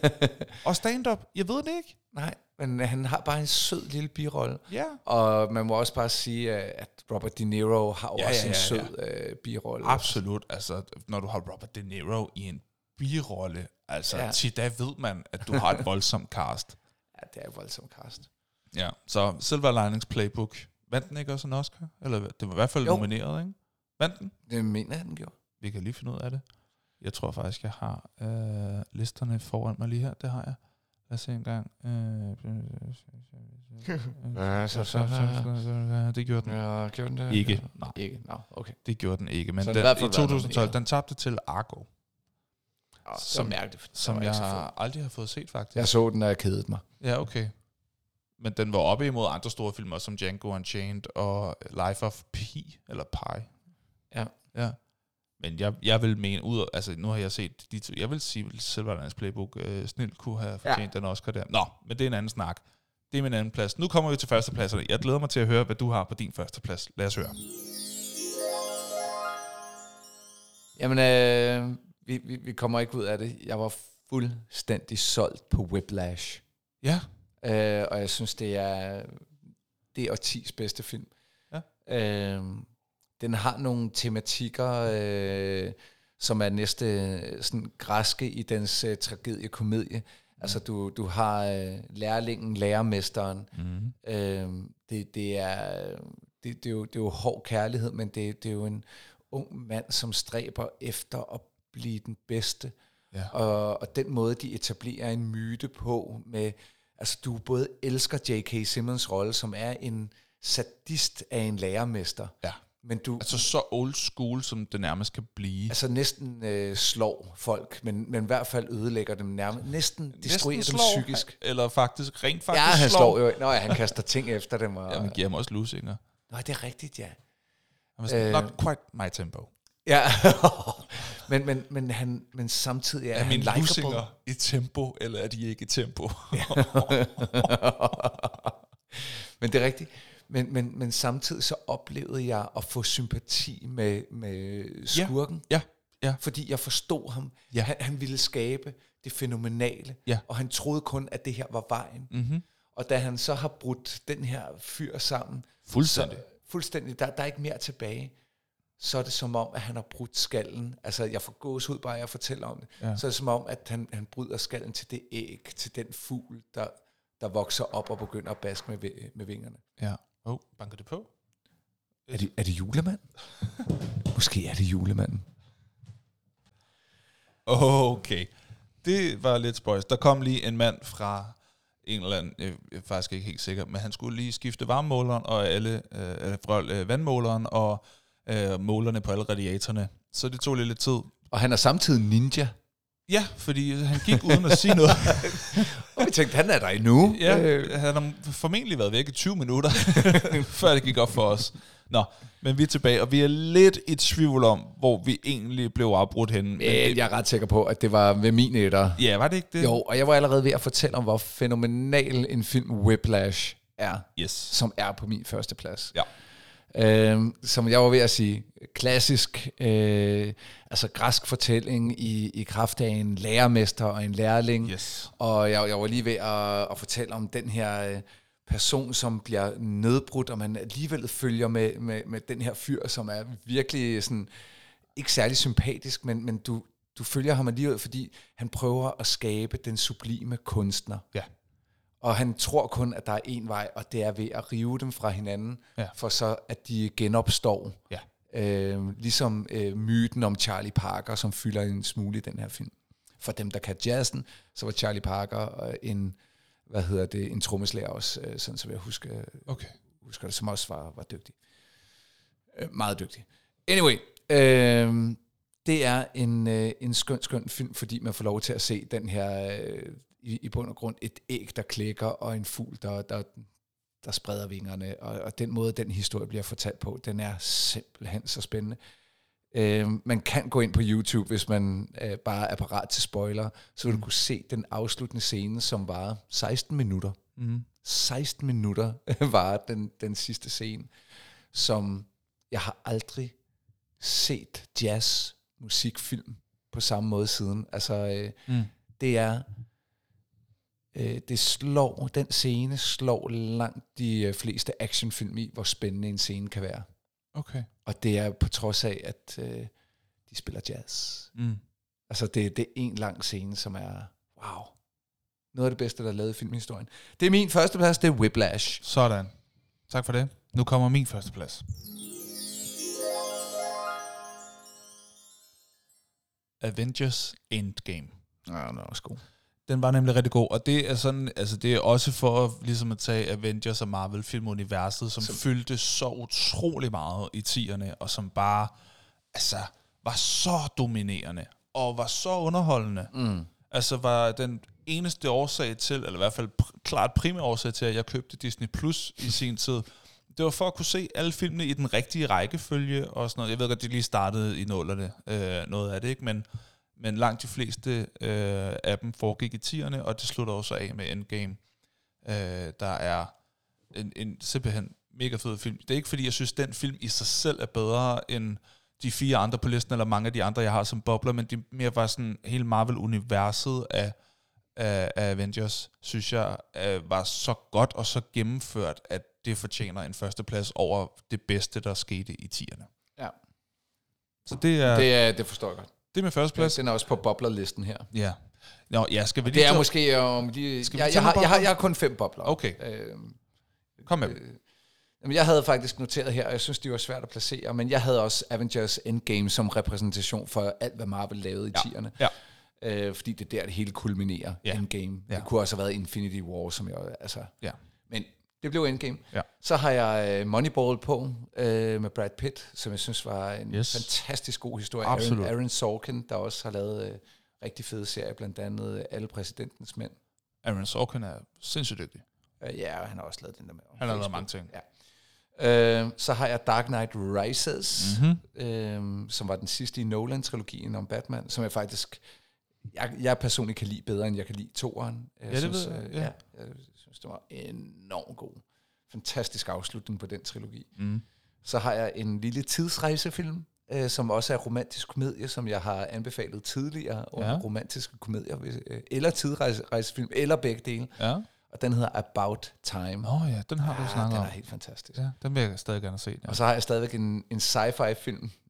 Og stand-up? Jeg ved det ikke. Nej, men han har bare en sød lille birolle. Ja. Og man må også bare sige, at Robert De Niro har ja, også ja, ja, en sød ja. uh, birolle. Absolut. Altså, når du har Robert De Niro i en birolle, altså, ja. til da ved man, at du har et voldsomt cast. Ja, det er et voldsomt cast. Ja, så Silver Linings Playbook. Vandt den ikke også en Oscar? Eller det var i hvert fald jo. nomineret, ikke? Vandt den? Det mener jeg, den gjorde. Vi kan lige finde ud af det. Jeg tror faktisk, jeg har øh, listerne foran mig lige her. Det har jeg. Lad os se en gang. Det gjorde den. Ja, gjorde den det? Ikke. Nej. Ikke. No, okay. Det gjorde den ikke. Men den, den, i to tusind og tolv, den tabte til Argo. Oh, som mærkeligt. Som jeg har aldrig har fået set, faktisk. Jeg så den, og jeg kedede mig. Ja, okay. Men den var oppe imod andre store filmer, som Django Unchained og Life of Pi, eller Pi. Ja. Ja. Men jeg, jeg vil mene, ud af, altså nu har jeg set de to, jeg vil sige, at Silver Linings Playbook øh, snilt kunne have fortjent ja. den Oscar der. Nå, men det er en anden snak. Det er min anden plads. Nu kommer vi til førstepladserne. Jeg glæder mig til at høre, hvad du har på din første plads. Lad os høre. Jamen, øh, vi, vi, vi kommer ikke ud af det. Jeg var fuldstændig solgt på Whiplash. Ja. Øh, og jeg synes, det er det er årtis bedste film. Ja. Øh, den har nogle tematikker, øh, som er næste sådan græske i dens øh, tragedie-komedie. Mm. Altså, du, du har øh, lærlingen, lærermesteren. Mm. Øh, det, det, er, det, det, er jo, det er jo hård kærlighed, men det, det er jo en ung mand, som stræber efter at blive den bedste. Ja. Og, og den måde, de etablerer en myte på med... Altså, du både elsker J K. Simmons rolle, som er en sadist af en lærermester. Ja. Men du, altså så old school, som det nærmest kan blive. Altså næsten øh, slår folk, men, men i hvert fald ødelægger dem nærmest. Næsten destruerer næsten dem slår, psykisk. Eller faktisk, rent faktisk ja, han slår. slår jo. Nå ja, han kaster ting efter dem. Og, ja, men giver ham også lusinger. Nå, det er rigtigt, ja. Øh, not quite my tempo. Ja, men, men, men, han, men samtidig er, er han likeable. Er mine i tempo, eller er de ikke i tempo? Men det er rigtigt. Men, men, men samtidig så oplevede jeg at få sympati med, med skurken. Ja, ja, ja. Fordi jeg forstod ham. Ja. Han, han ville skabe det fænomenale. Ja. Og han troede kun, at det her var vejen. Mm-hmm. Og da han så har brudt den her fyr sammen. Fuldstændig. Så, fuldstændig. Der, der er ikke mere tilbage. så er det som om, at han har brudt skallen. Altså, jeg får gåsehud bare, jeg fortæller om det. Ja. Så er det som om, at han, han bryder skallen til det æg, til den fugl, der, der vokser op og begynder at baske med, med vingerne. Ja. Åh, oh, banker det på? Er det, er det julemand? Måske er det julemanden. Okay. Det var lidt spøjs. Der kom lige en mand fra en eller anden, jeg er faktisk ikke helt sikker, men han skulle lige skifte varmemåleren og alle øh, frøl, øh, vandmåleren og øh, målerne på alle radiatorerne. Så det tog lidt, lidt tid. Og han er samtidig ninja. Ja, fordi han gik uden at sige noget. Og vi tænkte, han er der endnu. Ja, han har formentlig været væk i tyve minutter, før det gik op for os. Nå, men vi er tilbage, og vi er lidt i tvivl om, hvor vi egentlig blev afbrudt henne. Men det, jeg er ret sikker på, at det var ved min etter. Ja, var det ikke det? Jo, og jeg var allerede ved at fortælle om, hvor fænomenal en film Whiplash er, yes. som er på min første plads. Ja. Øhm, som jeg var ved at sige, klassisk, øh, altså græsk fortælling i, i kraft af en lærermester og en lærling. Yes. Og jeg, jeg var lige ved at, at fortælle om den her øh, person, som bliver nedbrudt, og man alligevel følger med, med, med den her fyr, som er virkelig sådan, ikke særlig sympatisk, men, men du, du følger ham alligevel, fordi han prøver at skabe den sublime kunstner. Ja. Og han tror kun, at der er én vej, og det er ved at rive dem fra hinanden, ja. for så at de genopstår. Ja. Øh, ligesom øh, myten om Charlie Parker, som fylder en smule i den her film. For dem, der kan jazzen, så var Charlie Parker en, hvad hedder det, en trommeslager også, øh, sådan som jeg husker, okay. husker det, som også var, var dygtig. Øh, meget dygtig. Anyway, øh, det er en, øh, en skøn, skøn film, fordi man får lov til at se den her... Øh, I, i bund og grund et æg, der klækker, og en fugl, der, der, der spreder vingerne. Og, og den måde, den historie bliver fortalt på, den er simpelthen så spændende. Øh, man kan gå ind på YouTube, hvis man øh, bare er parat til spoiler, så vil du kunne se den afsluttende scene, som var seksten minutter. Mm. seksten minutter var den, den sidste scene, som jeg har aldrig set jazz, musikfilm på samme måde siden. Altså, øh, mm. det er... Det slår, den scene slår langt de fleste actionfilm i, hvor spændende en scene kan være. Okay. Og det er på trods af, at øh, de spiller jazz. Mm. Altså det, det er en lang scene, som er, wow, noget af det bedste, der er lavet i filmhistorien. Det er min første plads, det er Whiplash. Sådan. Tak for det. Nu kommer min første plads. Avengers Endgame. Ja, den er også god. Den var nemlig rigtig god, og det er sådan, altså det er også for ligesom at tage Avengers og Marvel filmuniverset, som, som fyldte så utrolig meget i tierne, og som bare, altså, var så dominerende, og var så underholdende. Mm. Altså var den eneste årsag til, eller i hvert fald pr- klart primær årsag til, at jeg købte Disney Plus i sin tid, det var for at kunne se alle filmene i den rigtige rækkefølge, og sådan noget. Jeg ved godt, de lige startede i nullerne, øh, noget af det, ikke, men Men langt de fleste øh, af dem foregik i tierne, og det slutter også af med Endgame. Øh, der er en, en simpelthen mega fed film. Det er ikke fordi, jeg synes, den film i sig selv er bedre end de fire andre på listen, eller mange af de andre, jeg har som bobler, men de mere var sådan hele Marvel-universet af, af, af Avengers, synes jeg, øh, var så godt og så gennemført, at det fortjener en førsteplads over det bedste, der skete i tierne. Ja. Så det er... Det, er, det forstår jeg godt. Det er min første plads. Den er også på boblerlisten her. Ja. Nå, ja, skal vi lige det er tage... måske om de... Jeg, jeg, jeg, har, jeg, har, jeg har kun fem bobler. Okay. Øh, Kom med. Øh, jamen, jeg havde faktisk noteret her, og jeg synes, det var svært at placere, men jeg havde også Avengers Endgame som repræsentation for alt, hvad Marvel lavede i ja. tierne. Ja. Øh, fordi det er der, det hele kulminerer. Ja. Endgame. Ja. Det kunne også have været Infinity War, som jeg... Altså, ja. Men det blev Endgame. Ja. Så har jeg Moneyball på øh, med Brad Pitt, som jeg synes var en yes. fantastisk god historie. Absolut. Aaron, Aaron Sorkin, der også har lavet øh, rigtig fede serier, blandt andet Alle præsidentens mænd. Aaron Sorkin er sindssygt dygtig. Øh, ja, og han har også lavet den der med. Han har lavet mange ting. Ja. Øh, så har jeg Dark Knight Rises, mm-hmm. øh, som var den sidste i Nolan-trilogien om Batman, som jeg faktisk... Jeg, jeg personligt kan lide bedre, end jeg kan lide toeren. Jeg ja, synes, det ved jeg. Øh, ja. ja, jeg synes, det var enormt god. Fantastisk afslutning på den trilogi. Mm. Så har jeg en lille tidsrejsefilm, øh, som også er romantisk komedie, som jeg har anbefalet tidligere, om ja. romantiske komedier, øh, eller tidsrejsefilm, eller begge dele. Ja. Og den hedder About Time. Åh oh, ja, den har du ja, snakket den om. Den er helt fantastisk. Ja, den vil jeg stadig gerne se. Ja. Og så har jeg stadigvæk en, en sci-fi film,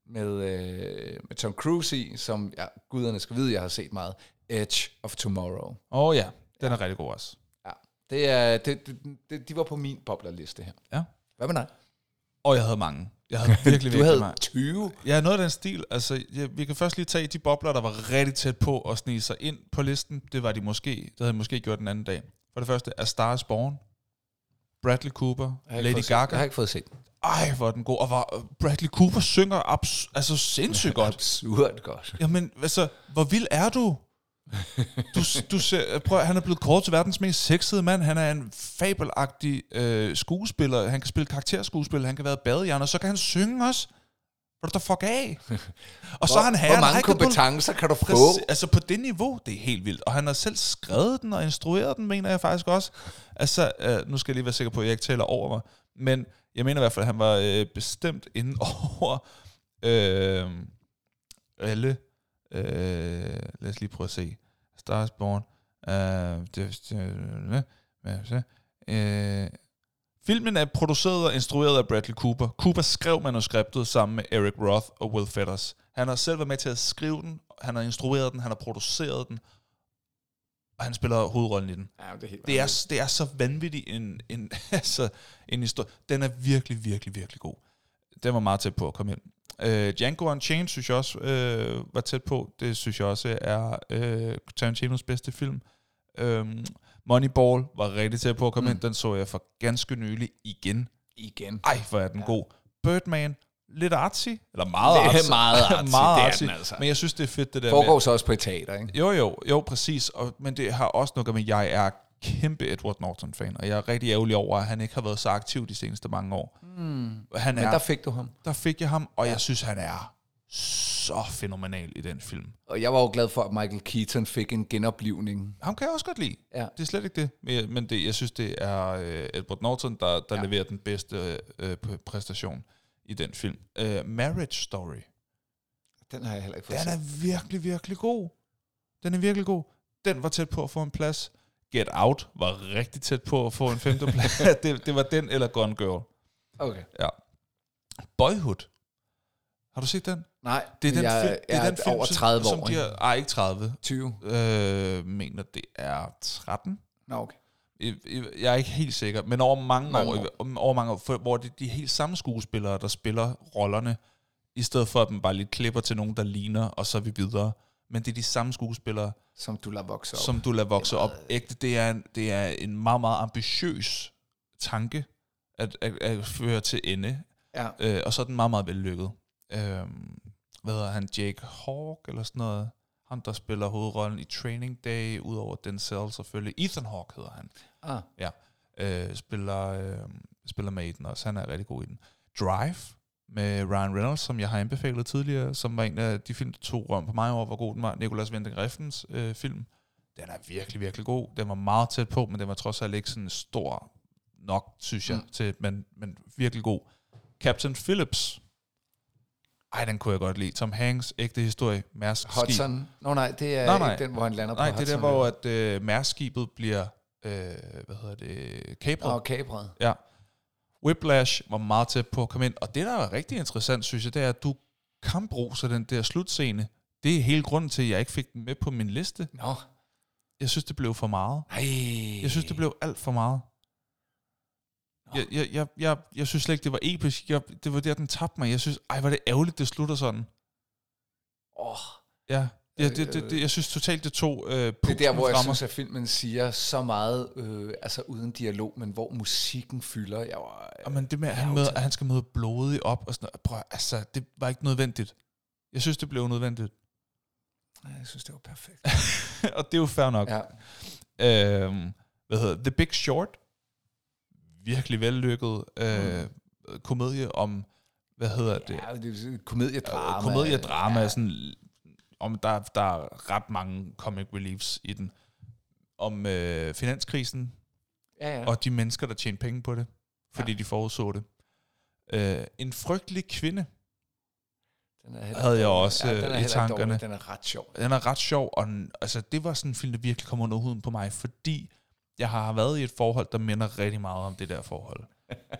med, øh, med Tom Cruise i, som ja, guderne skal vide, jeg har set meget. Edge of Tomorrow. Åh oh, ja, den er rigtig god også. Ja, det er, det, det, det, de var på min boblerliste her. Ja. Hvad med dig? Og jeg havde mange. Jeg havde virkelig, du virkelig havde mange. tyve? Ja, noget af den stil. Altså, ja, vi kan først lige tage de bobler, der var rigtig tæt på at snige sig ind på listen. Det var de måske. Det havde jeg måske gjort den anden dag. For det første, A Star is Born. Bradley Cooper. Lady Gaga. Jeg har ikke fået set den. Ej, hvor er den god. Og var, Bradley Cooper synger abs- altså sindssygt godt. Absurd godt. Jamen, altså, hvor vild er du? Du, du ser, prøv, han er blevet kåret til verdens mest sexede mand. Han er en fabelagtig øh, skuespiller. Han kan spille karakterskuespil. Han kan være badehjerne, og så kan han synge også. Hvor der fuck af? Og hvor, så har han Hvor mange kompetencer kan du få? Præcis, altså på det niveau, det er helt vildt. Og han har selv skrevet den og instrueret den, mener jeg faktisk også. Altså, øh, nu skal jeg lige være sikker på, at jeg ikke taler over mig. Men jeg mener i hvert fald, at han var øh, bestemt inde over øh, alle. Øh, lad os lige prøve at se. Star is Born. Øh, det, det, det, øh, filmen er produceret og instrueret af Bradley Cooper. Cooper skrev manuskriptet sammen med Eric Roth og Will Fetters. Han har selv været med til at skrive den, han har instrueret den, han har produceret den, og han spiller hovedrollen i den. Ja, det, er helt det, er, det er så vanvittigt en, en, altså, en historie. Den er virkelig, virkelig, virkelig god. Den var meget tæt på at komme ind. Uh, Django Unchained synes jeg også uh, var tæt på. Det synes jeg også er uh, Tarantinos bedste film. Um, Moneyball var rigtig tæt på at komme mm. ind. Den så jeg for ganske nylig igen. Igen. Ej, hvor er den ja. god. Birdman, lidt artsy. Eller meget artsy. Det er meget artsy, meget det er artsy. den altså. Men jeg synes, det er fedt, det der foregår med... så også på et teater, ikke? Jo, jo, jo, præcis. Og, men det har også noget med, at jeg er kæmpe Edward Norton-fan, og jeg er rigtig ærgerlig over, at han ikke har været så aktiv de seneste mange år. Mm. Han men er, der fik du ham. Der fik jeg ham, og ja. jeg synes, han er så fænomenal i den film. Og jeg var jo glad for, at Michael Keaton fik en genoplivning. Ham kan jeg også godt lide. Ja. Det er slet ikke det. Men, men det, jeg synes, det er øh, Edward Norton, der, der ja. leverer den bedste øh, præstation i den film. Uh, Marriage Story. Den har jeg heller ikke fået Den er virkelig, virkelig god. Den er virkelig god. Den var tæt på at få en plads. Get Out var rigtig tæt på at få en femte plads. det, det var den eller Gone Girl. Okay. Ja. Boyhood. Har du set den? Nej, det er den jeg, film, det er jeg den film, over tredive som, år. Som de har, ej, ikke tredive. tyve. Øh, mener, det er tretten. Nå, okay. Jeg er ikke helt sikker, men over mange, mange år, år. over mange år for, hvor det er de helt samme skuespillere, der spiller rollerne, i stedet for at dem bare lidt klipper til nogen, der ligner, og så er vi videre. Men det er de samme skuespillere, som du lader vokse op. Som du lader vokse op. Ægte, det er, en, det er en meget, meget ambitiøs tanke at, at, at føre til ende. Ja. Øh, og så er den meget, meget vellykket. Øh, hvad hedder han? Jake Hawke eller sådan noget? Han, der spiller hovedrollen i Training Day, udover Denzel selvfølgelig. Ethan Hawke hedder han. Ah. Ja. Øh, spiller, øh, spiller med i den også. Han er rigtig god i den. Drive med Ryan Reynolds, som jeg har anbefalet tidligere, som var en af de film, der tog røm på mig over, hvor god den var. Nicolas Winding Refns øh, film. Den er virkelig, virkelig god. Den var meget tæt på, men den var trods alt ikke sådan stor nok, synes jeg, mm. til, men, men virkelig god. Captain Phillips. Ej, den kunne jeg godt lide. Tom Hanks, ægte historie, Mærsk Hudson. Nå no, nej, det er nej, nej. ikke den, hvor han lander nej, på Hudson. Nej, det er der, hvor at, øh, Mærsk-skibet bliver, øh, hvad hedder det, kapret. Åh, oh, kapret. Ja. Whiplash var meget tæt på at komme ind. Og det, der er rigtig interessant, synes jeg, det er, at du kampruser den der slutscene. Det er hele grunden til, at jeg ikke fik den med på min liste. Nå. Jeg synes, det blev for meget. Ej. Jeg synes, det blev alt for meget. Jeg, jeg, jeg, jeg, jeg synes slet ikke, det var episk. Jeg, det var der, den tabte mig. Jeg synes, ej, var det ærgerligt, det slutter sådan. Åh. Oh. Ja. Ja, det, det, det, jeg synes totalt, det tog øh, det er der, hvor jeg synes, at filmen siger så meget, øh, altså uden dialog, men hvor musikken fylder. Jeg var, øh, men det med, at han, møder, at han skal møde blodig op og sådan noget. Prøv, altså, det var ikke nødvendigt. Jeg synes, det blev nødvendigt. Nej, jeg synes, det var perfekt. Og det er jo fair nok. Ja. Øhm, hvad hedder The Big Short. Virkelig vellykket øh, mm. komedie om, hvad hedder det? Ja, det er komediedrama. Øh, komediedrama, ja. Sådan... om der, der er ret mange comic reliefs i den, om øh, finanskrisen, ja, ja. og de mennesker, der tjener penge på det, fordi ja. de forudså det. Øh, en frygtelig kvinde, den er havde jeg også ja, den er i tankerne. Dårlig. Den er ret sjov. Den er ret sjov, og den, altså, det var sådan en film, der virkelig kom under huden på mig, fordi jeg har været i et forhold, der minder rigtig meget om det der forhold.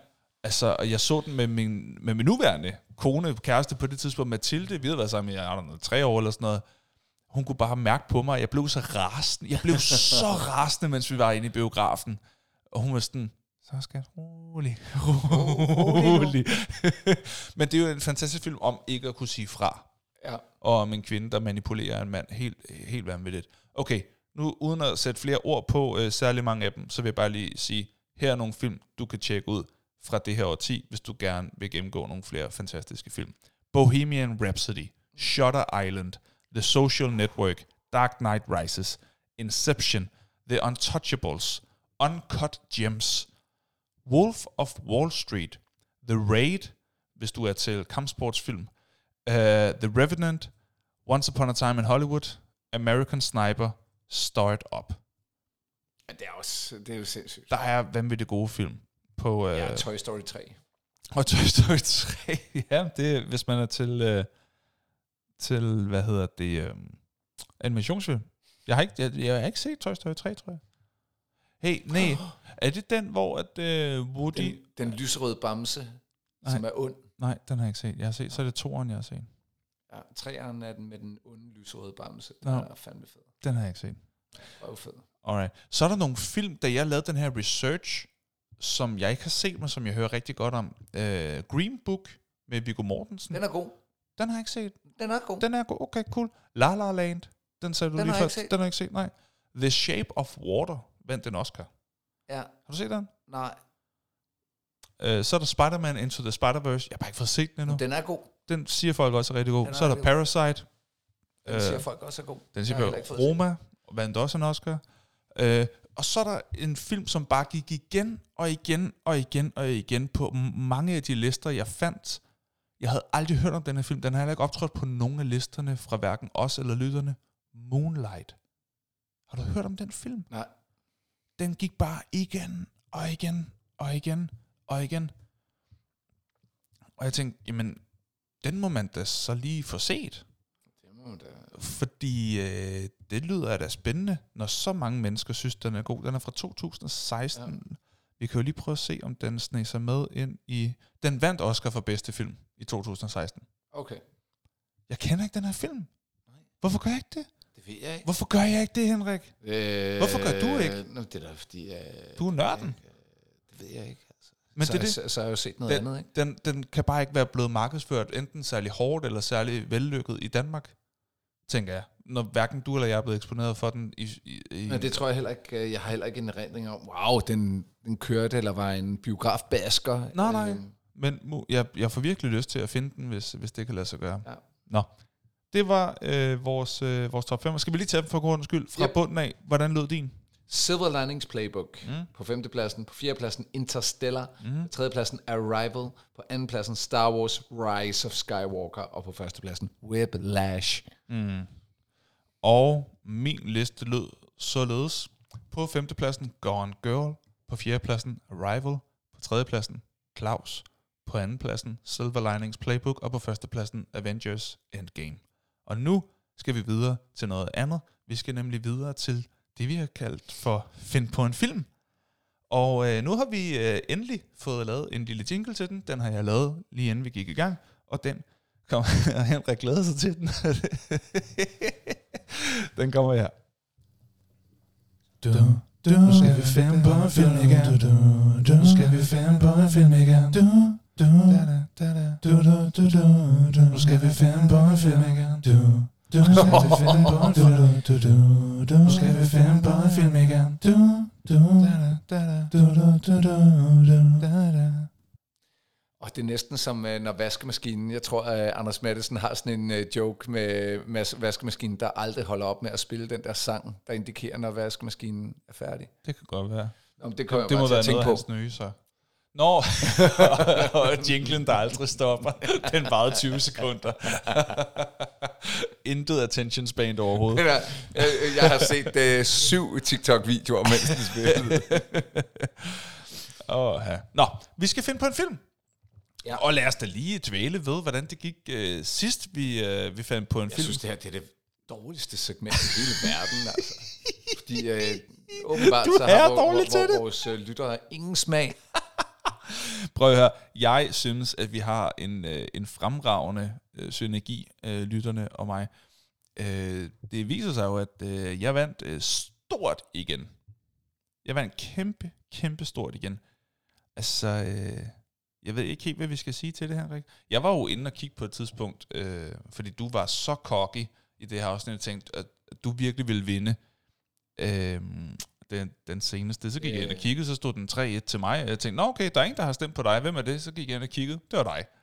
Altså, jeg så den med min, med min nuværende kone, kæreste på det tidspunkt, Mathilde. Vi havde været sammen i, jeg know, tre år eller sådan noget. Hun kunne bare mærke på mig, jeg blev så rasende. Jeg blev så rasende, mens vi var inde i biografen. Og hun var sådan, så skal jeg rolig, rolig. Men det er jo en fantastisk film om ikke at kunne sige fra. Ja. Og om en kvinde, der manipulerer en mand helt, helt vanvittigt. Okay, nu uden at sætte flere ord på, øh, særlig mange af dem, så vil jeg bare lige sige, her er nogle film, du kan tjekke ud fra det her årti, hvis du gerne vil gennemgå nogle flere fantastiske film. Bohemian Rhapsody, Shutter Island, The Social Network, Dark Knight Rises, Inception, The Untouchables, Uncut Gems, Wolf of Wall Street, The Raid, hvis du er til kampsportsfilm, uh, The Revenant, Once Upon a Time in Hollywood, American Sniper, Start Up. Ja, det er også, det er jo sindssygt. Der er vanvittigt gode film på... Uh, ja, Toy Story tre. Og Toy Story tre, ja, det er, hvis man er til, uh, til, hvad hedder det, uh, animationsfilm. Jeg har, ikke, jeg, jeg har ikke set Toy Story tre, tror jeg. Hey, nej, er det den, hvor at uh, Woody... Den, den lyserøde bamse, nej, som er ond. Nej, den har jeg ikke set. Jeg har set, så er det toeren, jeg har set. Ja, treeren er den med den onde lyserøde bamse. Den no. er fandme fed. Den har jeg ikke set. Røv fed. Alright. Så er der nogle film, da jeg lavede den her research, som jeg ikke har set, men som jeg hører rigtig godt om. Uh, Green Book med Viggo Mortensen. Den er god. Den har jeg ikke set. Den er god. Den er god. Okay, cool. La La Land. Den sagde du den lige før. Den har jeg ikke set, nej. The Shape of Water vandt den Oscar. Ja. Har du set den? Nej. Uh, så er der Spider-Man Into the Spider-Verse. Jeg har bare ikke fået set den endnu. Den er god. Den siger folk også er rigtig god. Er så er der Parasite. Den siger folk også er god. Den siger folk Roma. Vandt også en Oscar. Uh, og så er der en film, som bare gik igen og igen og igen og igen på mange af de lister, jeg fandt. Jeg havde aldrig hørt om den her film. Den har heller ikke optrådt på nogen af listerne fra hverken os eller lytterne. Moonlight. Har du hørt om den film? Nej. Den gik bare igen og igen og igen og igen. Og jeg tænkte, jamen, den må man da så lige få set. Det må man da. Fordi øh, det lyder da spændende, når så mange mennesker synes, den er god. Den er fra to tusind og seksten. Ja. Vi kan jo lige prøve at se, om den sneger sig med ind i... Den vandt Oscar for bedste film i to tusind og seksten. Okay. Jeg kender ikke den her film. Nej. Hvorfor gør jeg ikke det? Det ved jeg ikke. Hvorfor gør jeg ikke det, Henrik? Øh, Hvorfor gør du ikke? Nå, det er da fordi... Øh, du er nørden. Øh, det ved jeg ikke. Altså. Men så, det, det, så, så har jeg jo set noget den, andet, ikke? Den, den kan bare ikke være blevet markedsført enten særlig hårdt eller særlig vellykket i Danmark, tænker jeg. Når hverken du eller jeg er blevet eksponeret for den. I, i, i Men det tror jeg heller ikke. Jeg har heller ikke en erindring om, wow, den, den kørte, eller var en biografbasker. Nej, nej. Øh. Men jeg, jeg får virkelig lyst til at finde den, hvis, hvis det kan lade sig gøre. Ja. Nå. Det var øh, vores, øh, vores top fem. Skal vi lige tage dem for god skyld fra yep. bunden af? Hvordan lød din? Silver Linings Playbook mm. på femtepladsen. På fjerdepladsen Interstellar. Mm. På tredjepladsen Arrival. På andenpladsen Star Wars Rise of Skywalker. Og på førstepladsen Whiplash. Mm. Og min liste lød således. På femtepladsen Gone Girl. På fjerdepladsen Arrival. På tredjepladsen Klaus. På andenpladsen Silver Linings Playbook. Og på førstepladsen Avengers Endgame. Og nu skal vi videre til noget andet. Vi skal nemlig videre til det, vi har kaldt for Find på en film. Og øh, nu har vi øh, endelig fået lavet en lille jingle til den. Den har jeg lavet lige inden vi gik i gang. Og den kommer Henrik glæder sig til den. Den kommer her. Du, du, nu skal vi finde på en film igen. Du, du, nu skal vi finde på en film igen. Du, du, du, du, du, du, nu skal vi finde på en film igen. Du, du, nu skal vi finde på en film. Du, du, du, nu skal vi finde på en film igen. Du, du, du, du, du, du. Og det er næsten som når vaskemaskinen, jeg tror at Anders Matthesen har sådan en uh, joke med, med vaskemaskinen, der aldrig holder op med at spille den der sang, der indikerer, når vaskemaskinen er færdig. Det kan godt være. Om det, det, det må være noget af hans nye, så. Nå, og jinglen, der aldrig stopper. Den varede tyve sekunder. Intet attention span overhovedet. Jeg, jeg har set uh, syv TikTok-videoer, mens de spillede. Åh, ja. Nå, vi skal finde på en film. Ja. Og lad os da lige dvæle ved, hvordan det gik uh, sidst, vi, uh, vi fandt på en jeg film. Jeg synes, det her det er det dårligste segment i hele verden. Altså. Fordi uh, åbenbart du så er har dårlig hvor, til hvor, det. vores uh, lyttere ingen smag. Prøv at høre, jeg synes, at vi har en, øh, en fremragende øh, synergi, øh, lytterne og mig. Øh, det viser sig jo, at øh, jeg vandt øh, stort igen. Jeg vandt kæmpe, kæmpe stort igen. Altså, øh, jeg ved ikke helt, hvad vi skal sige til det, Henrik. Jeg var jo inde og kigge på et tidspunkt, øh, fordi du var så cocky i det her afsnit, og tænkte, at du virkelig ville vinde øh, den, den seneste. Så gik yeah. jeg ind og kiggede, så stod den tre et til mig, og jeg tænkte, nå okay, der er ingen, der har stemt på dig. Hvem er det? Så gik jeg ind og kiggede. Det var dig.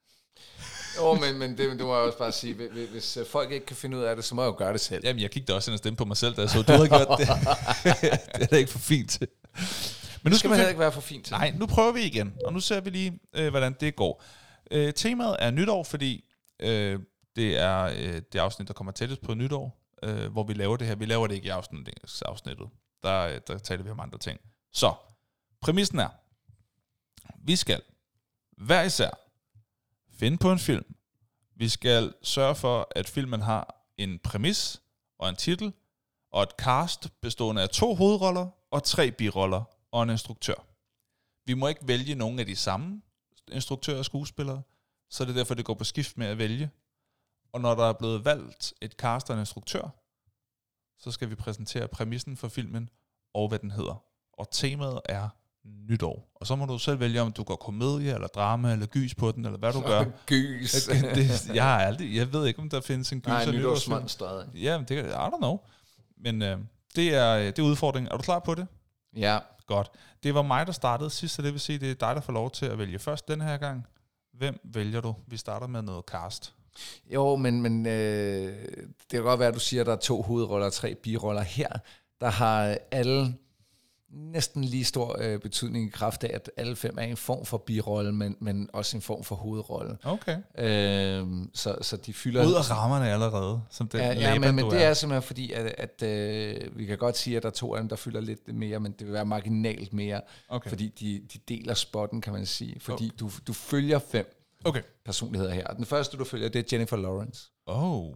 Jo, men, men det, det må jeg også bare sige, hvis folk ikke kan finde ud af det, så må jeg jo gøre det selv. Jamen, jeg kiggede også ind og stemte på mig selv, da jeg så, du havde gjort det. Det er da ikke for fint til. Men nu skal man heller ikke være for fint til. Nej, nu prøver vi igen, og nu ser vi lige, øh, hvordan det går. Øh, temaet er nytår, fordi øh, det er øh, det afsnit, der kommer tættest på nytår, øh, hvor vi laver det her. Vi laver det ikke i afsnittet. Der, der taler vi om andre ting. Så, præmissen er, vi skal hver især finde på en film. Vi skal sørge for, at filmen har en præmis og en titel, og et cast bestående af to hovedroller og tre biroller og en instruktør. Vi må ikke vælge nogen af de samme instruktører og skuespillere, så det er derfor, det går på skift med at vælge. Og når der er blevet valgt et cast og en instruktør, så skal vi præsentere præmissen for filmen og hvad den hedder. Og temaet er nytår. Og så må du selv vælge, om du går komedie, eller drama, eller gys på den, eller hvad du gør. Gys. det, jeg, har aldrig, jeg ved ikke, om der findes en gys. Nej, nytårsmonster. Ja, det I don't know. Men øh, det, er, det er udfordringen. Er du klar på det? Ja. Godt. Det var mig, der startede sidst, så det vil sige, det er dig, der får lov til at vælge først den her gang. Hvem vælger du? Vi starter med noget cast. Jo, men, men øh, det kan godt være, at du siger, at der er to hovedroller og tre biroller her. Der har alle næsten lige stor øh, betydning i kraft af, at alle fem er en form for birolle, men, men også en form for hovedrolle. Okay. Øh, så, så de fylder... Ud af rammerne allerede, som den ja, læben, ja, men, men du det er. er simpelthen fordi, at, at øh, vi kan godt sige, at der er to af dem, der fylder lidt mere, men det vil være marginalt mere, okay. fordi de, de deler spotten, kan man sige. Fordi okay. du, du følger fem okay. personligheder her. Den første, du følger, det er Jennifer Lawrence. Oh.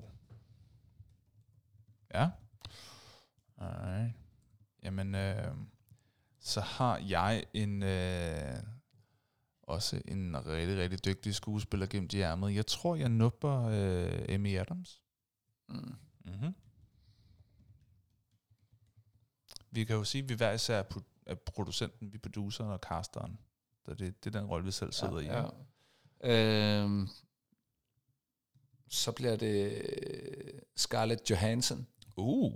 Ja. Alright. Jamen, øh, så har jeg en øh, også en rigtig, rigtig dygtig skuespiller gennem de ærmet. Jeg tror, jeg nupper øh, Amy Adams. Mm. Mm-hmm. Vi kan jo sige, at vi hver især er producenten, vi produceren og casteren. Så det, det er den rolle, vi selv sidder ja, i. Ja. Øhm, så bliver det Scarlett Johansson. Uh.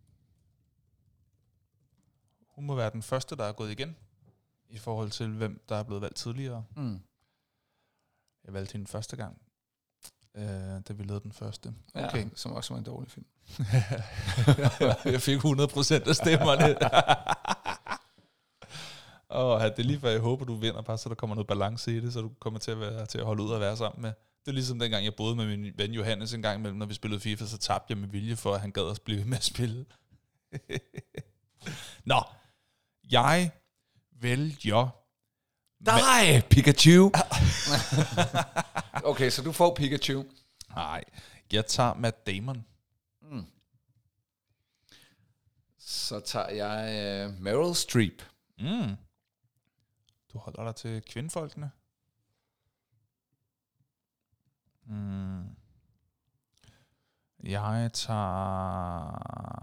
Hun må være den første, der er gået igen, i forhold til, hvem der er blevet valgt tidligere. Mm. Jeg valgte hende første gang, øh, da vi lavede den første. Okay. Ja, som også var en dårlig film. Jeg fik hundrede procent af stemmerne. Og det er lige før, jeg håber, du vinder, bare så der kommer noget balance i det, så du kommer til at, være, til at holde ud og være sammen med. Det er ligesom dengang, jeg boede med min ven Johannes en gang imellem, når vi spillede FIFA, så tabte jeg med vilje for, at han gad at blive med at spille. Nå, jeg vælger... Nej, Pikachu! Okay, så du får Pikachu. Nej, jeg tager Matt Damon. Mm. Så tager jeg uh, Meryl Streep. Mm. Du holder dig til kvindefolkene. Mm. Jeg tager...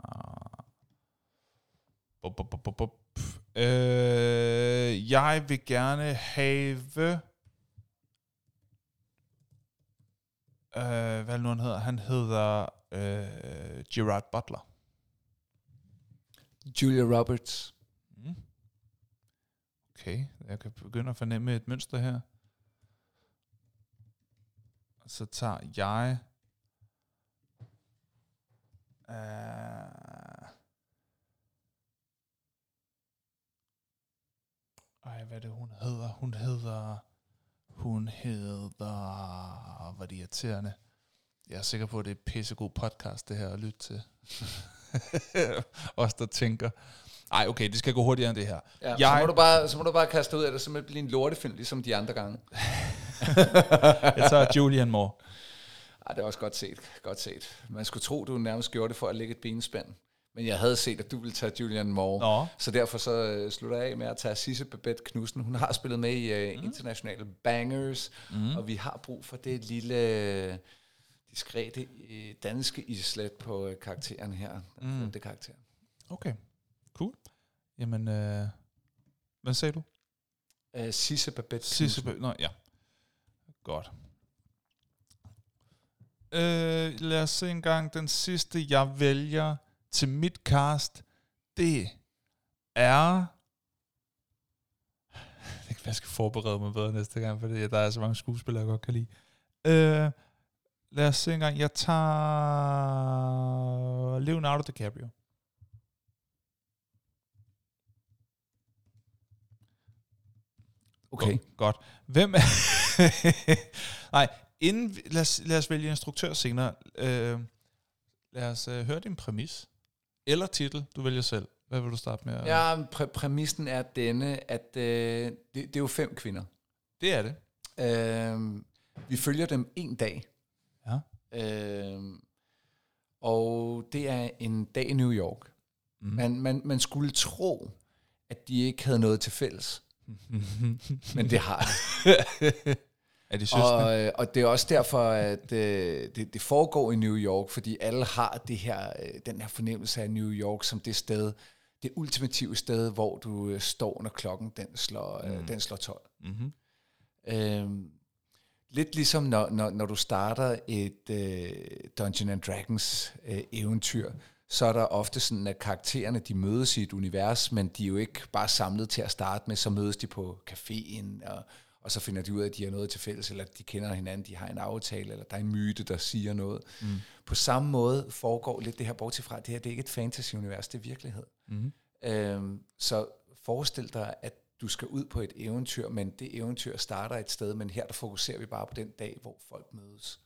Bup, bup, bup, bup, bup. Øh, jeg vil gerne have... Øh, hvad nu han hedder? Han hedder øh, Gerard Butler. Julia Roberts. Mm. Okay, jeg kan begynde at fornemme et mønster her. Så tager jeg... Uh, ej, hvad er det, hun hedder? Hun hedder... Hun hedder... Hvor er det irriterende. Jeg er sikker på, at det er et pissegod podcast, det her at lytte til. Os, der tænker... Ej, okay, det skal gå hurtigere end det her. Ja, jeg... så, må du bare, så må du bare kaste ud af det, så må det blive en lortefilm, ligesom de andre gange. Jeg tager Julianne Moore. Ej, det er også godt set, godt set. Man skulle tro, du nærmest gjorde det for at lægge et benspænd. Men jeg havde set, at du ville tage Julianne Moore. Nå. Så derfor så øh, slutter jeg af med at tage Sisse Babette Knudsen. Hun har spillet med i øh, mm. internationale bangers, mm. og vi har brug for det lille diskrete øh, danske islet på øh, karakteren her. Den mm. femte karakter. Okay, cool. Jamen, øh, hvad sagde du? Uh, Sisse Babette Sisse Knudsen. Nå, ja. Godt. Øh, lad os se en gang. Den sidste, jeg vælger til mit cast, det er... Det kan være, jeg skal forberede mig bedre næste gang, fordi der er så mange skuespillere, jeg godt kan lide. Øh, lad os se en gang. Jeg tager Leonardo DiCaprio. Okay. Godt. Hvem er... Nej, inden... Lad os, lad os vælge instruktør senere. Øh, lad os øh, høre din præmis. Eller titel, du vælger selv. Hvad vil du starte med? Ja, præ- præmissen er denne, at øh, det, det er jo fem kvinder. Det er det. Øh, vi følger dem en dag. Ja. Øh, og det er en dag i New York. Mm. Man, man, man skulle tro, at de ikke havde noget til fælles. Men det har de. Er de og, øh, og det er også derfor, at øh, det, det foregår i New York, fordi alle har det her, øh, den her fornemmelse af New York som det sted, det ultimative sted, hvor du øh, står, når klokken den slår, øh, mm. den slår tolv. Mm-hmm. Øhm, lidt ligesom når, når, når du starter et øh, Dungeons and Dragons øh, eventyr, så er der ofte sådan, at karaktererne, de mødes i et univers, men de er jo ikke bare samlet til at starte med, så mødes de på caféen, og, og så finder de ud af, at de har noget til fælles, eller at de kender hinanden, de har en aftale, eller der er en myte, der siger noget. Mm. På samme måde foregår lidt det her, bortset fra, at det her det er ikke et fantasy-univers, det er virkelighed. Mm. Øhm, så forestil dig, at du skal ud på et eventyr, men det eventyr starter et sted, men her der fokuserer vi bare på den dag, hvor folk mødes.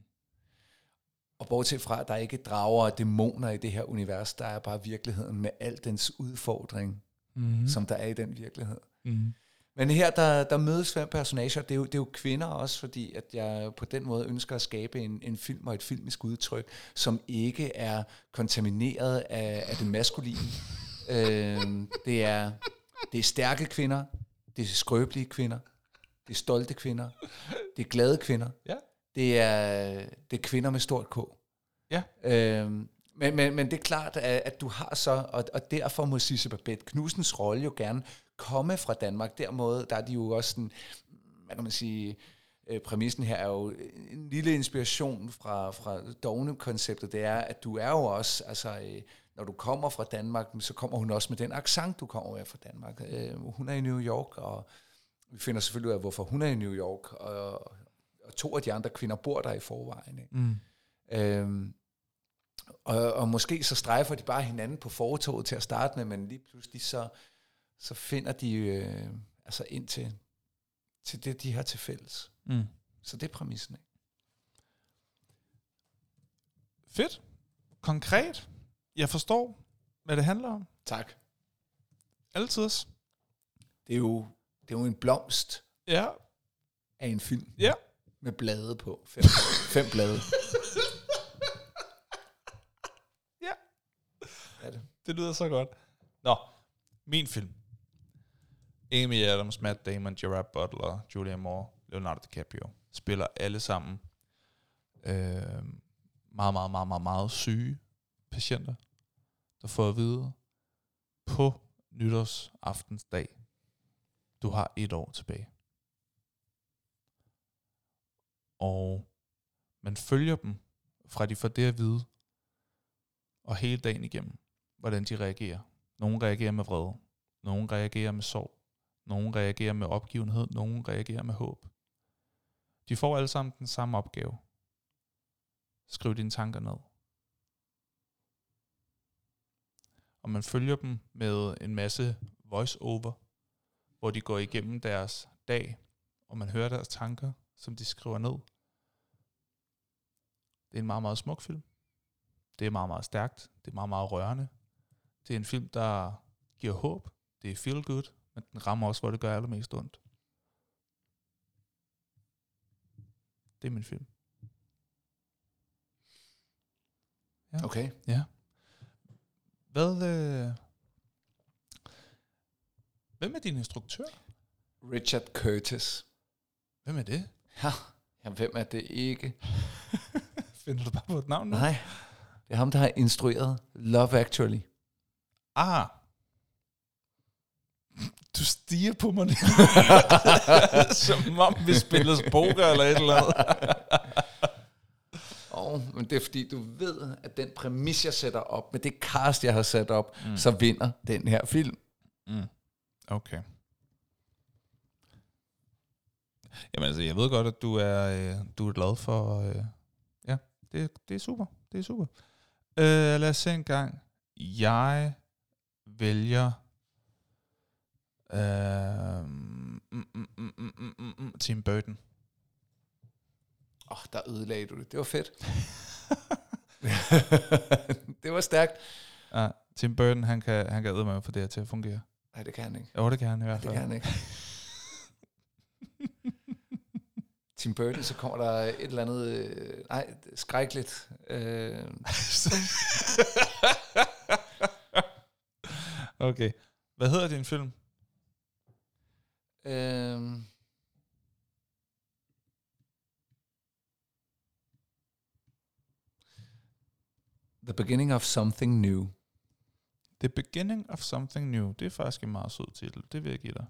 Og bortset fra, at der ikke er drager og dæmoner i det her univers, der er bare virkeligheden med al dens udfordring, mm-hmm. som der er i den virkelighed. Mm-hmm. Men her, der, der mødes fem personager, det er, jo, det er jo kvinder også, fordi at jeg på den måde ønsker at skabe en, en film og et filmisk udtryk, som ikke er kontamineret af, af det maskuline. øhm, det, er, det er stærke kvinder, det er skrøbelige kvinder, det er stolte kvinder, det er glade kvinder. Ja. Det er, det er kvinder med stort K. Ja. Øhm, men, men, men det er klart, at, at du har så, og, og derfor må Sisse Babette Knudsens rolle jo gerne komme fra Danmark. Dermed, der er de jo også sådan, hvad kan man sige, øh, præmissen her er jo en lille inspiration fra, fra Dovne-konceptet. Det er, at du er jo også, altså, øh, når du kommer fra Danmark, så kommer hun også med den accent, du kommer med fra Danmark. Øh, hun er i New York, og vi finder selvfølgelig ud af, hvorfor hun er i New York, og og to af de andre kvinder bor der i forvejen. Ikke? Mm. Øhm, og, og måske så strejfer de bare hinanden på fortoget til at starte med, men lige pludselig så, så finder de øh, altså ind til, til det, de har til fælles. Mm. Så det er præmissen. Ikke? Fedt. Konkret. Jeg forstår, hvad det handler om. Tak. Altid. Det er jo, det er jo en blomst ja. af en film. Ja. Med blade på. Fem, fem blade. Ja. Er det? Det lyder så godt. Nå, min film. Amy Adams, Matt Damon, Gerard Butler, Julianne Moore, Leonardo DiCaprio spiller alle sammen øh, meget, meget, meget, meget, meget syge patienter, der får at vide på nytårsaftensdag, du har et år tilbage. Og man følger dem fra de får det at vide, og hele dagen igennem, hvordan de reagerer. Nogle reagerer med vrede, nogle reagerer med sorg, nogle reagerer med opgivenhed, nogle reagerer med håb. De får alle sammen den samme opgave. Skriv dine tanker ned. Og man følger dem med en masse voice-over, hvor de går igennem deres dag, og man hører deres tanker, som de skriver ned. Det er en meget, meget smuk film. Det er meget, meget stærkt. Det er meget, meget rørende. Det er en film, der giver håb. Det er feel good, men den rammer også, hvor det gør allermest ondt. Det er min film. Ja. Okay. Ja. Hvad... Øh... Hvem er din instruktør? Richard Curtis. Hvem er det? Ja, ja hvem er det ikke? Finder du bare på et navn nu? Nej, det er ham, der har instrueret Love Actually. Ah. Du stiger på mig. Som om vi spiller poker eller et eller andet. Oh, men det er fordi, du ved, at den præmis, jeg sætter op, med det cast, jeg har sat op, mm. så vinder den her film. Mm. Okay. Jamen altså, jeg ved godt, at du er, øh, du er glad for... Øh, ja, det, det er super. Det er super. Øh, lad os se en gang. Jeg vælger... Øh, mm, mm, mm, mm, mm, mm, Tim Burton. Åh, oh, der ødelagde du det. Det var fedt. Det var stærkt. Ja, Tim Burton, han kan, han kan æde mig for det her til at fungere. Nej, det kan han ikke. Jo, det kan han i hvert fald. Det kan han ikke. Tim Burton, så kommer der et eller andet... Øh, nej, skrækkeligt. Øh. Okay. Hvad hedder din film? Øh. The Beginning of Something New. The Beginning of Something New. Det er faktisk en meget sød titel. Det vil jeg give dig.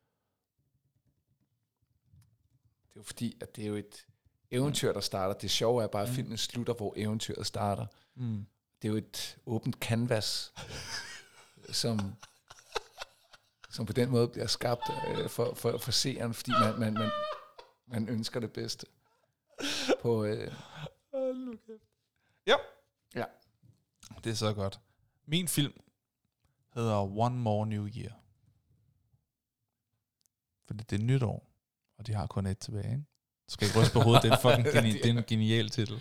Det er jo fordi, at det er jo et eventyr, der starter. Det sjove er bare, at mm. filmen slutter, hvor eventyret starter. Mm. Det er jo et åbent canvas, som, som på den måde bliver skabt øh, for, for, for seeren, fordi man, man, man, man ønsker det bedste. På, øh. Ja. Ja. Det er så godt. Min film hedder One More New Year. Fordi det er nytår, og de har kun et tilbage, ikke? Du skal ikke ryste på hovedet, det er, fucking geni- det er en genial titel.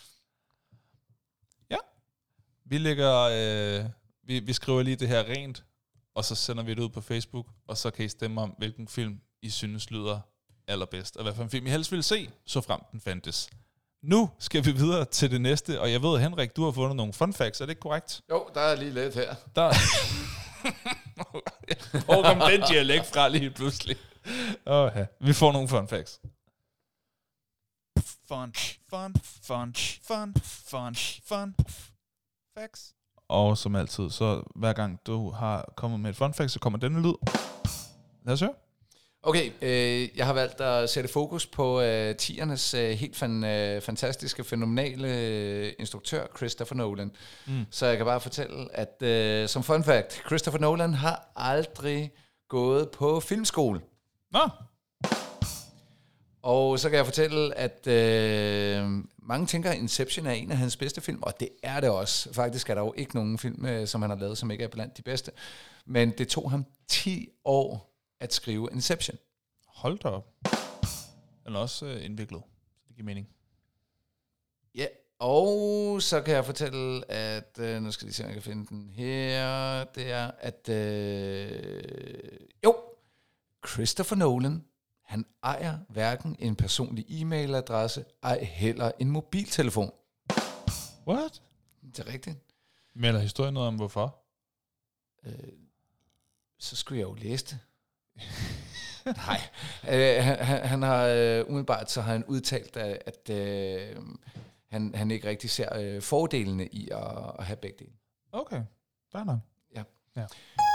Ja. Vi lægger, øh, vi, vi skriver lige det her rent, og så sender vi det ud på Facebook, og så kan I stemme om, hvilken film I synes lyder allerbedst, og hvad for en film I helst ville se, så frem den fandtes. Nu skal vi videre til det næste, og jeg ved, Henrik, du har fundet nogle fun facts, er det ikke korrekt? Jo, der er lige lidt her. Der Hvor kom den dialekt fra lige pludselig? Åh, ja. Vi får nogle fun facts. Fun, fun, fun, fun, fun, fun facts. Og som altid, så hver gang du har kommet med et fun fact, så kommer denne lyd. Lad os høre. Okay, øh, jeg har valgt at sætte fokus på øh, tiernes øh, helt fan, øh, fantastiske, fænomenale øh, instruktør, Christopher Nolan. Mm. Så jeg kan bare fortælle, at øh, som fun fact, Christopher Nolan har aldrig gået på filmskole. Nå! Og så kan jeg fortælle, at øh, mange tænker, at Inception er en af hans bedste film, og det er det også. Faktisk er der jo ikke nogen film, øh, som han har lavet, som ikke er blandt de bedste. Men det tog ham ti år at skrive Inception. Hold da op. Den er også øh, indviklet. Det giver mening. Ja, og så kan jeg fortælle, at... Øh, nu skal jeg se, om jeg kan finde den her. Det er, at... Øh, jo, Christopher Nolan, han ejer hverken en personlig e-mailadresse, ej heller en mobiltelefon. What? Det er rigtigt. Melder historien noget om, hvorfor? Øh, så skulle jeg jo læse det. Nej, øh, han, han har øh, umiddelbart så har han udtalt, at, at øh, han, han ikke rigtig ser øh, fordelene i at, at have begge dele. Okay, fair nok. Ja. Ja.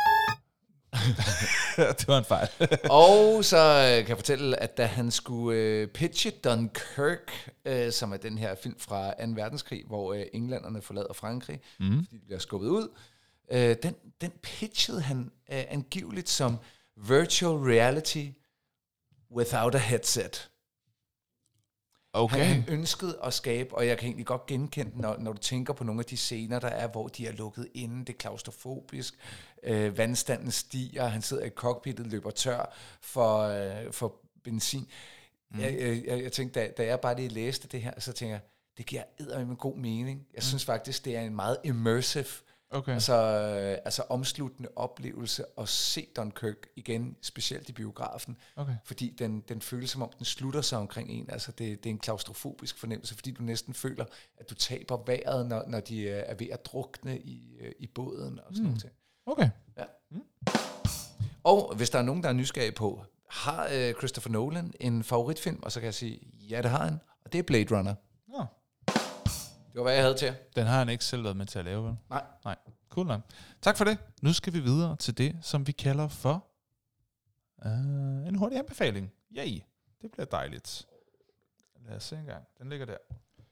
Det var en fejl. Og så øh, kan jeg fortælle, at da han skulle øh, pitche Dunkirk, øh, som er den her film fra anden verdenskrig, hvor øh, englænderne forlader Frankrig, mm. fordi de bliver skubbet ud, øh, den, den pitchede han øh, angiveligt som virtual reality without a headset. Okay. Han ønskede at skabe, og jeg kan egentlig godt genkende, når, når du tænker på nogle af de scener, der er, hvor de er lukket inde, det er klaustrofobisk, øh, vandstanden stiger, han sidder i cockpittet, løber tør for, øh, for benzin. Mm. Jeg, jeg, jeg tænkte, da, da jeg bare lige læste det her, så tænker jeg, det giver eddermame god mening. Jeg mm. synes faktisk, det er en meget immersive Okay. Altså, øh, altså omsluttende oplevelse at se Dunkirk igen, specielt i biografen, Okay. fordi den, den føles som om, den slutter sig omkring en. Altså, det, det er en klaustrofobisk fornemmelse, fordi du næsten føler, at du taber vejret, når, når de øh, er ved at drukne i, øh, i båden og sådan Mm. noget ting. Okay. Ja. Mm. Og hvis der er nogen, der er nysgerrige på, har øh, Christopher Nolan en favoritfilm? Og så kan jeg sige, ja, det har han, og det er Blade Runner. Ja. Det var, hvad jeg havde til. Den har han ikke selv været med til at lave, vel? Nej. Nej. Cool nok. Tak for det. Nu skal vi videre til det, som vi kalder for uh, en hurtig anbefaling. Yay. Det bliver dejligt. Lad os se en gang. Den ligger der.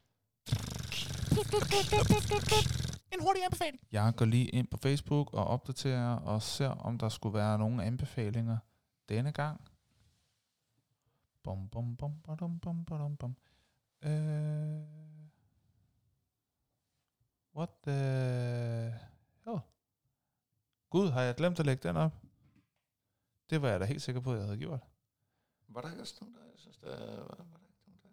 En hurtig anbefaling. Jeg går lige ind på Facebook og opdaterer og ser, om der skulle være nogle anbefalinger denne gang. Bum, bum, bum, bum, bum, bum, bum. Øh... What the hell? Gud, har jeg glemt at lægge den op? Det var jeg da helt sikker på, at jeg havde gjort. Var der ikke også nogen, der jeg synes, der var, var der ikke nogen, der...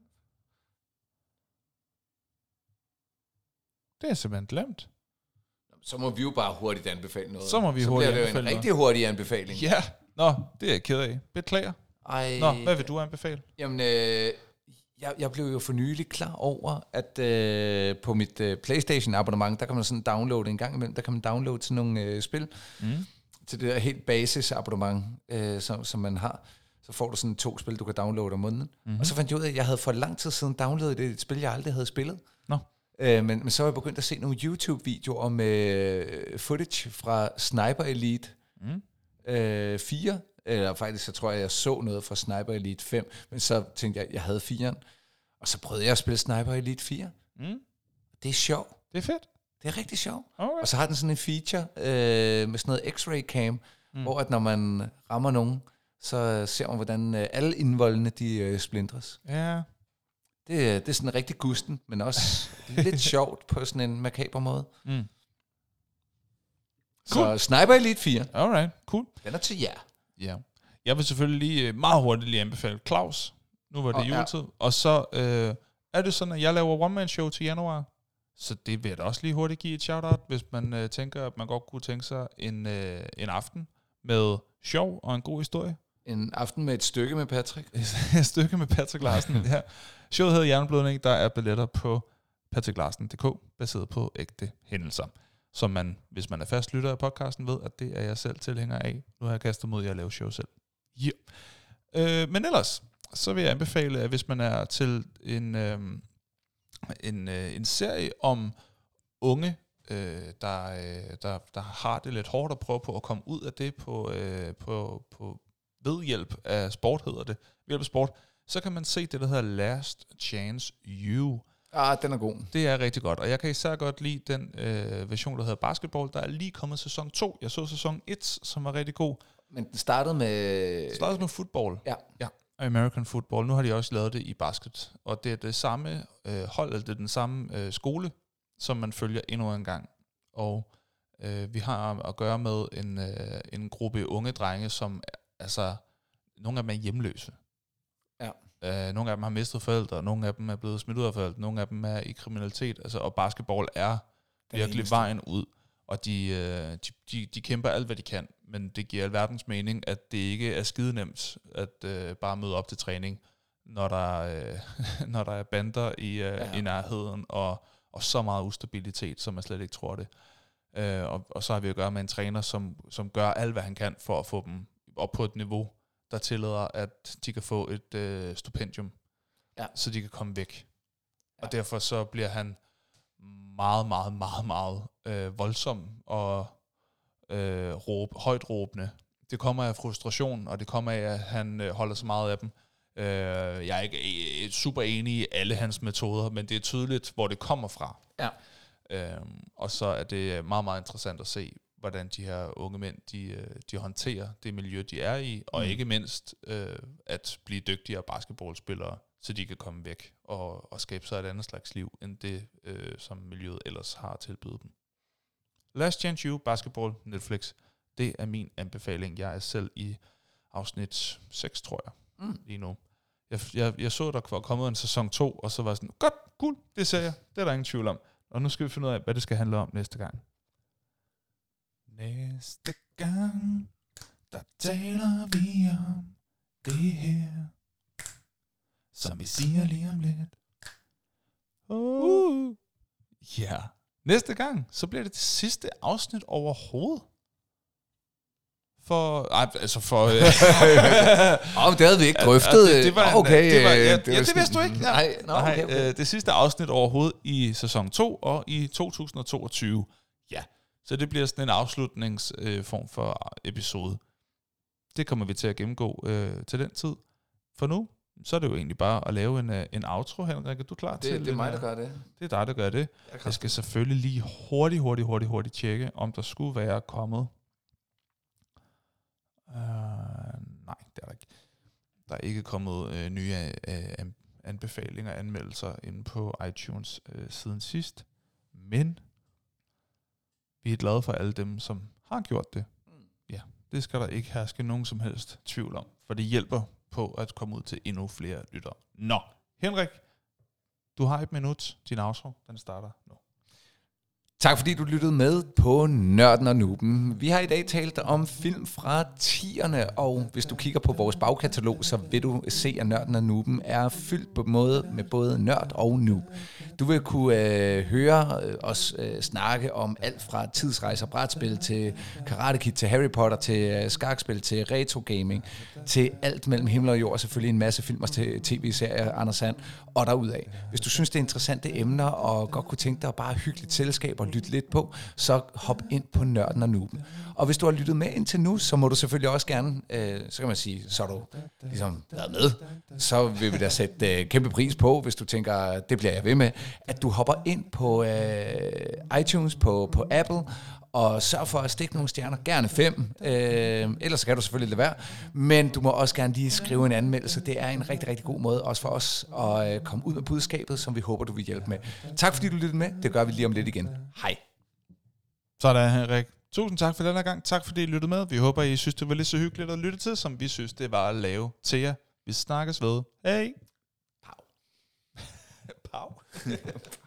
Det er simpelthen glemt. Så må vi jo bare hurtigt anbefale noget. Så må vi så hurtigt bliver det jo en anbefale rigtig hurtig anbefaling. Ja, nå, det er jeg ked af. Beklager. Ej, Nå, hvad vil du anbefale? Jamen, øh, jeg, jeg blev jo for nylig klar over, at øh, på mit øh, PlayStation-abonnement, der kan man sådan downloade en gang imellem, der kan man downloade sådan nogle øh, spil, Mm. til det der helt basis-abonnement, øh, som, som man har. Så får du sådan to spil, du kan downloade om måneden. Mm-hmm. Og så fandt jeg ud af, at jeg havde for lang tid siden downloadet et spil, jeg aldrig havde spillet. Nå. Øh, men, men så er jeg begyndt at se nogle YouTube-videoer med footage fra Sniper Elite Mm. øh, fire. Eller faktisk, så tror jeg, jeg så noget fra Sniper Elite fem. Men så tænkte jeg, at jeg havde firen. Og så prøvede jeg at spille Sniper Elite fire. Mm. Det er sjovt. Det er fedt. Det er rigtig sjovt. Okay. Og så har den sådan en feature øh, med sådan noget X-ray cam, mm. hvor at når man rammer nogen, så ser man, hvordan øh, alle indvoldene, de øh, splindres. Ja. Det, det er sådan rigtig gusten, men også lidt sjovt på sådan en makaber måde. Mm. Så Sniper Elite fire, Alright, cool. den er til jer. Ja. Jeg vil selvfølgelig lige øh, meget hurtigt lige anbefale Claus. Nu var det Oh, ja. juletid. Og så øh, er det sådan, at jeg laver one-man-show til januar. Så det vil jeg da også lige hurtigt give et shout-out, hvis man øh, tænker, at man godt kunne tænke sig en, øh, en aften med sjov og en god historie. En aften med et stykke med Patrick. Et stykke med Patrick Larsen. Ja. Showet hedder Hjerneblødning. Der er billetter på patrick larsen punktum d k, baseret på ægte hændelser. Som man, hvis man er fast lytter af podcasten, ved, at det er jeg selv tilhænger af. Nu har jeg kastet mod, at jeg laver show selv. Ja. Øh, men ellers, så vil jeg anbefale, at hvis man er til en, øh, en, øh, en serie om unge, øh, der, øh, der, der har det lidt hårdt at prøve på at komme ud af det på, øh, på, på vedhjælp af sport, hedder det. Ved hjælp af sport, så kan man se det, der hedder Last Chance U. Ah, den er god. Det er rigtig godt, og jeg kan især godt lide den øh, version, der hedder basketball. Der er lige kommet sæson to. Jeg så sæson et, som var rigtig god. Men den startede med... Det startede med football. Ja. Ja, American football. Nu har de også lavet det i basket. Og det er det samme øh, hold, eller det er den samme øh, skole, som man følger endnu en gang. Og øh, vi har at gøre med en, øh, en gruppe unge drenge, som altså, nogle af dem er hjemløse. Ja. Uh, nogle af dem har mistet forældre, nogle af dem er blevet smidt ud af forældre, nogle af dem er i kriminalitet, altså, og basketball er Den virkelig eneste. vejen ud, og de, uh, de, de, de kæmper alt, hvad de kan, men det giver alverdens mening, at det ikke er skide nemt at uh, bare møde op til træning, når der, uh, når der er bander i, uh, Ja. i nærheden, og, og så meget ustabilitet, som man slet ikke tror det. Uh, og, og så har vi at gøre med en træner, som, som gør alt, hvad han kan for at få dem op på et niveau, der tillader, at de kan få et øh, stipendium, Ja. så de kan komme væk. Ja. Og derfor så bliver han meget, meget, meget, meget øh, voldsom og øh, råb, højt råbende. Det kommer af frustration, og det kommer af, at han øh, holder så meget af dem. Øh, jeg er ikke øh, super enig i alle hans metoder, men det er tydeligt, hvor det kommer fra. Ja. Øh, og så er det meget, meget interessant at se, hvordan de her unge mænd, de, de håndterer det miljø, de er i, og mm. ikke mindst øh, at blive dygtigere basketballspillere, så de kan komme væk og, og skabe sig et andet slags liv, end det, øh, som miljøet ellers har tilbydet dem. Last Chance U, basketball, Netflix, det er min anbefaling. Jeg er selv i afsnit seks, tror jeg, Mm. lige nu. Jeg, jeg, jeg så, der var kommet en sæson to, og så var jeg sådan, godt, cool, det ser jeg, det er der ingen tvivl om. Og nu skal vi finde ud af, hvad det skal handle om næste gang. Næste gang, der taler vi om det her, som vi siger lige om lidt. Uh. Ja. Næste gang, så bliver det det sidste afsnit overhovedet. For, ej, altså for... Øh, oh, det havde vi ikke drøftet. det, det var, okay, det, var, ja, det, ja, det vidste du ikke. Ja. Nej, no, okay, okay. Øh, det sidste afsnit overhovedet i sæson to og i to tusind og toogtyve. Ja, så det bliver sådan en afslutningsform øh, for episode. Det kommer vi til at gennemgå øh, til den tid. For nu, så er det jo egentlig bare at lave en, en outro, Henrik. Er du klar det, til det? Det er mig, der gør det. Det er dig, der gør det. Jeg, jeg skal selvfølgelig lige hurtigt, hurtigt, hurtigt, hurtigt tjekke, om der skulle være kommet. Uh, nej, det er der ikke. Der er ikke kommet uh, nye uh, anbefalinger og anmeldelser inde på iTunes uh, siden sidst. Men vi er glade for alle dem, som har gjort det. Ja, det skal der ikke herske nogen som helst tvivl om, for det hjælper på at komme ud til endnu flere lyttere. Nå, Henrik, du har et minut. Din outro, den starter nu. Tak fordi du lyttede med på Nørden og Nuben. Vi har i dag talt om film fra tierne, og hvis du kigger på vores bagkatalog, så vil du se, at Nørden og Nuben er fyldt på måde med både nørd og noob. Du vil kunne øh, høre os øh, snakke om alt fra tidsrejser, brætspil til Karate Kid, til Harry Potter, til øh, skakspil, til retro gaming, til alt mellem himmel og jord, og selvfølgelig en masse film og tv-serier, Anders Sand, og derudad. Hvis du synes, det er interessante emner, og godt kunne tænke dig at bare hyggeligt selskab og lytte lidt på, så hop ind på Nørden og Nuben. Og hvis du har lyttet med indtil nu, så må du selvfølgelig også gerne, øh, så kan man sige, så er du ligesom været med, så vil vi da sætte øh, kæmpe pris på, hvis du tænker, det bliver jeg ved med, at du hopper ind på øh, iTunes, på, på Apple, og sørg for at stikke nogle stjerner, gerne fem, øh, ellers så kan du selvfølgelig lade være, men du må også gerne lige skrive en anmeldelse. Det er en rigtig, rigtig god måde, også for os, at øh, komme ud med budskabet, som vi håber, du vil hjælpe med. Tak fordi du lyttede med, det gør vi lige om lidt igen. Hej. Sådan, Henrik. Tusind tak for den her gang. Tak fordi I lyttede med. Vi håber, I synes, det var lige så hyggeligt at lytte til, som vi synes, det var at lave til jer. Vi snakkes ved. Hej. Pau. Pau.